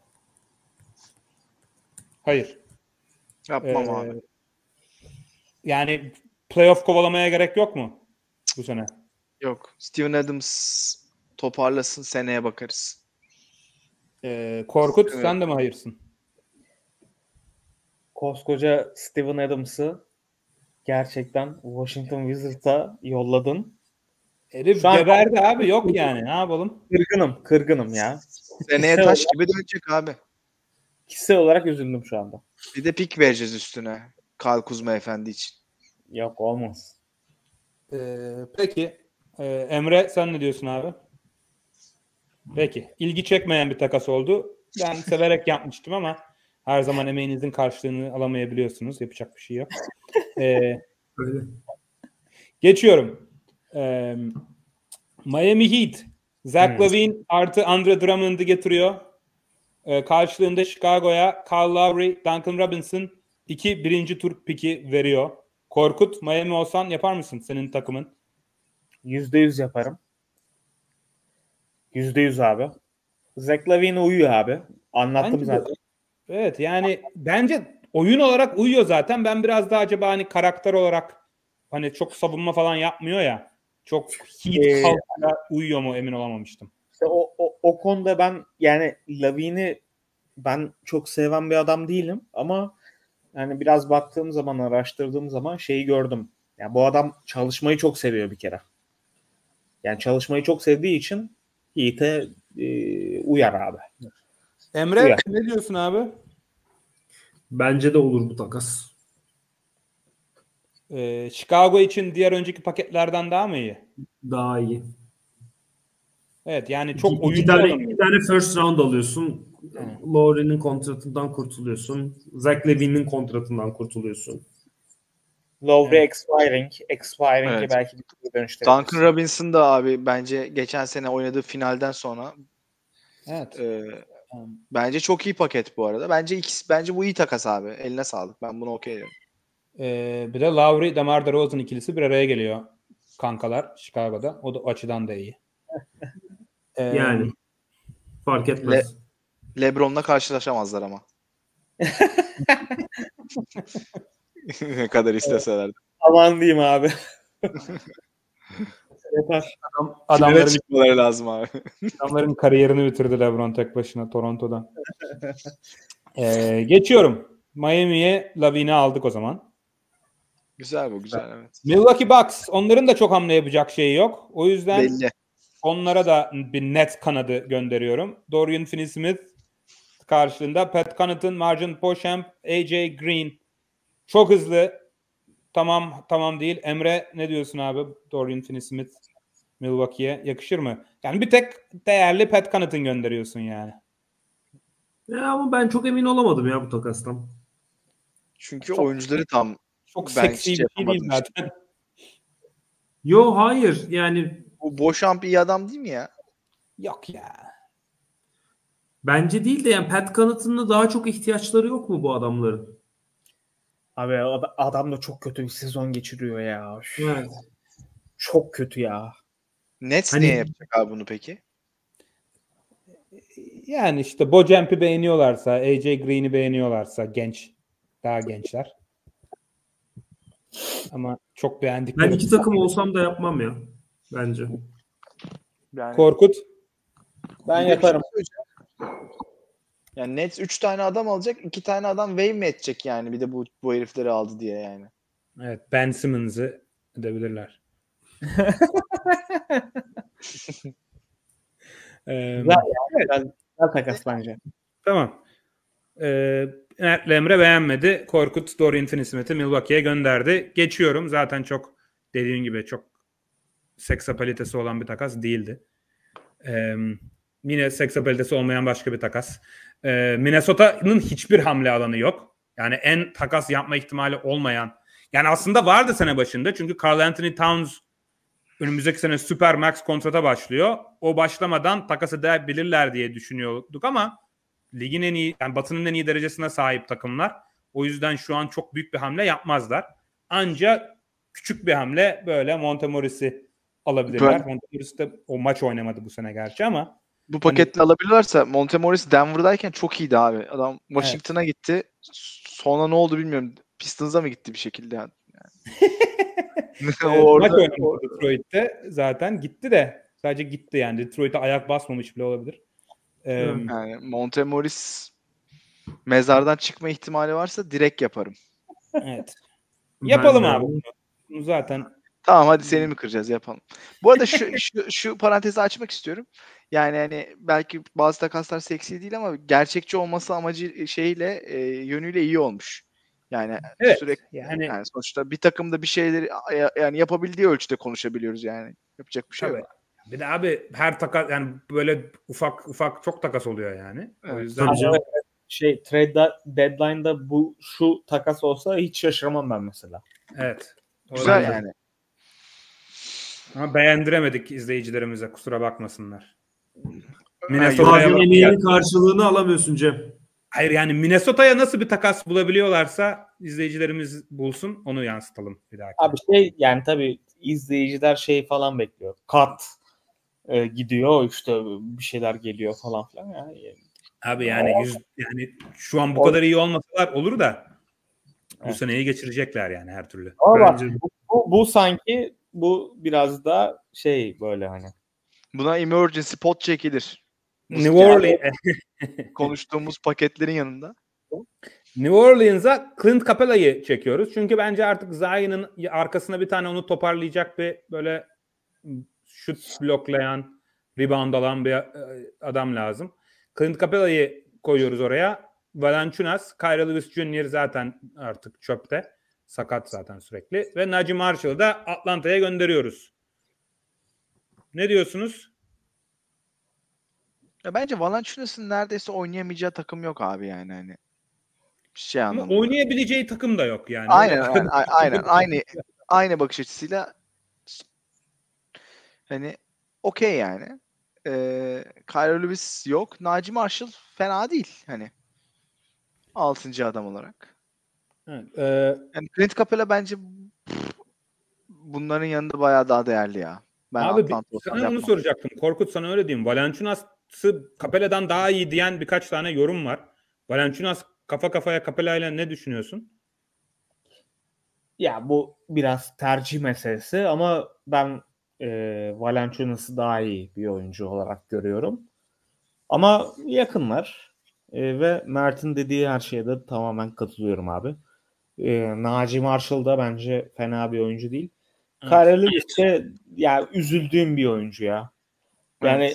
Hayır. Yapmam abi. Yani playoff kovalamaya gerek yok mu bu sene? Yok. Steven Adams toparlasın, seneye bakarız. Korkut Evet. sen de mi hayırsın? Koskoca Steven Adams'ı gerçekten Washington Wizards'a yolladın. Herif Şu an- geberdi abi, yok yani, ne yapalım? Kırgınım ya. Seneye taş gibi dönecek abi. Kişisel olarak üzüldüm şu anda. Bir de pik vereceğiz üstüne. Kyle Kuzma Efendi için. Yok olmaz. Peki Emre sen ne diyorsun abi? Peki. İlgi çekmeyen bir takas oldu. Ben severek yapmıştım ama her zaman emeğinizin karşılığını alamayabiliyorsunuz. Yapacak bir şey yok. Öyle. Geçiyorum. Miami Heat. Zach LaVine artı Andre Drummond'ı getiriyor. Karşılığında Chicago'ya Kyle Lowry, Duncan Robinson 2 birinci tur piki veriyor. Korkut, Miami olsan yapar mısın senin takımın? %100 yaparım. %100 abi. Zach LaVine uyuyor abi. Anlattım Bence de. zaten. Evet, yani bence oyun olarak uyuyor zaten. Ben biraz daha acaba hani karakter olarak hani çok savunma falan yapmıyor ya. Çok Heat halkına uyuyor mu emin olamamıştım. İşte o konuda ben yani Lavine'i ben çok seven bir adam değilim ama yani biraz baktığım zaman, araştırdığım zaman şeyi gördüm. Yani bu adam çalışmayı çok seviyor bir kere. Yani çalışmayı çok sevdiği için Heat'e uyar abi. Emre Uyar. ne diyorsun abi? Bence de olur bu takas. Chicago için diğer önceki paketlerden daha mı iyi? Daha iyi. Evet, yani çok İki oyuncu tane, alamıyor. iki tane first round alıyorsun. Lowry'nin kontratından kurtuluyorsun. Zach LaVine'in kontratından kurtuluyorsun. Lowry Evet. expiring'e Evet. belki bir dönüştürebiliriz. Duncan Robinson da abi bence geçen sene oynadığı finalden sonra Evet. bence çok iyi paket bu arada. Bence bu iyi takas abi. Eline sağlık. Ben bunu okey diyorum. Bir de Lowry, DeMar DeRozan ikilisi bir araya geliyor kankalar Chicago'da. O da açıdan da iyi. Yani fark etmez. LeBron'la karşılaşamazlar ama. Ne kadar isteseler. Aman diyeyim abi. Yeter. Finale çıkmaları lazım abi. Adamların kariyerini bitirdi LeBron tek başına Toronto'da. Geçiyorum. Miami'ye Lavine'i aldık o zaman. Güzel bu, güzel evet. Milwaukee Bucks. Onların da çok hamle yapacak şeyi yok. O yüzden Belli. onlara da bir net kanadı gönderiyorum. Dorian Finney-Smith karşılığında Pat Connaughton, Marjane Beauchamp, AJ Green. Çok hızlı. Tamam değil. Emre ne diyorsun abi? Dorian Finney-Smith Milwaukee'ye yakışır mı? Yani bir tek değerli Pat Connaughton gönderiyorsun yani. Ya ama ben çok emin olamadım ya bu takastan. Çünkü oyuncuları tam Çok ben seksi hiç bir şey değil yapamadım zaten. Yo hayır yani bu Beauchamp iyi adam değil mi ya? Yok ya. bence değil de yani Pat Connaughton'la daha çok ihtiyaçları yok mu bu adamların? Abi adam da çok kötü bir sezon geçiriyor ya. Evet. Çok kötü ya. Nets Hani- niye yapacak abi bunu peki? Yani işte Beauchamp'i beğeniyorlarsa, AJ Green'i beğeniyorlarsa daha gençler. Ama çok beğendikleri. Ben iki takım olsam da yapmam ya. Bence. Yani, Korkut. Ben bir de yaparım. bir şey söyleyeceğim. Yani Nets 3 tane adam alacak, 2 tane adam wave mi edecek yani bir de bu herifleri aldı diye yani. Evet, Ben Simmons'ı edebilirler. Güzel takas bence. Tamam. Emre beğenmedi. Korkut Dorian Finney-Smith'i Milwaukee'ye gönderdi. Geçiyorum. Zaten çok dediğim gibi çok seksapalitesi olan bir takas değildi. Yine seksapalitesi olmayan başka bir takas. Minnesota'nın hiçbir hamle alanı yok. Yani en takas yapma ihtimali olmayan. Yani aslında vardı sene başında. Çünkü Karl Anthony Towns önümüzdeki sene süper max kontrata başlıyor. O başlamadan takas edebilirler diye düşünüyorduk ama ligin en iyi, yani Batı'nın en iyi derecesine sahip takımlar. O yüzden şu an çok büyük bir hamle yapmazlar. Ancak küçük bir hamle böyle Montemoris'i alabilirler. Montemoris de o maç oynamadı bu sene gerçi ama Bu paketle alabilirlerse Montemoris Denver'dayken çok iyiydi abi. Adam Washington'a gitti. Sonra ne oldu bilmiyorum. Pistons'a mı gitti bir şekilde yani. maç oynamadı Detroit'te zaten gitti de sadece gitti yani. Detroit'e ayak basmamış bile olabilir. Yani Montemoris mezardan çıkma ihtimali varsa direkt yaparım. Evet. Yapalım abi bunu zaten. Tamam hadi seni mi kıracağız yapalım. Bu arada şu parantezi açmak istiyorum. Yani hani belki bazı takaslar seksi değil ama gerçekçi olması amacı yönüyle iyi olmuş. Yani evet, sürekli yani sonuçta bir takımda bir şeyleri yani yapabildiği ölçüde konuşabiliyoruz yani. Yapacak bir şey yok. Bir de abi her takas yani böyle ufak çok takas oluyor yani. Evet. O yüzden trade deadline'da şu takas olsa hiç şaşırmam ben mesela. evet. Güzel yani. Ama beğendiremedik izleyicilerimize, kusura bakmasınlar. Bazen emeğinin karşılığını alamıyorsun Cem. Hayır yani Minnesota'ya nasıl bir takas bulabiliyorlarsa izleyicilerimiz bulsun, onu yansıtalım bir dahaki. Abi yani tabii izleyiciler falan bekliyor. Kat gidiyor işte bir şeyler geliyor falan filan yani. Abi yani yani şu an bu kadar iyi olmasalar olur da bu seneyi geçirecekler yani her türlü. Ama bak, bu sanki bu biraz da böyle hani. Buna emergency pot çekilir. New Orleans konuştuğumuz paketlerin yanında. New Orleans'a Clint Capela'yı çekiyoruz. Çünkü bence artık Zion'ın arkasına bir tane onu toparlayacak bir böyle şut bloklayan, rebound alan bir adam lazım. Clint Capela'yı koyuyoruz oraya. Valanciunas, Kyrie Lewis Jr. zaten artık çöpte. Sakat zaten sürekli. Ve Najee Marshall'ı da Atlanta'ya gönderiyoruz. Ne diyorsunuz? Ya bence Valanciunas'ın neredeyse oynayamayacağı takım yok abi yani hani. Ama oynayabileceği takım da yok yani. Aynen. Aynı bakış açısıyla hani okey yani. Kyrie Lewis yok. Najee Marshall fena değil hani. 6. adam olarak. Evet, yani Clint Capela bence bunların yanında bayağı daha değerli ya. Ben abi sana onu soracaktım. Korkut sana öyle diyeyim. Valanciunas'ı Capela'dan daha iyi diyen birkaç tane yorum var. Valanciunas kafa kafaya Capela ile ne düşünüyorsun? Ya bu biraz tercih meselesi ama ben Valanciunas'ı daha iyi bir oyuncu olarak görüyorum. Ama yakınlar ve Mert'in dediği her şeye de tamamen katılıyorum abi. Najee Marshall da bence fena bir oyuncu değil. Kyrie Lewis de ya üzüldüğüm bir oyuncu ya. Yani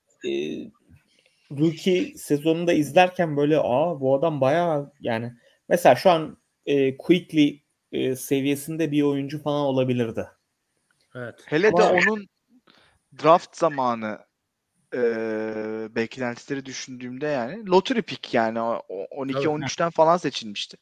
rookie sezonunda izlerken böyle bu adam bayağı yani mesela şu an Quickly seviyesinde bir oyuncu falan olabilirdi. Evet. Hele de onun draft zamanı beklentileri düşündüğümde yani lottery pick yani 12-13'ten falan seçilmişti.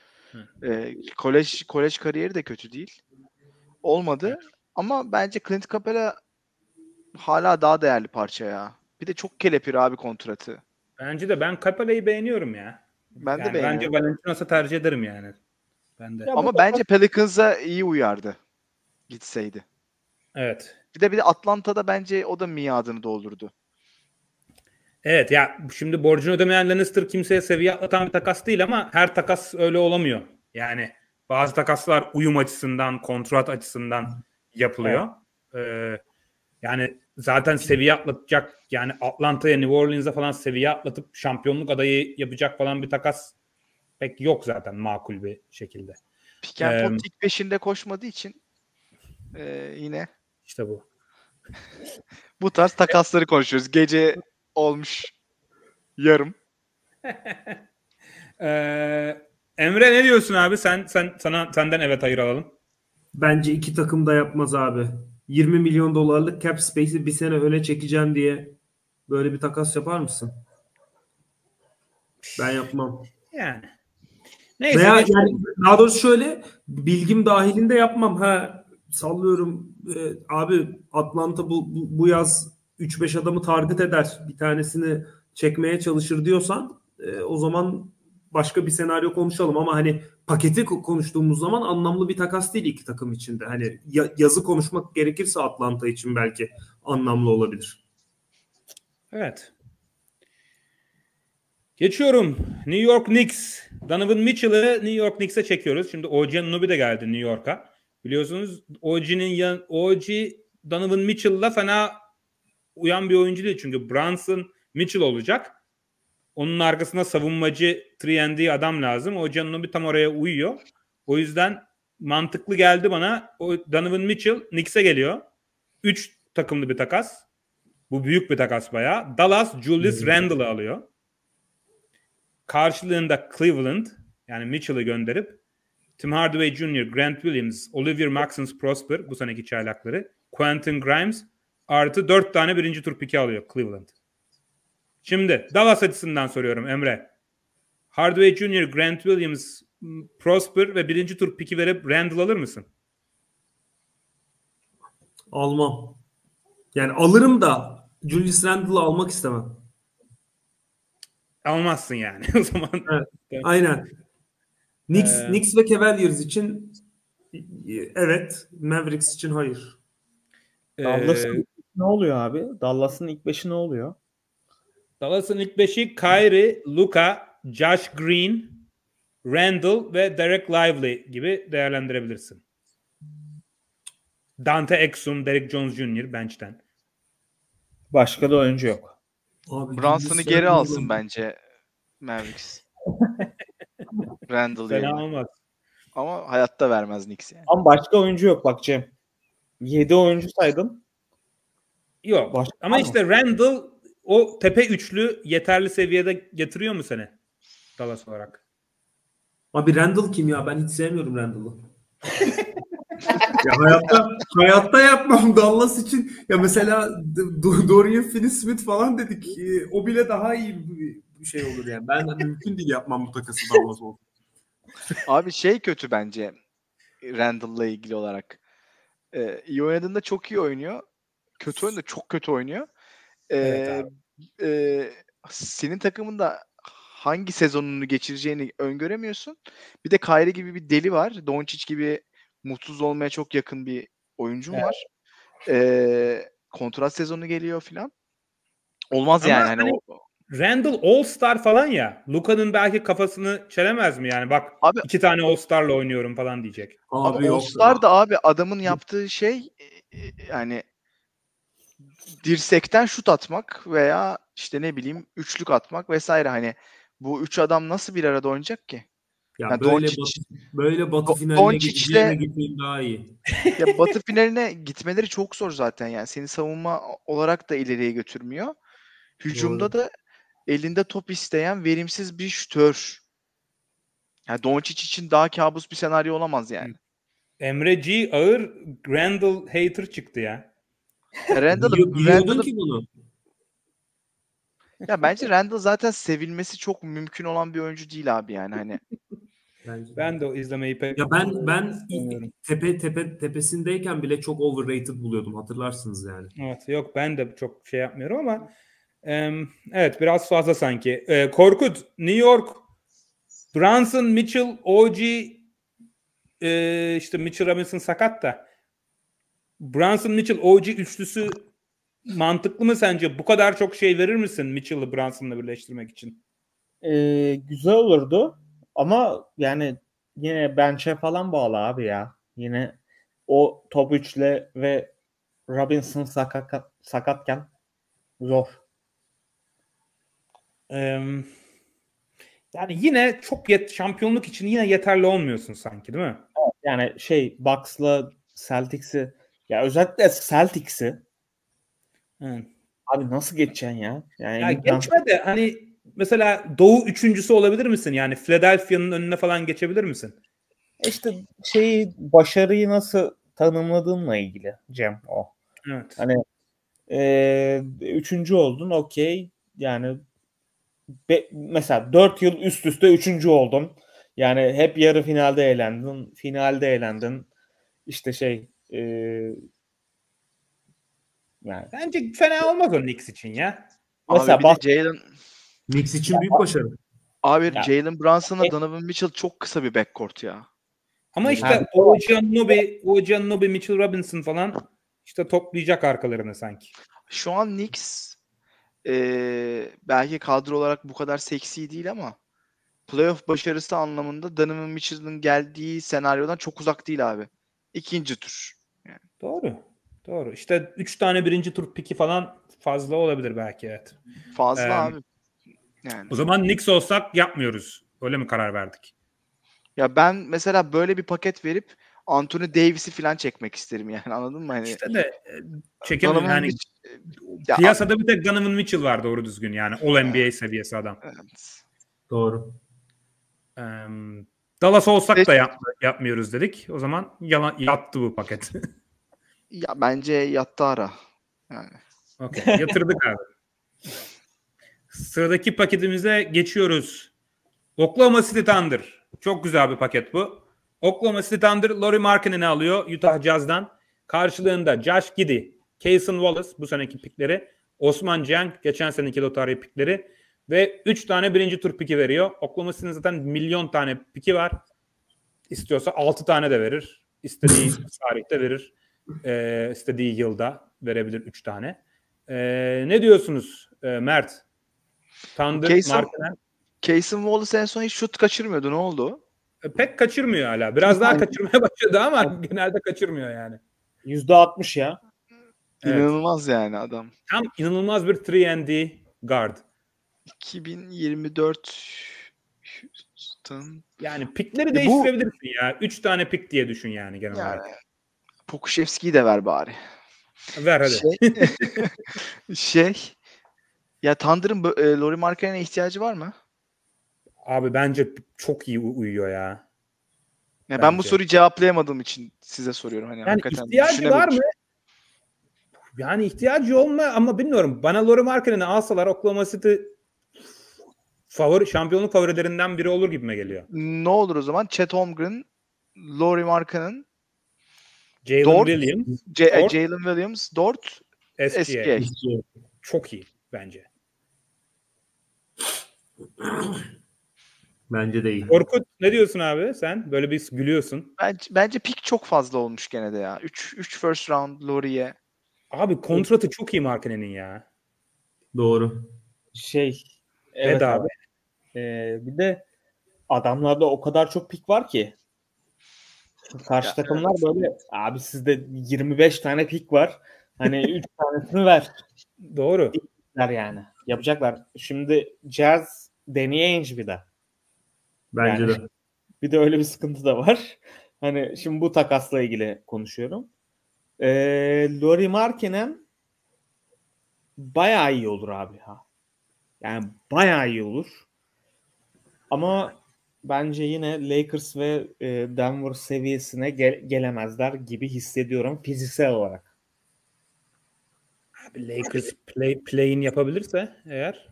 Kolej kariyeri de kötü değil. Olmadı. Ama bence Clint Capela hala daha değerli parça ya. Bir de çok kelepir abi kontratı. Bence de ben Capela'yı beğeniyorum ya. Ben de beğeniyorum. Bence Valanciunas'ı tercih ederim yani. Ben de. Ama bence Pelicans'a iyi uyardı. Gitseydi. Evet. Bir de Atlanta'da bence o da miadını doldurdu. Evet ya şimdi borcunu ödemeyen Lannister kimseye seviye atlatan bir takas değil ama her takas öyle olamıyor. Yani bazı takaslar uyum açısından, kontrat açısından yapılıyor. Evet. Yani zaten seviye atlatacak yani Atlanta'ya, New Orleans'a falan seviye atlatıp şampiyonluk adayı yapacak falan bir takas pek yok zaten makul bir şekilde. Pick and Pop ilk peşinde koşmadığı için yine işte bu. Bu tarz takasları konuşuyoruz. Gece olmuş yarım. Emre ne diyorsun abi? Senden evet hayır alalım. Bence iki takım da yapmaz abi. 20 milyon dolarlık cap space'i bir sene öne çekeceğim diye böyle bir takas yapar mısın? Ben yapmam. Yani. Neyse. Veya yani daha doğrusu şöyle, bilgim dahilinde yapmam. Sallıyorum abi Atlanta bu yaz 3-5 adamı target eder. Bir tanesini çekmeye çalışır diyorsan o zaman başka bir senaryo konuşalım, ama hani paketi konuştuğumuz zaman anlamlı bir takas değil iki takım içinde. Hani yazı konuşmak gerekirse Atlanta için belki anlamlı olabilir. Evet. Geçiyorum. New York Knicks. Donovan Mitchell'ı New York Knicks'e çekiyoruz. Şimdi OG Anunoby de geldi New York'a. Biliyorsunuz OG Donovan Mitchell'la fena uyan bir oyuncu değil. Çünkü Brunson Mitchell olacak. Onun arkasında savunmacı 3&D adam lazım. OG Anunoby tam oraya uyuyor. O yüzden mantıklı geldi bana. O Donovan Mitchell Knicks'e geliyor. 3 takımlı bir takas. Bu büyük bir takas bayağı. Dallas Julius Randle'ı alıyor. Karşılığında Cleveland, yani Mitchell'ı gönderip Tim Hardaway Jr., Grant Williams, Olivier Maxence Prosper, bu seneki çaylakları, Quentin Grimes artı 4 tane birinci tur piki alıyor Cleveland. Şimdi Dallas açısından soruyorum Emre. Hardaway Jr., Grant Williams, Prosper ve birinci tur piki verip Randle alır mısın? Almam. Yani alırım da Julius Randle'ı almak istemem. Almazsın yani o zaman. Evet. Aynen. Knicks ve Cavaliers için evet, Mavericks için hayır. Dallas'ın ne oluyor abi? Dallas'ın ilk 5'i ne oluyor? Dallas'ın ilk 5'i Kyrie, Luka, Josh Green, Randle ve Derek Lively gibi değerlendirebilirsin. Dante Exum, Derek Jones Jr. bench'ten. Başka da oyuncu yok. Abi, Brunson'ı geri alsın bence Mavericks. Randle yerine. olmaz. Ama hayatta vermez Knicks yani. Ama başka oyuncu yok bak Cem. 7 oyuncu saydım. Yok. Başka ama mı? işte Randle o tepe üçlü yeterli seviyede getiriyor mu seni Dallas olarak? Abi Randle kim ya? Ben hiç sevmiyorum Randle'ı. Ya hayatta yapmam Dallas için. Ya mesela Dorian Finney-Smith falan dedik. O bile daha iyi bir şey olur yani. Ben mümkün değil yapmam bu takası Dallas oldu. Abi kötü bence Randle'la ilgili olarak. İyi oynadığında çok iyi oynuyor. Kötü oyunda çok kötü oynuyor. Evet abi. Senin takımında hangi sezonunu geçireceğini öngöremiyorsun. Bir de Kyrie gibi bir deli var. Doncic gibi mutsuz olmaya çok yakın bir oyuncum var. Kontrat sezonu geliyor filan. Olmaz Ama yani. hani Randle All-Star falan ya. Luka'nın belki kafasını çelemez mi yani? Bak abi, 2 tane All-Star'la oynuyorum falan diyecek. Abi ama All-Star da abi adamın yaptığı şey yani dirsekten şut atmak veya işte ne bileyim üçlük atmak vesaire. Hani bu üç adam nasıl bir arada oynayacak ki? Ya yani böyle batı finaline Doncic'le gitmeyeyim daha iyi. Ya batı finaline gitmeleri çok zor zaten yani. Seni savunma olarak da ileriye götürmüyor. Hücumda da elinde top isteyen verimsiz bir şütör. Yani Doncic için daha kabus bir senaryo olamaz yani. Emre G ağır Randle hater çıktı ya. Biliyordun ki bunu. Ya bence Randle zaten sevilmesi çok mümkün olan bir oyuncu değil abi yani hani. Ben de o izlemeyi pek... Ya ben tepesindeyken bile çok overrated buluyordum, hatırlarsınız yani. Evet, yok ben de çok şey yapmıyorum ama evet biraz fazla sanki. Korkut, New York, Brunson, Mitchell, OG işte Mitchell Robinson sakat da Brunson, Mitchell, OG üçlüsü mantıklı mı sence? Bu kadar çok şey verir misin Mitchell'ı Brunson'la birleştirmek için? Güzel olurdu ama yani yine bench'e falan bağlı abi ya. Yine o top üçle ve Robinson sakatken zor. Yani yine çok şampiyonluk için yine yeterli olmuyorsun sanki değil mi? Yani Bucks'la Celtics'i ya özellikle Celtics'i abi nasıl geçeceksin ya? Yani ya geçme de hani mesela Doğu üçüncüsü olabilir misin? Yani Philadelphia'nın önüne falan geçebilir misin? İşte başarıyı nasıl tanımladığınla ilgili Cem o. Evet. Hani üçüncü oldun, okey. Yani mesela 4 yıl üst üste üçüncü oldun. Yani hep yarı finalde eğlendin. Finalde eğlendin. İşte yani Bence fena olmaz o Knicks için ya. Abi mesela bir de Jalen Knicks için büyük başarı. abi Ya- Jalen Brunson'la Donovan Mitchell çok kısa bir backcourt ya. Ama Yani- işte Giannobi, Mitchell Robinson falan işte toplayacak arkalarını sanki. Şu an Knicks belki kadro olarak bu kadar seksi değil ama playoff başarısı anlamında Donovan Mitchell'ın geldiği senaryodan çok uzak değil abi. İkinci tur. Doğru. Doğru. İşte 3 tane birinci tur piki falan fazla olabilir belki, evet. Fazla Ee, abi. Yani. O zaman Knicks olsak yapmıyoruz. Öyle mi karar verdik? Ya ben mesela böyle bir paket verip Anthony Davis'i falan çekmek isterim yani, anladın mı? Hani İşte de çekemiyor. Donovan Yani ya, piyasada bir tek Donovan Mitchell var doğru düzgün yani. All NBA seviyesi adam. evet. Doğru. Ee, Dallas olsak Ve- da yapmıyoruz dedik. O zaman yattı bu paket. Ya bence yattı ara. Yani. Okey. Yatırdık abi. Sıradaki paketimize geçiyoruz. Oklahoma City Thunder. Çok güzel bir paket bu. Oklahoma City Thunder Lauri Markkanen'i alıyor Utah Jazz'dan. Karşılığında Josh Giddey, Cason Wallace bu seneki pikleri, Osman Cenk geçen seneki lotarya pikleri ve 3 tane birinci tur piki veriyor. Oklahoma City'nin zaten milyon tane piki var. İstiyorsa 6 tane de verir. İstediği tarihte verir. İstediği yılda verebilir 3 tane. Ne diyorsunuz Mert? Thunder, Markkanen Cason Wallace en son hiç şut kaçırmıyordu. Ne oldu? pek kaçırmıyor hala. Biraz daha kaçırmaya başladı ama genelde kaçırmıyor yani. %60 ya. Evet. İnanılmaz yani adam. Tam inanılmaz bir 3&D guard. 2024 Houston. Yani pikleri Bu değiştirebilirsin ya. 3 tane pik diye düşün yani genel yani olarak. Pokusevski'yi de ver bari. Ver hadi. Ya Thunder'ın Lauri Markkanen'e ihtiyacı var mı? Abi bence çok iyi uyuyor ya. Ya ben bu Bence. soruyu cevaplayamadığım için size soruyorum. Hani Yani hakikaten ihtiyacı var mı? düşünemedim. Yani ihtiyacı olma ama bilmiyorum. Bana Lauri Markkanen'i alsalar Oklahoma City şampiyonluk favorilerinden biri olur gibime geliyor. Ne olur o zaman? Chet Holmgren, Lauri Markkanen, Jalen Dort, Williams, Dort, Jalen Williams, Dort, SGA. SGA. Çok iyi bence. Bence de iyi. Orkut ne diyorsun abi sen? Böyle bir gülüyorsun. Bence pick çok fazla olmuş gene de ya. 3 first round Lauri'ye. Abi kontratı çok iyi Markkanen'in ya. Doğru. Evet Eda abi. Bir de adamlarda o kadar çok pik var ki. Karşı Ya, takımlar böyle abi sizde 25 tane pik var. Hani 3 tanesini ver. Doğru. Yani. Yapacaklar. Şimdi Jazz deneyince bir de. Bence Yani. de. Bir de öyle bir sıkıntı da var. Hani şimdi bu takasla ilgili konuşuyorum. Lauri Markkanen bayağı iyi olur abi ha. Yani bayağı iyi olur. Ama bence yine Lakers ve Denver seviyesine gelemezler gibi hissediyorum fiziksel olarak. Abi Lakers play-in yapabilirse eğer.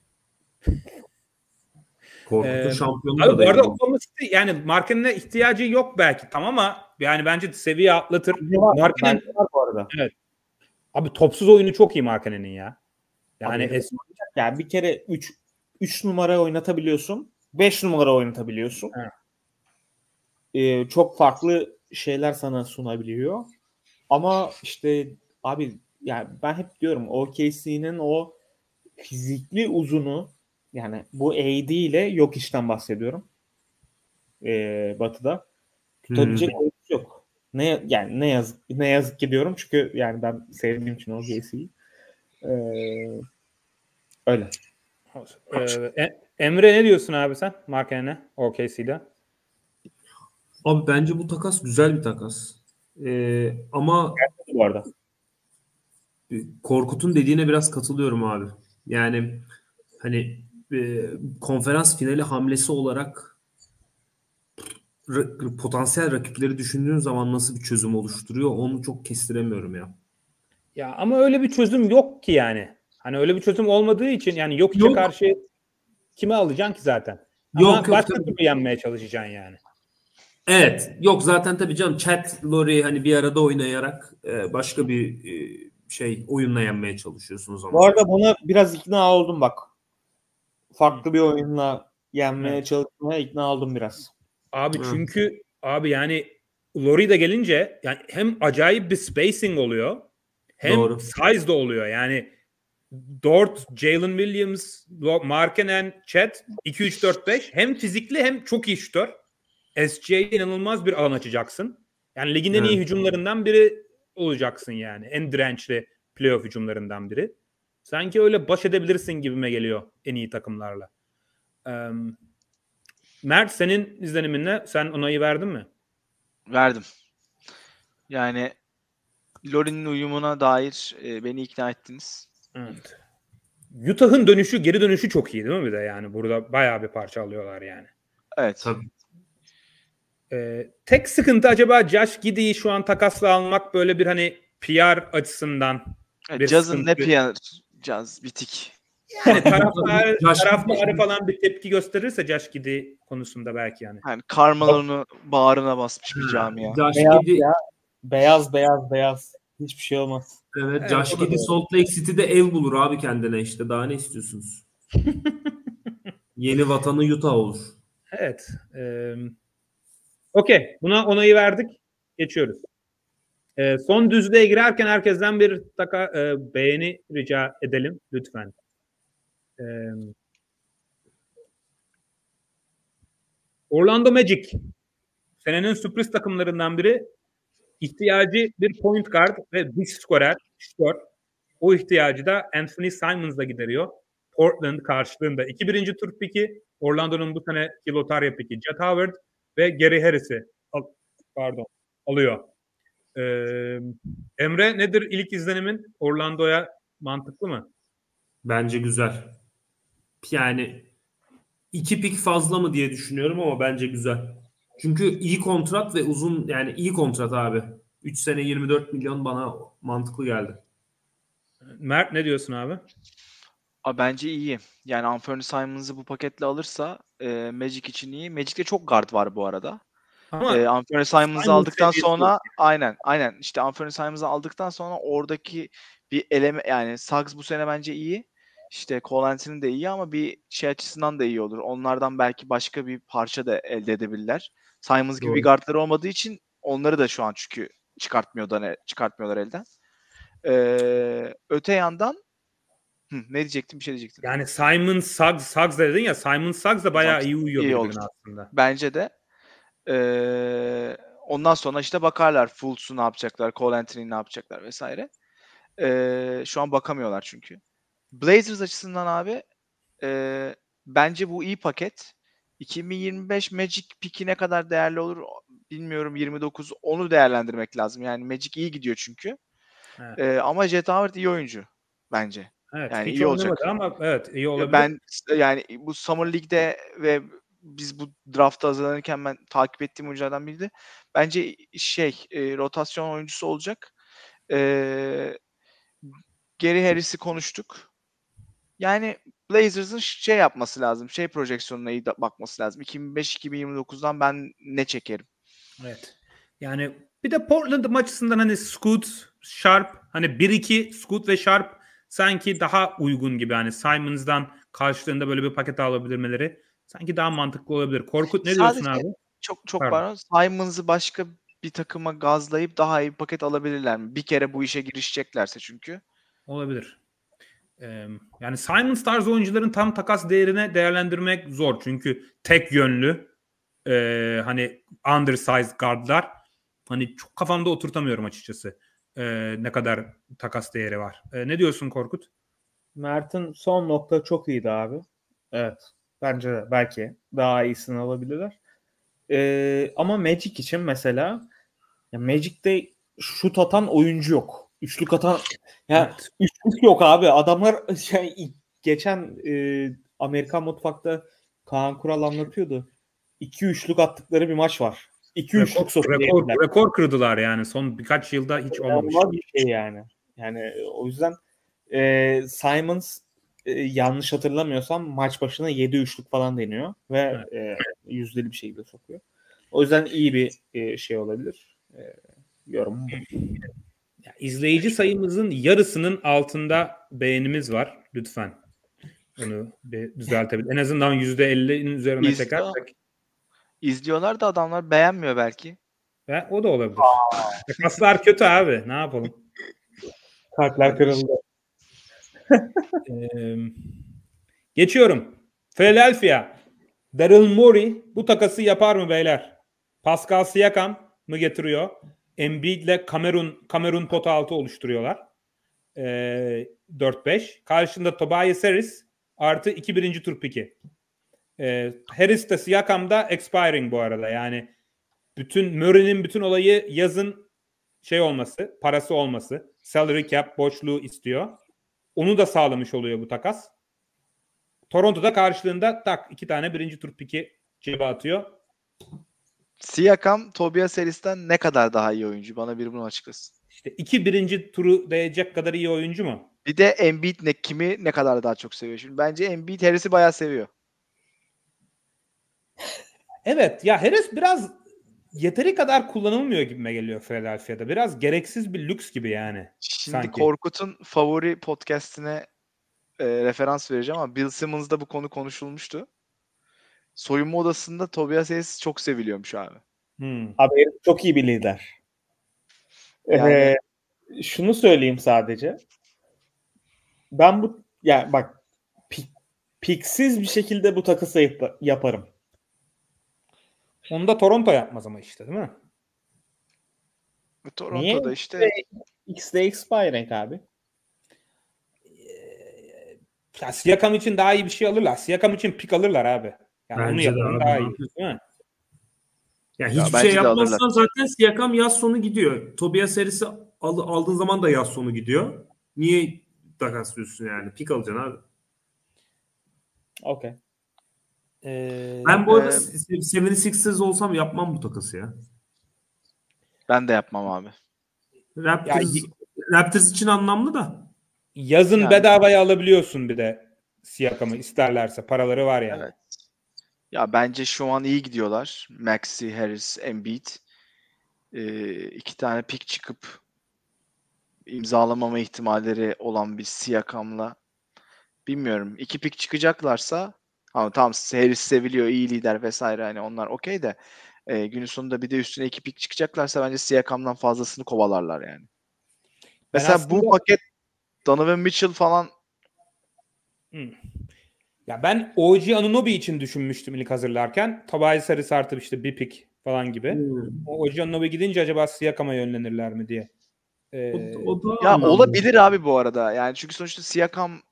Korkut'un şampiyonluğu Abi da bu arada değil. Oklahoma City yani Markkanen'e ihtiyacı yok belki tamam ama yani bence seviye atlatır. Markkanen Bence var bu arada. evet. Abi topsuz oyunu çok iyi Markkanen'in ya. Yani Abi, yani bir kere 3 numara oynatabiliyorsun. 5 numara oynatabiliyorsun. Çok farklı şeyler sana sunabiliyor. Ama işte abi yani ben hep diyorum OKC'nin o fizikli uzunu yani bu AD ile yok işten bahsediyorum. Batı'da. Tutabilecek oyuncu yok. Ne yazık ki diyorum çünkü yani ben sevdiğim için OKC'yi. Öyle. Emre ne diyorsun abi sen Markkanen'e OKC'de? Abi bence bu takas güzel bir takas. Ama Bu arada. Korkut'un dediğine biraz katılıyorum abi. Yani hani konferans finali hamlesi olarak potansiyel rakipleri düşündüğün zaman nasıl bir çözüm oluşturuyor onu çok kestiremiyorum ya. Ya ama öyle bir çözüm yok ki yani. Hani öyle bir çözüm olmadığı için yani yok içe Yok. karşı kime alacaksın ki zaten? Ama Yok, başka tabii. türlü yenmeye çalışacaksın yani. Evet. Yok zaten tabii canım Chat, Lori hani bir arada oynayarak başka bir oyunla yenmeye çalışıyorsunuz ama. Bu arada buna biraz ikna oldum bak. Farklı bir oyunla yenmeye çalışmaya ikna oldum biraz. Abi çünkü abi yani Lori de gelince yani hem acayip bir spacing oluyor hem Doğru. size de oluyor. Yani Dort, Jalen Williams, Markkanen, Chet 2-3-4-5 hem fizikli hem çok iyi şutör. SGA'ye inanılmaz bir alan açacaksın. Yani ligin en iyi hücumlarından biri olacaksın yani. En dirençli playoff hücumlarından biri. Sanki öyle baş edebilirsin gibime geliyor en iyi takımlarla. Mert senin izlenimin ne? Sen onayı verdin mi? Verdim. Yani Lori'nin uyumuna dair beni ikna ettiniz. Evet. Utah'ın geri dönüşü çok iyi değil mi bir de yani? Burada bayağı bir parça alıyorlar yani. Evet. Tabii. Tek sıkıntı acaba Josh Giddey'i şu an takasla almak böyle bir hani PR açısından bir Caz'ın ne sıkıntı. PR? Caz bitik. Yani taraftarı falan bir tepki gösterirse Josh Giddey konusunda belki yani. Yani karmalarını bağrına basmış bir camia. Josh Beyaz Giddey, ya. Beyaz. Hiçbir şey olmaz. evet, Evet, Josh Giddey Salt Lake City'de ev bulur abi kendine işte. Daha ne istiyorsunuz? Yeni vatanı Utah olur. Evet. Okey. Buna onayı verdik. Geçiyoruz. Son düzlüğe girerken herkesten bir beğeni rica edelim lütfen. Orlando Magic senenin sürpriz takımlarından biri. İhtiyacı bir point guard ve bir skorer, şutör. O ihtiyacı da Anthony Simons'la gideriyor. Portland karşılığında 2. tur piki, Orlando'nun bu sene Lotarya piki Jet Howard ve Gary Harris'i alıyor. Emre nedir ilk izlenimin? Orlando'ya mantıklı mı? Bence güzel. Yani 2 pik fazla mı diye düşünüyorum ama bence güzel. Çünkü iyi kontrat ve uzun yani iyi kontrat abi. 3 sene 24 milyon bana mantıklı geldi. Mert ne diyorsun abi? Bence iyi. Yani Anthony Simons'ı bu paketle alırsa Magic için iyi. Magic'te çok guard var bu arada. Ama Anthony Simons'ı Simons aldıktan seviyesi sonra yok. aynen işte Anthony Simons'ı aldıktan sonra oradaki bir eleme yani Suggs bu sene bence iyi. İşte Cole Anthony de iyi ama bir şey açısından da iyi olur. Onlardan belki başka bir parça da elde edebilirler. Simons gibi bir Doğru. guardları olmadığı için onları da şu an çünkü çıkartmıyorlar elden. Öte yandan ne diyecektim? Bir şey diyecektim. Yani Suggs dedin ya, Suggs da bayağı iyi uyuyor İyi birbirine olur. aslında. Bence de. Ondan sonra işte bakarlar Fultz'u ne yapacaklar, Cole Anthony'yi ne yapacaklar vesaire. Şu an bakamıyorlar çünkü. Blazers açısından abi bence bu iyi paket. 2025 Magic piki ne kadar değerli olur bilmiyorum. 29 onu değerlendirmek lazım. Yani Magic iyi gidiyor çünkü. Evet. Ama Jet Howard iyi oyuncu bence. Evet, Yani hiç iyi oynamadı olacak. ama evet iyi olabilir. Ben yani bu Summer League'de ve biz bu draft'a hazırlanırken ben takip ettiğim oyunculardan biriydi. Bence rotasyon oyuncusu olacak. Gary Harris'i konuştuk. Yani Blazers'ın yapması lazım. Projeksiyonuna iyi bakması lazım. 2025-2029'dan ben ne çekerim? Evet. Yani bir de Portland açısından hani Scoot, Sharp hani 1-2 Scoot ve Sharp sanki daha uygun gibi. Hani Simons'dan karşılığında böyle bir paket alabilmeleri sanki daha mantıklı olabilir. Korkut ne diyorsun abi? Çok pardon. Simons'ı başka bir takıma gazlayıp daha iyi bir paket alabilirler mi? Bir kere bu işe girişeceklerse çünkü. Olabilir. Yani Simons tarzı oyuncuların tam takas değerine değerlendirmek zor. Çünkü tek yönlü hani undersized guardlar hani çok kafamda oturtamıyorum açıkçası. Ne kadar takas değeri var. Ne diyorsun Korkut? Mert'in son nokta çok iyiydi abi. Evet. Bence de belki daha iyisini alabilirler. Ama Magic için mesela Magic'te şut atan oyuncu yok. Üçlük atan Evet. üçlük yok abi. Adamlar geçen Amerikan Mutfak'ta Kaan Kural anlatıyordu. 2-3'lük attıkları bir maç var. 2-3'lük rekor kırdılar yani. Son birkaç yılda hiç olmamış. Bir şey yani. Yani o yüzden Simons yanlış hatırlamıyorsam maç başına 7-3'lük falan deniyor ve yüzdeli bir şekilde sokuyor. O yüzden iyi bir şey olabilir. Yorum bu. Ya, izleyici sayımızın yarısının altında beğenimiz var. Lütfen. Onu bir düzeltebilir. En azından %50'nin üzerine çekersek. İzliyorlar da adamlar beğenmiyor belki. Ve o da olabilir. Takaslar kötü abi. Ne yapalım? Kartlar kırıldı. Geçiyorum. Philadelphia. Daryl Morey bu takası yapar mı beyler? Pascal Siakam mı getiriyor? Embiid ile Cameron pota altı oluşturuyorlar. 4-5. Karşında Tobias Harris artı 2 birinci tur piki. Harris de Siakam da expiring bu arada. Yani Murray'nin bütün olayı yazın olması, parası olması. Salary cap boşluğu istiyor. Onu da sağlamış oluyor bu takas. Toronto'da karşılığında 2 tane birinci tur piki cebe atıyor. Siakam, Tobias Harris'ten ne kadar daha iyi oyuncu? Bana bir bunu açıklasın. İşte 2 birinci turu değecek kadar iyi oyuncu mu? Bir de Embiid kimi ne kadar daha çok seviyor? Şimdi bence Embiid Harris'i bayağı seviyor. Evet ya, Harris biraz yeteri kadar kullanılmıyor gibime geliyor Philadelphia'da. Biraz gereksiz bir lüks gibi yani. Şimdi sanki. Korkut'un favori podcast'ine referans vereceğim ama Bill Simmons'da bu konu konuşulmuştu. Soyunma odasında Tobias Harris çok seviliyormuş abi. Abi çok iyi bir lider. Yani... şunu söyleyeyim sadece. Ben bak piksiz bir şekilde bu takası yaparım. Onu da Toronto yapmaz ama işte, değil mi? Toronto'da niye? İşte X'de expiring abi. Siakam için daha iyi bir şey alırlar. Siakam için pik alırlar abi. Yani onu yapalım daha iyi. Değil mi? Ya hiçbir şey yapmazsan zaten Siakam yaz sonu gidiyor. Tobias Harris'i aldığın zaman da yaz sonu gidiyor. Niye takaslıyorsun yani? Pik alacaksın abi. Okay. Ben bu arada 76ers olsam yapmam bu takası ya. Ben de yapmam abi. Raptors için anlamlı da. Yazın yani bedavaya alabiliyorsun bir de Siakam'ı isterlerse. Paraları var yani. Evet. Ya bence şu an iyi gidiyorlar. Maxey, Harris, Embiid. 2 tane pik çıkıp imzalamama ihtimalleri olan bir Siakam'la, bilmiyorum. 2 pik çıkacaklarsa tamam, Harris seviliyor, iyi lider vesaire, hani onlar okey de günün sonunda bir de üstüne 2 pik çıkacaklarsa bence Siakam'dan fazlasını kovalarlar yani. Mesela aslında bu paket Donovan Mitchell falan. Ya ben OG Anunoby için düşünmüştüm ilk hazırlarken. Tobias Harris artı işte bir pik falan gibi. OG Anunoby gidince acaba Siakam'a yönlenirler mi diye. O da ya olabilir abi bu arada. Yani çünkü sonuçta Siakam,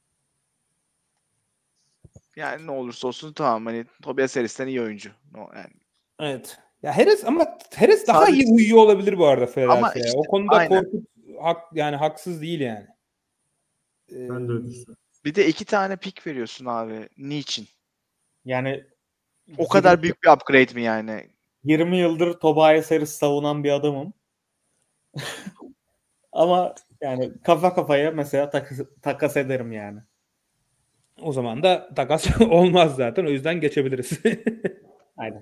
yani ne olursa olsun tamam, hani Tobias Harris'ten iyi oyuncu. Yani. Evet. Ya Harris daha iyi uyuyor olabilir bu arada Philadelphia'ya. İşte, o konuda Korkut haksız değil yani. Ben de öyle düşünüyorum. Bir de 2 tane pik veriyorsun abi. Niçin? Yani o kadar büyük bir upgrade mi yani? 20 yıldır Tobias Harris savunan bir adamım. Ama yani kafa kafaya mesela takas ederim yani. O zaman da takas olmaz zaten. O yüzden geçebiliriz. Aynen.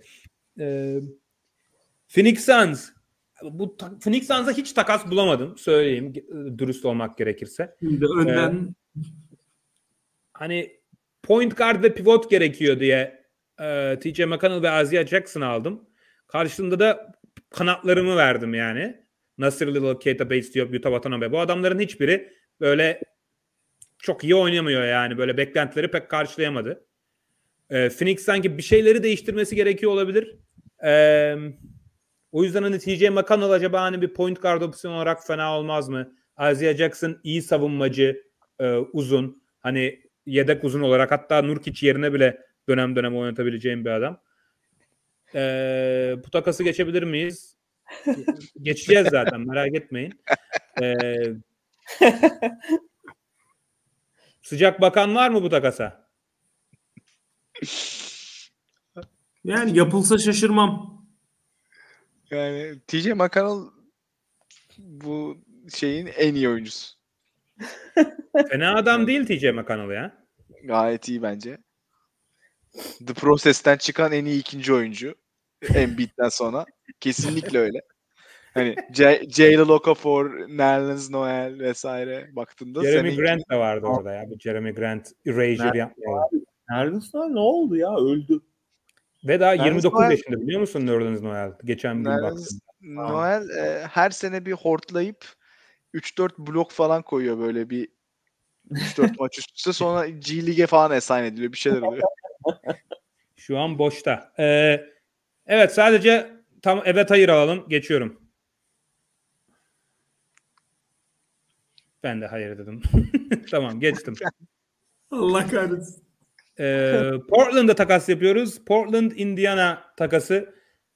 Phoenix Suns. Phoenix Suns'a hiç takas bulamadım. Söyleyeyim dürüst olmak gerekirse. Şimdi önden hani point guard ve pivot gerekiyor diye TJ McConnell ve Isaiah Jackson aldım. Karşılığında da kanatlarımı verdim yani. Nasir Little, Keita Bates diyor, Yuta Watanabe. Bu adamların hiçbiri böyle çok iyi oynamıyor yani. Böyle beklentileri pek karşılayamadı. Phoenix sanki bir şeyleri değiştirmesi gerekiyor olabilir. O yüzden hani TJ McConnell acaba hani bir point guard opsiyon olarak fena olmaz mı? Isaiah Jackson iyi savunmacı, uzun. Hani yedek uzun olarak, hatta Nurkic yerine bile dönem dönem oynatabileceğim bir adam. Bu takası geçebilir miyiz? Geçeceğiz zaten, merak etmeyin. Sıcak bakan var mı bu takasa? Yani yapılsa şaşırmam. Yani TJ McConnell bu şeyin en iyi oyuncusu. Fena adam değil TJ McConnell ya. Gayet iyi bence. The Process'ten çıkan en iyi ikinci oyuncu. Embiid'den sonra. Kesinlikle öyle. Hani Jalen Okafor, Nerlens Noel vesaire baktığında Jeremy seninki... Grant da vardı orada ya. Bu Jeremy Grant erasure yapmayalım. Nerlens Noel ne oldu ya? Öldü. Ve daha Nerlens 29 Noel- yaşında biliyor musun Nerlens Noel? Geçen gün Nerlens baktım. Noel her sene bir hortlayıp 3-4 blok falan koyuyor böyle bir 3-4 maç üst üste, sonra G League'e falan assign ediliyor. Bir şeyler oluyor. Şu an boşta. Evet, sadece tam evet hayır alalım. Geçiyorum. Ben de hayır dedim. Tamam, geçtim. Allah kahretsin. Portland'da takas yapıyoruz. Portland Indiana takası.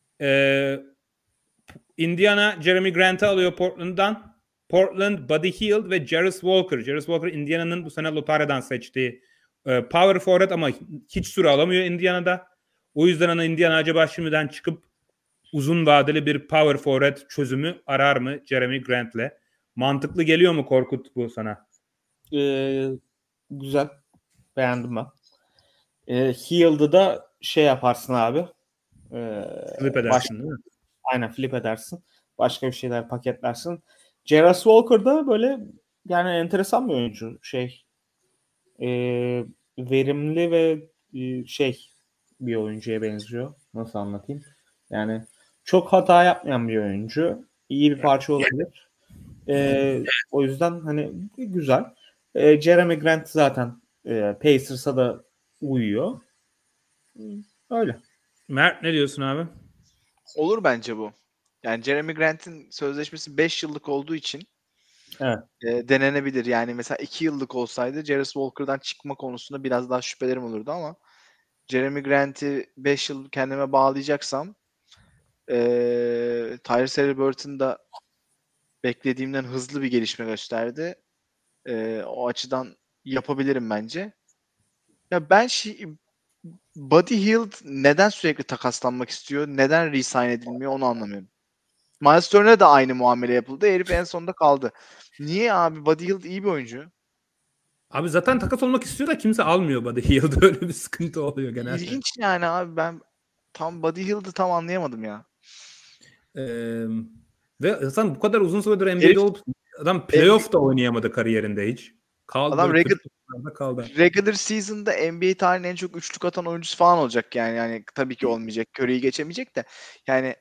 Indiana Jeremy Grant'ı alıyor Portland'dan. Portland Buddy Hield ve Jarris Walker. Jarris Walker Indiana'nın bu sene lotaryadan seçtiği power forward ama hiç süre alamıyor Indiana'da. O yüzden hani Indiana acaba şimdiden çıkıp uzun vadeli bir power forward çözümü arar mı Jeremy Grant'le? Mantıklı geliyor mu Korkut bu sana? Güzel. Beğendim ben. Healed'ı da şey yaparsın abi. Flip edersin değil mi? Aynen flip edersin. Başka bir şeyler paketlersin. Jarris Walker da böyle yani enteresan bir oyuncu. Verimli ve bir oyuncuya benziyor. Nasıl anlatayım? Yani çok hata yapmayan bir oyuncu. İyi bir parça olabilir. O yüzden hani güzel. Jeremy Grant zaten Pacers'a da uyuyor. Öyle. Mert ne diyorsun abi? Olur bence bu. Yani Jeremy Grant'in sözleşmesi 5 yıllık olduğu için Evet. denenebilir. Yani mesela 2 yıllık olsaydı Jarris Walker'dan çıkma konusunda biraz daha şüphelerim olurdu ama Jeremy Grant'i 5 yıl kendime bağlayacaksam Tyrese Haliburton da beklediğimden hızlı bir gelişme gösterdi. O açıdan yapabilirim bence. Ya ben Buddy Hield neden sürekli takaslanmak istiyor? Neden re-sign edilmiyor onu anlamıyorum. Miles Turner'e de aynı muamele yapıldı. Herif en sonunda kaldı. Niye abi? Buddy Hield iyi bir oyuncu. Abi zaten takas olmak istiyor da kimse almıyor Buddy Hield'da. Öyle bir sıkıntı oluyor genelde. İlginç yani abi, ben Buddy Hield'ı tam anlayamadım ya. Ve zaten bu kadar uzun süredir NBA'de Herif- olup adam playoff da oynayamadı kariyerinde hiç. Kaldı Adam böyle kötü takımlarda kaldı. Regular season'da NBA tarihinin en çok üçlük atan oyuncusu falan olacak yani. Yani tabii ki olmayacak. Curry'i geçemeyecek de. Yani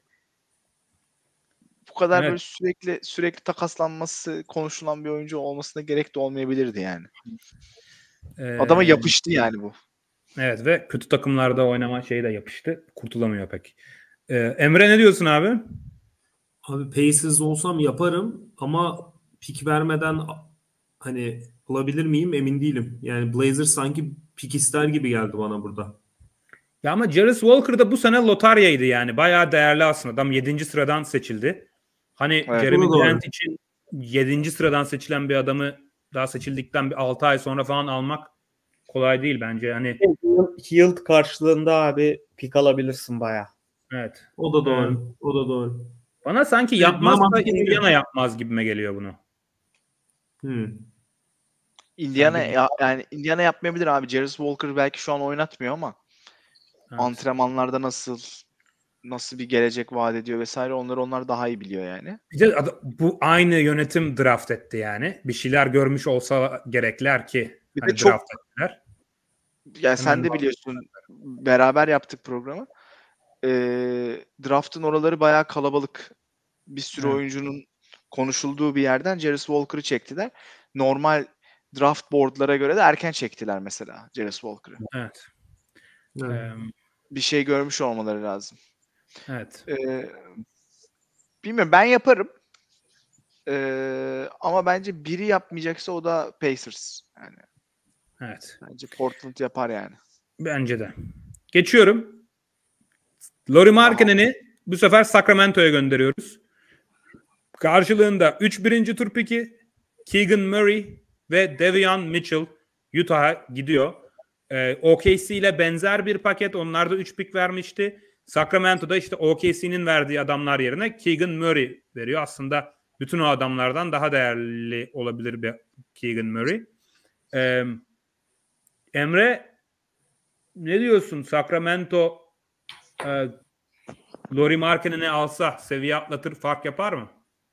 bu kadar Evet. böyle sürekli takaslanması konuşulan bir oyuncu olmasına gerek de olmayabilirdi yani. Adama yapıştı yani bu. Evet ve kötü takımlarda oynama şeyi de yapıştı. Kurtulamıyor pek. Emre ne diyorsun abi? Abi Pacers olsam yaparım ama pik vermeden hani alabilir miyim emin değilim. Yani Blazers sanki pik ister gibi geldi bana burada. Ya ama Jarris Walker da bu sene lotaryaydı yani. Bayağı değerli aslında. Adam 7. sıradan seçildi. Hani Evet, Jeremy doğru. Grant için 7. sıradan seçilen bir adamı daha seçildikten bir 6 ay sonra falan almak kolay değil bence. Hani Heald karşılığında abi pik alabilirsin bayağı. evet. O da doğru. O da doğru. Bana sanki Evet, yapmazsa bana mantıklı Indiana geliyor. yapmaz gibime geliyor bunu. Yani Indiana yapmayabilir abi. Jarris Walker belki şu an oynatmıyor ama Evet. antrenmanlarda nasıl bir gelecek vaat ediyor vesaire, onlar daha iyi biliyor yani. Bir de bu aynı yönetim draft etti yani. Bir şeyler görmüş olsa gerekler ki Bir de hani çok- draft ettiler. Ya sen Hemen de biliyorsun, beraber yaptık programı. Draft'ın oraları bayağı kalabalık. Bir sürü Evet. oyuncunun konuşulduğu bir yerden Jarris Walker'ı çektiler. Normal draft board'lara göre de erken çektiler mesela Jarris Walker'ı. Evet. Evet. Bir şey görmüş olmaları lazım. Evet. Bilmiyorum, ben yaparım. Ama bence biri yapmayacaksa o da Pacers. Yani Evet. bence Portland yapar yani. Bence de. Geçiyorum. Lauri Markkanen'i bu sefer Sacramento'ya gönderiyoruz. Karşılığında 3 birinci tur piki, Keegan Murray ve Davion Mitchell Utah'a gidiyor. OKC ile benzer bir paket. Onlar da 3 pick vermişti. Sacramento'da işte OKC'nin verdiği adamlar yerine Keegan Murray veriyor. Aslında bütün o adamlardan daha değerli olabilir bir Keegan Murray. Emre, ne diyorsun? Sacramento Lauri Markkanen'i alsa seviye atlatır, fark yapar mı?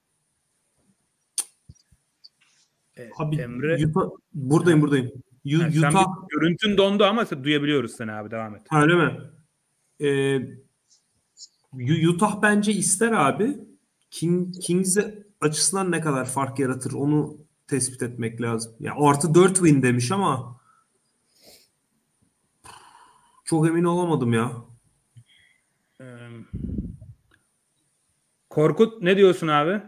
Abi Emre, buradayım. sen Utah görüntün dondu ama duyabiliyoruz seni abi, devam et. öyle mi? Utah bence ister abi. Kings açısından ne kadar fark yaratır onu tespit etmek lazım. Ya artı 4 win demiş ama çok emin olamadım ya. Korkut, ne diyorsun abi?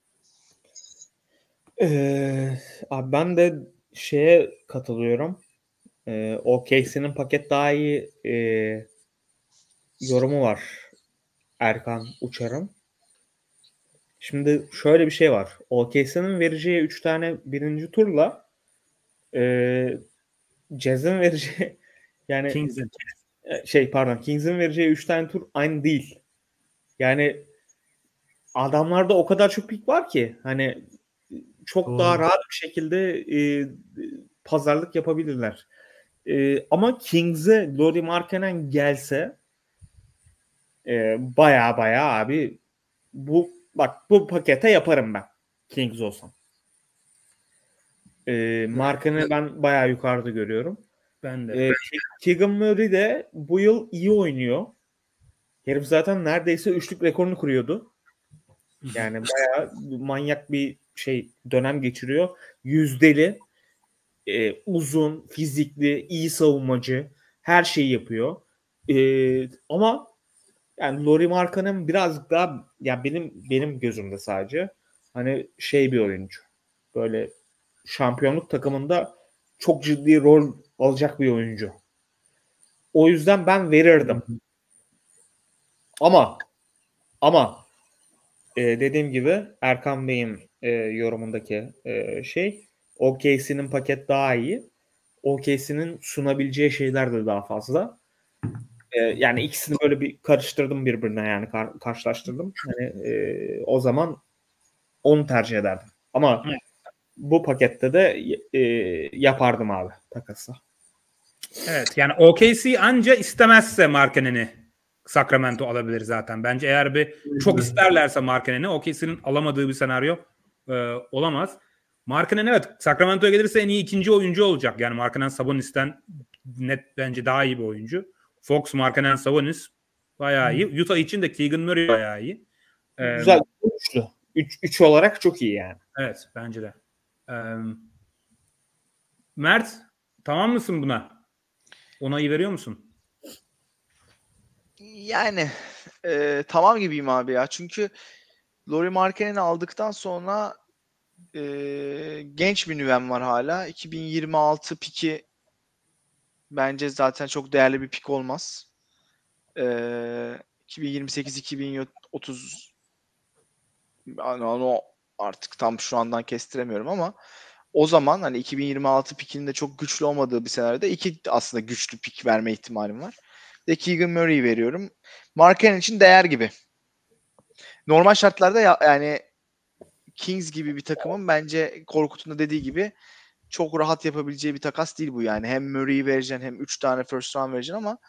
Abi ben de şeye katılıyorum. OKC'nin paket daha iyi yorumu var Erkan Uçar'ın. Şimdi şöyle bir şey var. OKC'nin vereceği 3 tane birinci turla Jazz'in vereceği yani Kings'in. Kings'in vereceği 3 tane tur aynı değil. Yani adamlarda o kadar çok pick var ki hani çok Doğru. daha rahat bir şekilde pazarlık yapabilirler. Ama Kings'e Lauri Markkanen gelse baya abi bu pakete yaparım ben Kings olsam. Markkanen'i ben baya yukarıda görüyorum. Ben de. Keegan Murray de bu yıl iyi oynuyor. Herif zaten neredeyse üçlük rekorunu kuruyordu. Yani bayağı manyak bir dönem geçiriyor. Yüzdeli, uzun, fizikli, iyi savunmacı, her şeyi yapıyor. Ama yani Lauri Markkanen birazcık daha ya benim gözümde sadece hani bir oyuncu. Böyle şampiyonluk takımında çok ciddi rol alacak bir oyuncu. O yüzden ben verirdim. Ama dediğim gibi Erkan Bey'in yorumundaki OKC'nin paket daha iyi. OKC'nin sunabileceği şeyler de daha fazla. Yani ikisini böyle bir karıştırdım birbirine, yani karşılaştırdım. Yani o zaman onu tercih ederdim. Ama bu pakette de yapardım abi takası. Evet, yani OKC anca istemezse Markkanen'i Sacramento alabilir zaten. Bence eğer çok isterlerse Markkanen'i, OKC'nin alamadığı bir senaryo olamaz. Markkanen evet Sacramento'ya gelirse en iyi ikinci oyuncu olacak. Yani Markkanen Sabonis'ten net bence daha iyi bir oyuncu. Fox, Markkanen, Sabonis bayağı iyi. Utah için de Keegan Murray bayağı iyi. Güzel, üçlü. Üç olarak çok iyi yani. Evet, bence de. Mert, tamam mısın buna? Onayı veriyor musun? Yani tamam gibiyim abi ya. Çünkü Lauri Markkanen'i aldıktan sonra genç bir nüvem var hala. 2026 piki bence zaten çok değerli bir pik olmaz. 2028-2030 onu artık tam şu andan kestiremiyorum ama o zaman hani 2026 pikinin de çok güçlü olmadığı bir senaryoda iki aslında güçlü pik verme ihtimalim var. Ve Keegan Murray'i veriyorum. Markkanen için değer gibi. Normal şartlarda yani Kings gibi bir takımın bence Korkut'un da dediği gibi çok rahat yapabileceği bir takas değil bu yani. Hem Murray'i vereceksin hem 3 tane first round vereceksin ama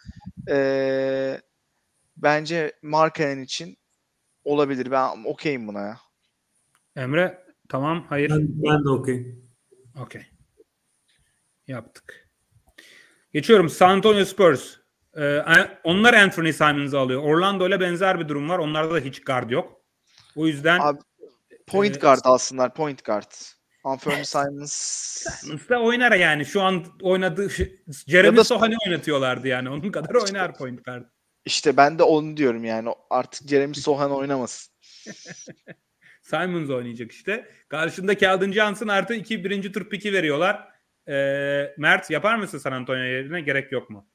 bence Markkanen için olabilir. Ben okeyim buna ya. Emre, tamam, hayır. Ben de okey. Okey. Yaptık. Geçiyorum. San Antonio Spurs. Onlar Anthony Simons'ı alıyor. Orlando ile benzer bir durum var. Onlarda da hiç guard yok. O yüzden Abi, point guard alsınlar. Point guard. Anthony Simons da oynar yani. Şu an oynadığı Jeremy Sohan'ı oynatıyorlardı yani. Onun kadar oynar point guard. İşte ben de onu diyorum yani. Artık Jeremy Sohan oynamasın. Simons oynayacak işte. Karşında Keldon Johnson artı 2 birinci tur piki veriyorlar. Mert, yapar mısın San Antonio yerine? Gerek yok mu?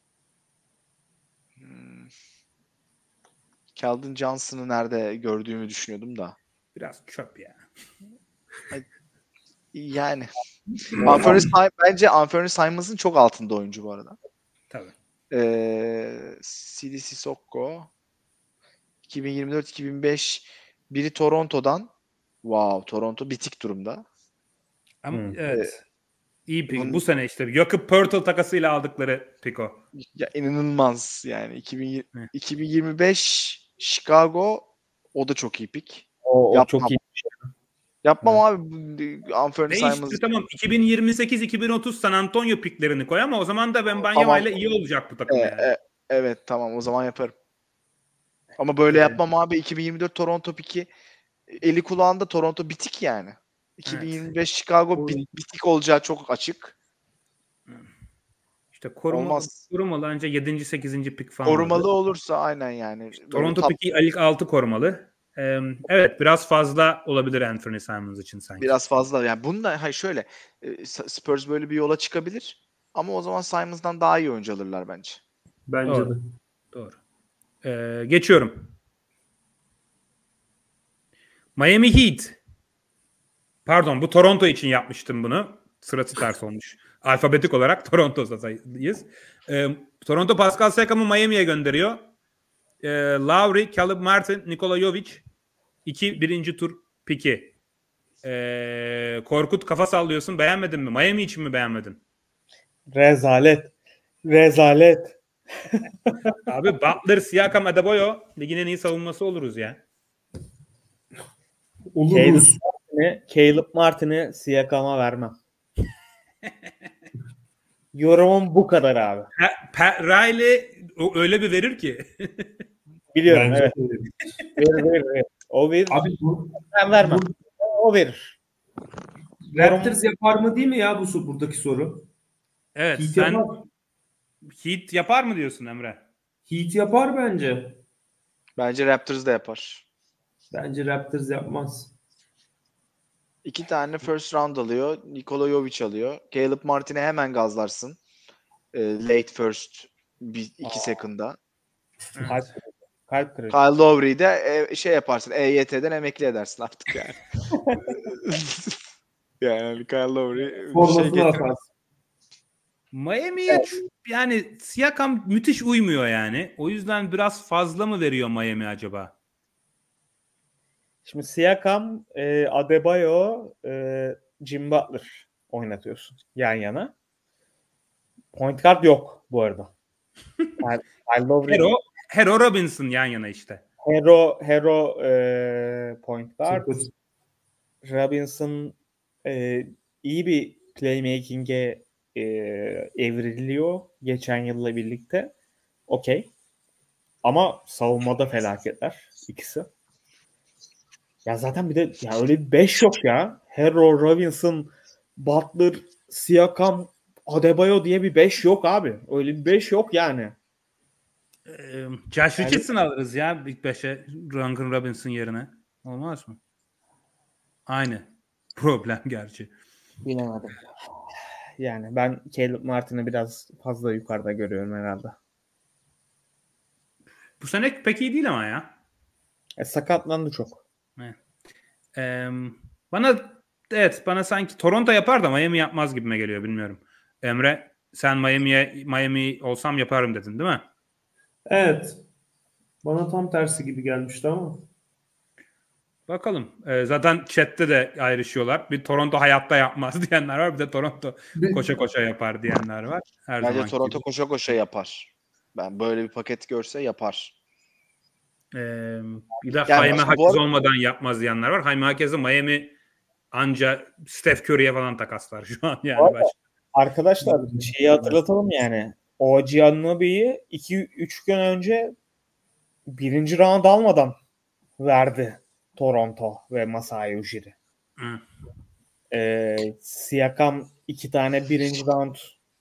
Keldon Johnson'ı nerede gördüğümü düşünüyordum da. Biraz çöp ya. Yani Bence Anthony Simons'ın çok altında oyuncu bu arada. Tabii. Sidi Sissoko 2024-2025 biri Toronto'dan. Wow, Toronto bitik durumda. Ama evet. İyi pick. Bunun- Bu sene işte Jakob Poeltl takasıyla aldıkları pick o. Ya inanılmaz yani 2025 Chicago o da çok iyi pick. O Yapmam. çok iyi. Yapmam abi. Anthony Değişti Simons. tamam. 2028-2030 San Antonio picklerini koy ama o zaman da Wembanyama ile iyi olacak bu takım yani. Evet tamam o zaman yaparım. Ama böyle yapmam abi. 2024 Toronto pick'i eli kulağında Toronto bitik yani. 2025 Chicago bitik olacağı çok açık. İşte Olmaz. korumalı önce 7. 8. pick falan. Korumalı vardı. olursa aynen yani. Toronto pick'i ilk 6 korumalı. Evet biraz fazla olabilir Anthony Simons için sanki. Biraz fazla. Yani bunda şöyle Spurs böyle bir yola çıkabilir. Ama o zaman Simons'dan daha iyi oyuncu alırlar bence. Bence Doğru. de. Doğru. Geçiyorum. Miami Heat. Pardon bu Toronto için yapmıştım bunu. Sırası ters olmuş. Alfabetik olarak Toronto'dayız. Toronto Pascal Siakam'ı Miami'ye gönderiyor. Lowry, Caleb Martin, Nikola Jovic 2 birinci tur piki. Korkut kafa sallıyorsun. Beğenmedin mi? Miami için mi beğenmedin? Rezalet. Abi Butler, Siakam, Adebayo ligin en iyi savunması oluruz ya. Oluruz. Caleb Martin'i Siakam'a vermem. Yorumum bu kadar abi. Pat Riley öyle bir verir ki. Biliyorum Bence evet. de. Verir. O verir. Abi Ben vermem. O verir. Raptors yapar mı değil mi ya buradaki soru? Evet Heat sen yapar. Heat yapar mı diyorsun Emre? Heat yapar bence. Bence Raptors da yapar. Bence Raptors yapmaz. 2 tane first round alıyor. Nikola Jovic alıyor. Caleb Martin'e hemen gazlarsın. Late first 2 second'da. Kalp kırıcı. Kyle Lowry'i de yaparsın. EYT'den emekli edersin artık yani. Yani Kyle Lowry Formasını atarsın. Miami'ye yani Siakam müthiş uymuyor yani. O yüzden biraz fazla mı veriyor Miami acaba? Şimdi Siakam, Adebayo, Jim Butler oynatıyorsun yan yana. Point guard yok bu arada. Hero Robinson yan yana işte. Hero point guard. Robinson iyi bir playmaking'e evriliyor geçen yılla birlikte. Okey. Ama savunmada felaketler ikisi. Ya zaten bir de ya öyle bir 5 yok ya. Hero, Robinson, Butler, Siakam, Adebayo diye bir 5 yok abi. Öyle bir 5 yok yani. Josh Richardson alırız ya ilk 5'e Duncan Robinson yerine. Olmaz mı? Aynı problem gerçi. Bilemedim. Yani ben Caleb Martin'i biraz fazla yukarıda görüyorum herhalde. Bu sene pek iyi değil ama ya. Sakatlandı çok. Bana sanki Toronto yapar da Miami yapmaz gibime geliyor bilmiyorum. Emre sen Miami olsam yaparım dedin değil mi? Evet. Bana tam tersi gibi gelmişti ama. Bakalım. Zaten chatte de ayrışıyorlar. Bir Toronto hayatta yapmaz diyenler var. Bir de Toronto koşa koşa yapar diyenler var. Bence Toronto koşa koşa yapar. Ben böyle bir paket görse yapar. Bir de Jaime Hakiz olmadan yapmaz diyenler var. Jaime Hakiz'i Miami anca Steph Curry'e falan takaslar şu an yani. Arkadaşlar şeyi hatırlatalım yani. OG Anunoby'yi 2-3 gün önce 1. round almadan verdi Toronto ve Masai Ujiri. Siakam 2 tane 1. round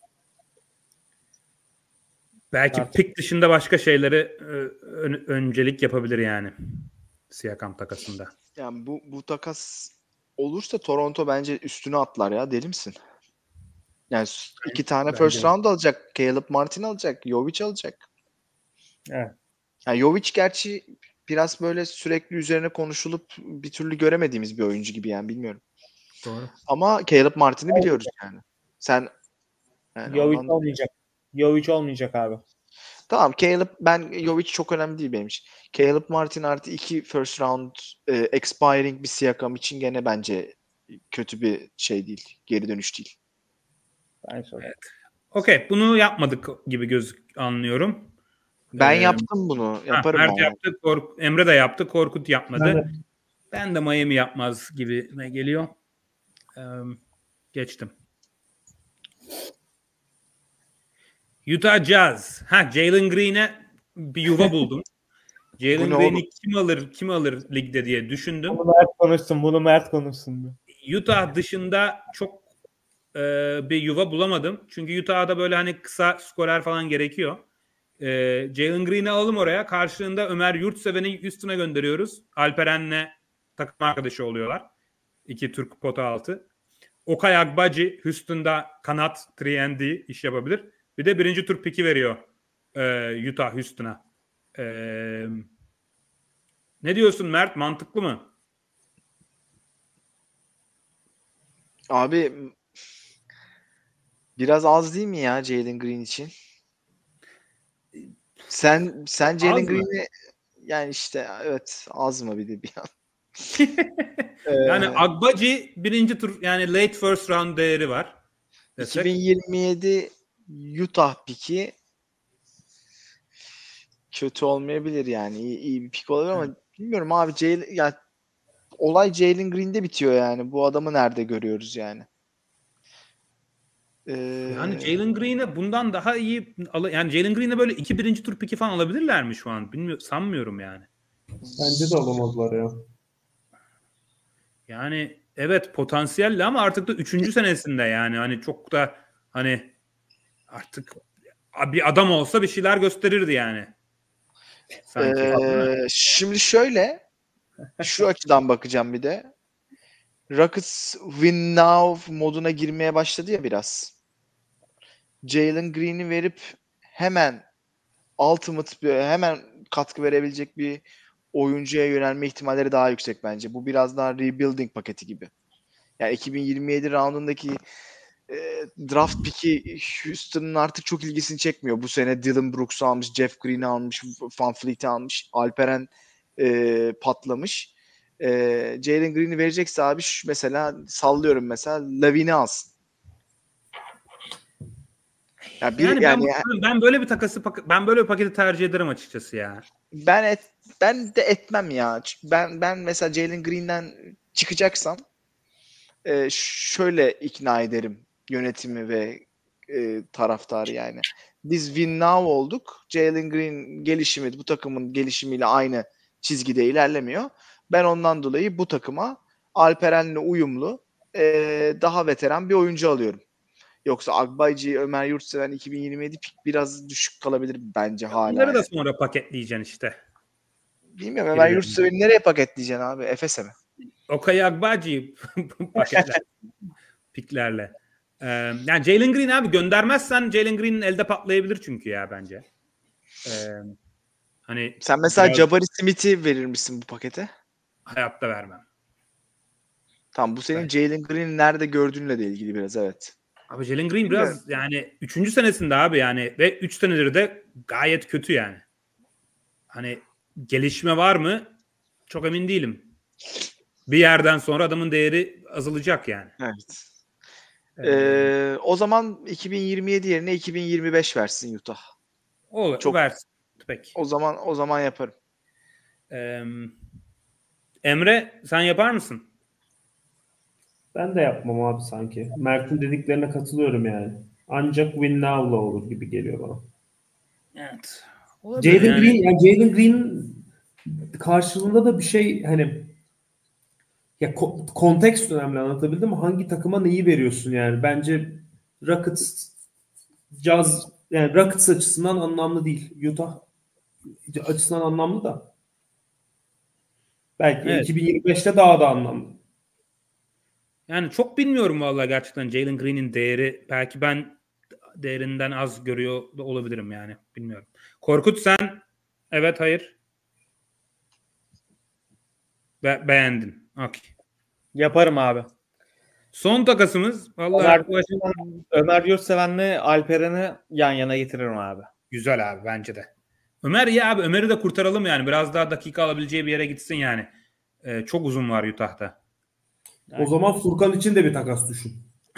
belki pick dışında başka şeyleri öncelik yapabilir yani Siakam takasında. Yani bu takas olursa Toronto bence üstüne atlar ya. Deli misin? Yani 2 tane first round alacak. Caleb Martin alacak. Jovic alacak. Evet. Yani Jovic gerçi biraz böyle sürekli üzerine konuşulup bir türlü göremediğimiz bir oyuncu gibi yani bilmiyorum. Doğru. Ama Caleb Martin'i biliyoruz yani. Sen yani Jovic olmayacak abi. Tamam, ben Jovic çok önemli değil benim için. Caleb Martin artı 2 first round expiring bir Siakam için gene bence kötü bir şey değil. Geri dönüş değil. Evet. Okey. Bunu yapmadık gibi anlıyorum. Ben yaptım bunu. Yaparım Mert ben. yaptı. Emre de yaptı. Korkut yapmadı. Ben Ben de Miami yapmaz gibi geliyor. Geçtim. Utah Jazz. Jalen Green'e bir yuva buldum. Jalen Green'i kim alır ligde diye düşündüm. Bunu Mert konuşsun. Utah dışında çok bir yuva bulamadım. Çünkü Utah'da böyle hani kısa skorer falan gerekiyor. Jalen Green'i alalım oraya. Karşılığında Ömer Yurtseven'i Houston'a gönderiyoruz. Alperen'le takım arkadaşı oluyorlar. 2 Türk pota altı. Okay Agbaji Houston'da kanat 3&D iş yapabilir. Bir de 1. tur piki veriyor Utah Houston'a. Ne diyorsun Mert? Mantıklı mı? Abi biraz az değil mi ya Jalen Green için? Sen Jalen Green'i yani işte evet az mı bir de bir an. Yani Agbaji 1. tur yani late first round değeri var. Desek. 2027 Utah piki kötü olmayabilir yani. İyi bir pik olabilir ama bilmiyorum abi olay Jalen Green'de bitiyor yani. Bu adamı nerede görüyoruz yani? Yani Jalen Green'e bundan daha iyi yani Jalen Green'e böyle 2 1. tur piki falan alabilirler mi şu an? Sanmıyorum yani. bence de alamazlar ya. Yani evet potansiyelli ama artık da 3. senesinde yani hani çok da hani artık bir adam olsa bir şeyler gösterirdi yani. Sanki. Şimdi şöyle şu açıdan bakacağım bir de. Rockets win now moduna girmeye başladı ya biraz. Jalen Green'i verip hemen hemen katkı verebilecek bir oyuncuya yönelme ihtimalleri daha yüksek bence. Bu biraz daha rebuilding paketi gibi. Yani 2027 roundundaki draft pick'i Houston'ın artık çok ilgisini çekmiyor. Bu sene Dylan Brooks'u almış, Jeff Green'i almış, Van Fleet'i almış, Alperen patlamış. Jalen Green'i verecekse abi mesela sallıyorum mesela Lavin'i alsın. Ben böyle bir paketi tercih ederim açıkçası ya. Ben de etmem ya. Ben mesela Jalen Green'den çıkacaksam şöyle ikna ederim yönetimi ve taraftarı yani. Biz win now olduk. Jalen Green bu takımın gelişimiyle aynı çizgide ilerlemiyor. Ben ondan dolayı bu takıma Alperen'le uyumlu daha veteran bir oyuncu alıyorum. Yoksa Agbaji, Ömer Yurtseven 2027 pik biraz düşük kalabilir bence hala. Bunları da sonra paketleyeceksin işte. Bilmiyorum Ömer Yurtseven'i nereye paketleyeceksin abi? Efes'e mi? Okay Agbaji paketler. Piklerle. Yani Jalen Green abi göndermezsen Jalen Green'in elde patlayabilir çünkü ya bence. Hani sen mesela Jabari Smith'i verir misin bu pakete? Hayatta vermem. Tamam bu senin Jalen Green'i nerede gördüğünle de ilgili biraz evet. Abi Jalen Green biraz yani 3. senesinde abi yani ve 3 senedir de gayet kötü yani. Hani gelişme var mı? Çok emin değilim. Bir yerden sonra adamın değeri azalacak yani. Evet. O zaman 2027 yerine 2025 versin Utah. Çok versin. Peki. O zaman yaparım. Emre sen yapar mısın? Ben de yapmam abi sanki. Mert'in dediklerine katılıyorum yani. Ancak win now'la olur gibi geliyor bana. Evet. Jalen Green karşılığında da bir şey hani ya kontekst önemli, anlatabildim mi? Hangi takıma neyi veriyorsun yani? Bence Rockets Jazz yani Rockets açısından anlamlı değil. Utah açısından anlamlı da. Belki Evet. 2025'te daha da anlamlı. Yani çok bilmiyorum vallahi gerçekten Jalen Green'in değeri. Belki ben değerinden az görüyor da olabilirim yani. Bilmiyorum. Korkut sen evet hayır. Beğendin. Okay. Yaparım abi. Son takasımız Ömer, vallahi Ömer Yurtseven'le Alperen'i yan yana getiririm abi. güzel abi bence de. Ömer ya abi, Ömer'i de kurtaralım yani. Biraz daha dakika alabileceği bir yere gitsin yani. Çok uzun var Utah'ta. O zaman Furkan için de bir takas düşün.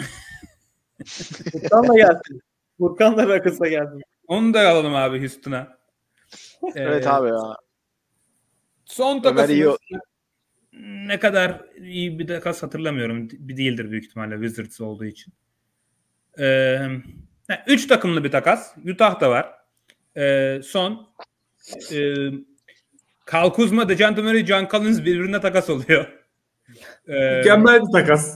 Furkan da gelsin. Furkan da rakısa gelsin. Onu da alalım abi Houston'a. Evet abi ya. Son Ömer takasımız iyi ne kadar iyi bir takas hatırlamıyorum. Bir değildir büyük ihtimalle Wizards olduğu için. 3 takımlı bir takas. Utah da var. Son Kyle Kuzma, DeJounte Murray, John Collins birbirine takas oluyor. Mükemmel bir takas.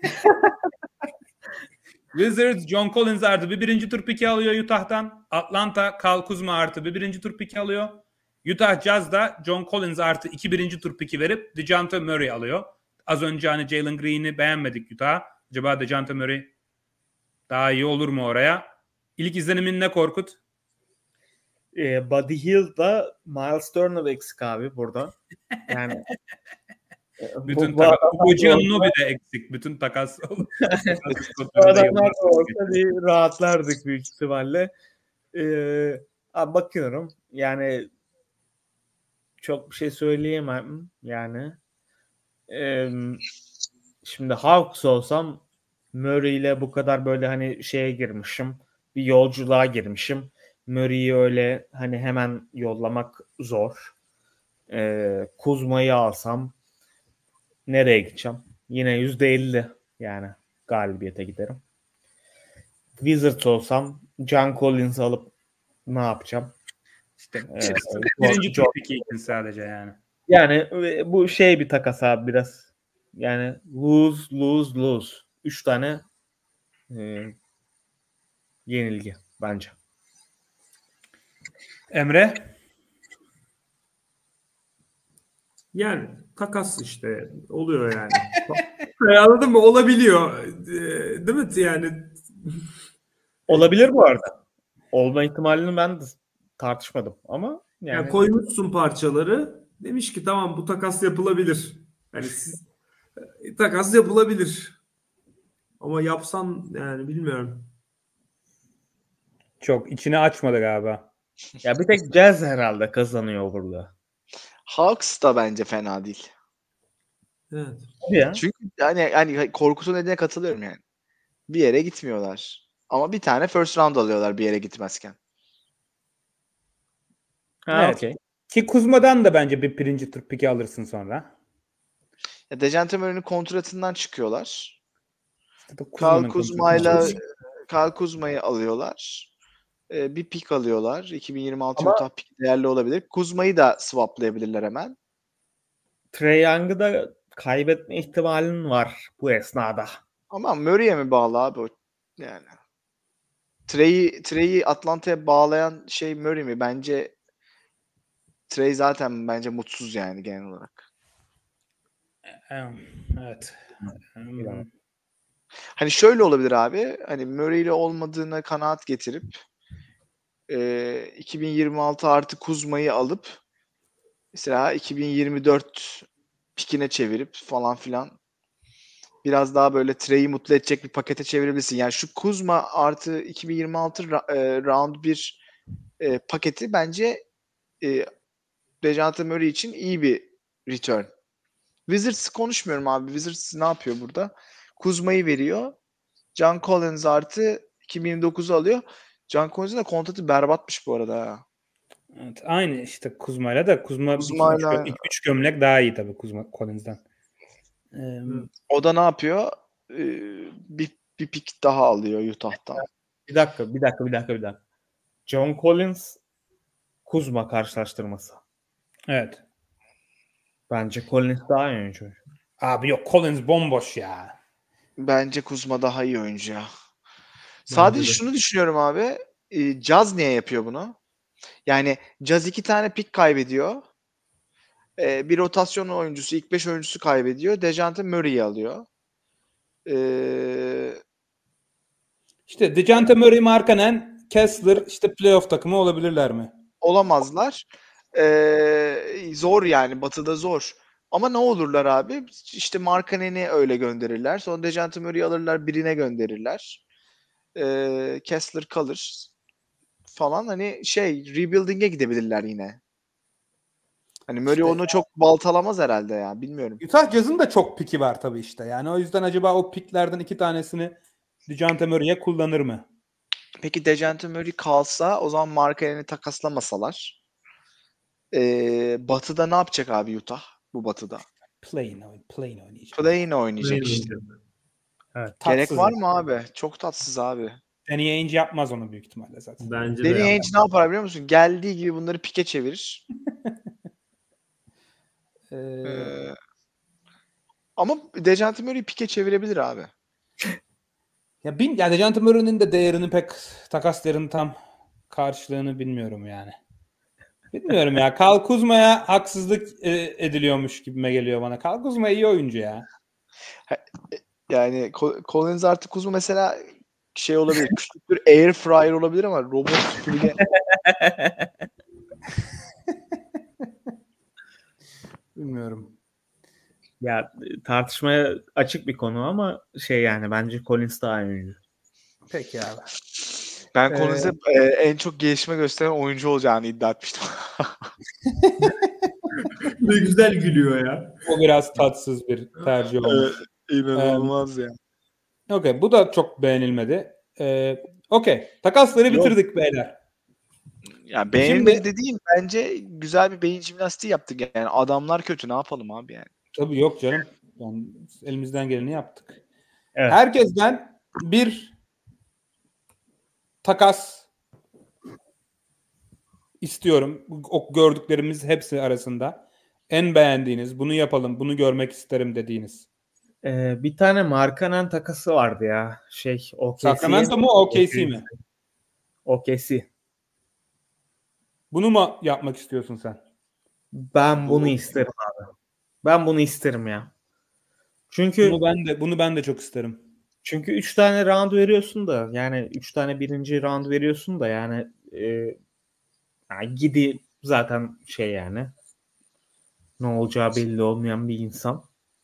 Wizards John Collins artı bir birinci tur piki alıyor Utah'tan. Atlanta Kyle Kuzma artı bir birinci tur piki alıyor. Utah Jazz da John Collins artı 2 birinci tur piki verip DeJounte Murray alıyor. Az önce hani Jalen Green'i beğenmedik Utah. Acaba DeJounte Murray daha iyi olur mu oraya? İlk izlenimin ne Korkut? Buddy Hield'da Miles Turner eksik abi burada. Yani Bütün takas. Bojaninobi de eksik. Bütün takas. adamlar da olsa bir rahatlardık büyük ihtimalle. Abi bakıyorum. Yani çok bir şey söyleyemem. Yani şimdi Hawks olsam Murray ile bu kadar böyle hani şeye girmişim. Bir yolculuğa girmişim. Murray'i öyle hani hemen yollamak zor. Kuzma'yı alsam nereye gideceğim? Yine %50 yani galibiyete giderim. Wizards olsam John Collins alıp ne yapacağım? İşte birinci tur piki sadece yani. Yani bu şey bir takas abi biraz. Yani lose. 3 tane yenilgi bence. Emre? Yani takas işte oluyor yani. Anladın mı? Olabiliyor. Değil mi? Yani Olabilir bu arada. Olma ihtimalini ben de tartışmadım ama yani koymuşsun parçaları. Demiş ki tamam bu takas yapılabilir. Yani takas yapılabilir. Ama yapsan yani bilmiyorum. Çok içini açmadı galiba. ya bir tek Jazz herhalde kazanıyor burada. Hawks da bence fena değil. Evet. Ya. Çünkü yani korkusu nedene katılıyorum yani. Bir yere gitmiyorlar. Ama bir tane first round alıyorlar bir yere gitmezken. Evet. Okay. Ki Kuzma'dan da bence bir birinci tur piki alırsın sonra. Ya DeJounte Murray'nin kontratından çıkıyorlar. İşte Kyle Kuzma'yı alıyorlar. Bir pik alıyorlar. 2026 Ama- Utah pik değerli olabilir. Kuzma'yı da swaplayabilirler hemen. Trae Young'ı da kaybetme ihtimalin var bu esnada. Ama Murray'e mi bağlı abi o? Yani. Trey'i Atlanta'ya bağlayan şey Murray mi? Bence Trey zaten bence mutsuz yani genel olarak. Evet. Hani şöyle olabilir abi. Hani Murray ile olmadığına kanaat getirip 2026 artı Kuzma'yı alıp mesela 2024 pikine çevirip falan filan biraz daha böyle Trey'i mutlu edecek bir pakete çevirebilirsin. Yani şu Kuzma artı 2026 round 1 paketi bence DeJounte Murray için iyi bir return. Wizards konuşmuyorum abi. Wizards ne yapıyor burada? Kuzma'yı veriyor. John Collins artı 2029'u alıyor. John Collins'in de kontratı berbatmış bu arada. Ha. Evet, aynı işte Kuzma'yla da Kuzma'yla 2-3 gömlek daha iyi tabii Kuzma Collins'den. O da ne yapıyor? Bir pik daha alıyor Utah'tan. Bir dakika. John Collins Kuzma karşılaştırması. Evet. Bence Collins daha iyi oyuncu. Abi yok, Collins bomboş ya. Bence Kuzma daha iyi oyuncu ya. Sadece şunu düşünüyorum abi. Jazz niye yapıyor bunu? Yani Jazz 2 tane pik kaybediyor. Bir rotasyon oyuncusu, ilk 5 oyuncusu kaybediyor. DeJounte Murray'i alıyor. İşte DeJounte Murray, Markkanen, Kessler işte playoff takımı olabilirler mi? Olamazlar. Zor yani. Batı'da zor. Ama ne olurlar abi? İşte Markkanen'i öyle gönderirler. Sonra Dejounte Murray'i alırlar, birine gönderirler. Kessler kalır falan, hani rebuilding'e gidebilirler yine. Hani Murray İşte onu çok baltalamaz herhalde ya. Bilmiyorum. Utah Jazz'ın da çok piki var tabii işte. Yani o yüzden acaba o piklerden 2 tanesini Dejounte Murray'e kullanır mı? Peki Dejounte Murray kalsa o zaman Markkanen'i takaslamasalar Batı'da ne yapacak abi Utah? Bu Batı'da. Play-in oynayacak. Play-in oynayacak işte. Evet, Gerek tatsız var yani. mı abi? Çok tatsız abi. Danny Ainge yapmaz onu büyük ihtimalle zaten. Bence de Danny yaptı. Ainge ne yapar biliyor musun? Geldiği gibi bunları pike çevirir. Ee, ama Dejounte Murray pike çevirebilir abi. Ya Dejounte Murray'nin de değerini pek takas değerinin tam karşılığını bilmiyorum yani. Bilmiyorum ya. Kyle Kuzma'ya haksızlık ediliyormuş gibime geliyor bana. Kyle Kuzma iyi oyuncu ya. Yani Collins artık uzun mesela olabilir. Küçük bir air fryer olabilir ama robot süpürge. Bilmiyorum. Ya tartışmaya açık bir konu ama yani bence Collins daha iyi oyuncu. Peki abi. Ben Collins'e en çok gelişme gösteren oyuncu olacağını iddia etmiştim. Ne güzel gülüyor ya. O biraz tatsız bir tercih olmuş. İnanılmaz ya. Okey. Bu da çok beğenilmedi. Okey. Takasları Yok. bitirdik beyler. Ya beğenilmedi Şimdi- dediğim, bence güzel bir beyin jimnastiği yaptık yani. Adamlar kötü, ne yapalım abi yani. Tabii yok canım. Yani elimizden geleni yaptık. Evet. Herkesten bir takas istiyorum. O gördüklerimiz hepsi arasında. En beğendiğiniz, bunu yapalım, bunu görmek isterim dediğiniz. Bir tane Markkanen takası vardı ya. OKC'ye. Sacramento mu, OKC mi? OKC. Bunu mu yapmak istiyorsun sen? Ben bunu isterim abi. Ben bunu isterim ya. Çünkü Bunu ben de çok isterim. 3 tane round veriyorsun da, yani 3 tane birinci round veriyorsun da, yani Gidi zaten yani ne olacağı belli olmayan bir insan.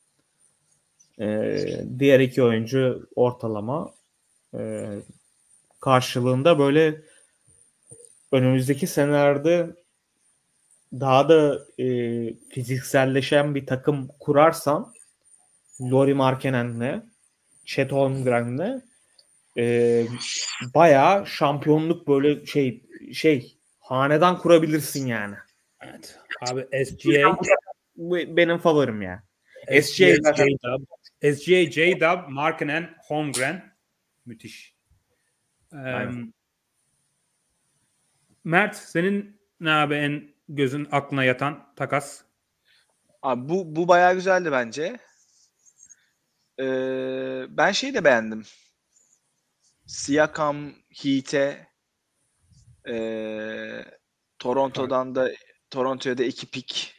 Diğer iki oyuncu ortalama. Karşılığında böyle önümüzdeki senelerde daha da fizikselleşen bir takım kurarsan, Lauri Markkanen'le, Chet Holmgren'le bayağı şampiyonluk böyle hanedan kurabilirsin yani. Evet. Abi SGA Bu benim favorim ya. SGA, zaten SGA, J-Dub, Markkanen, Holmgren. Müthiş. Aynen. Mert, senin ne abi en gözün aklına yatan takas? Abi bu bayağı güzeldi bence. Ben de beğendim. Siakam Heat'e Toronto'ya da 2 pik.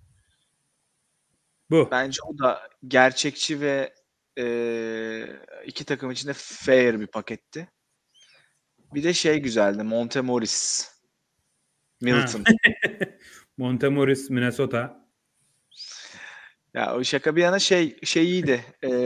Bu. Bence o da gerçekçi ve iki takım için de fair bir paketti. Bir de güzeldi. Monte Morris. Milton. Montemoris, Minnesota. Ya o şaka bir yana iyiydi.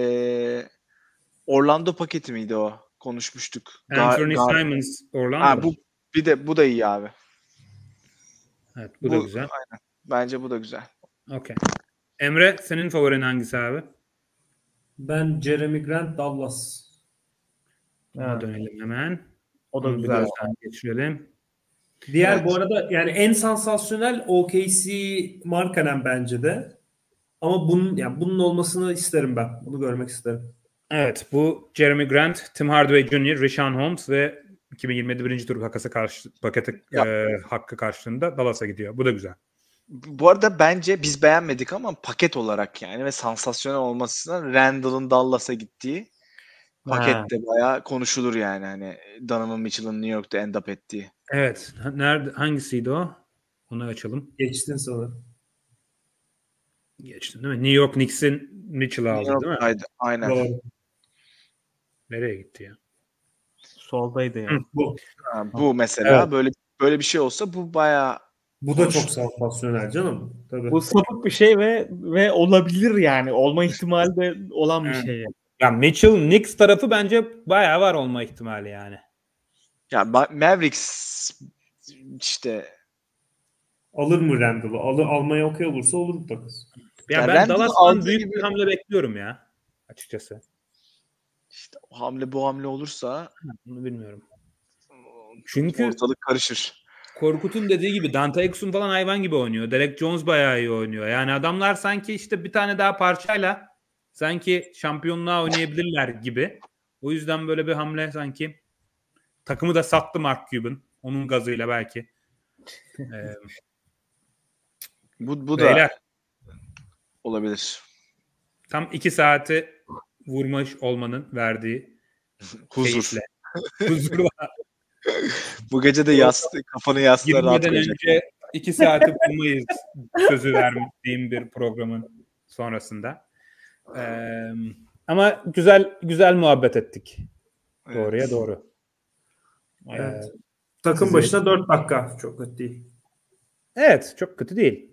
Orlando paketi miydi o? Konuşmuştuk. Anthony Simons, Orlando. Bu da iyi abi. Evet, bu da güzel. Aynen. Bence bu da güzel. Okay. Emre, senin favorin hangisi abi? Ben Jeremy Grant, Dallas. Ona dönelim hemen. O da Onu güzel. gözden geçirelim. Diğer Evet. bu arada yani en sansasyonel OKC Markkanen bence de. Ama bunun olmasını isterim ben. Bunu görmek isterim. Evet, bu Jeremy Grant, Tim Hardaway Jr., Richaun Holmes ve 2027 birinci tur paketi hakkı karşılığında Dallas'a gidiyor. Bu da güzel. Bu arada bence biz beğenmedik ama paket olarak yani ve sansasyonel olmasından Randall'ın Dallas'a gittiği pakette bayağı konuşulur yani, hani Donovan Mitchell'ın New York'ta end up ettiği. Evet. Nerede, hangisiydi o? Onu açalım. Geçtin sanırım. Geçtim değil mi? New York Knicks'in Mitchell'ı aldı değil mi? Aynen. Doğru. Nereye gitti ya? Soldaydı ya. Bu. Bu mesela Evet. böyle bir şey olsa bu bayağı Bu da çok sansasyonel canım. Tabii. Bu sapık bir şey ve olabilir yani. Olma ihtimali de olan bir şey. Ya Mitchell Knicks tarafı bence bayağı var olma ihtimali yani. Ya Mavericks işte Alır mı Randall'ı? Almaya okey olursa olur bu takas. Ya Ya ben Randall Dallas'tan aldığı büyük gibi- bir hamle bekliyorum ya açıkçası. işte o hamle bu hamle olursa Bunu bilmiyorum. Çünkü ortalık karışır. Korkut'un dediği gibi Dante Exum falan hayvan gibi oynuyor. Derek Jones bayağı iyi oynuyor. Yani adamlar sanki işte bir tane daha parçayla sanki şampiyonluğa oynayabilirler gibi. O yüzden böyle bir hamle sanki takımı da sattı Mark Cuban. Onun gazıyla belki. Bu Beyler, da olabilir. tam 2 saati vurmuş olmanın verdiği Huzur. keyifle. Huzurla Bu gece de kafanı yastığa rahat girmeden koyacak. önce 2 saati vurmayız sözü verdiğim bir programın sonrasında. Ama güzel muhabbet ettik. Evet. Doğruya doğru. Evet. Takım sizi- başına 4 dakika. Çok kötü değil. Evet, çok kötü değil.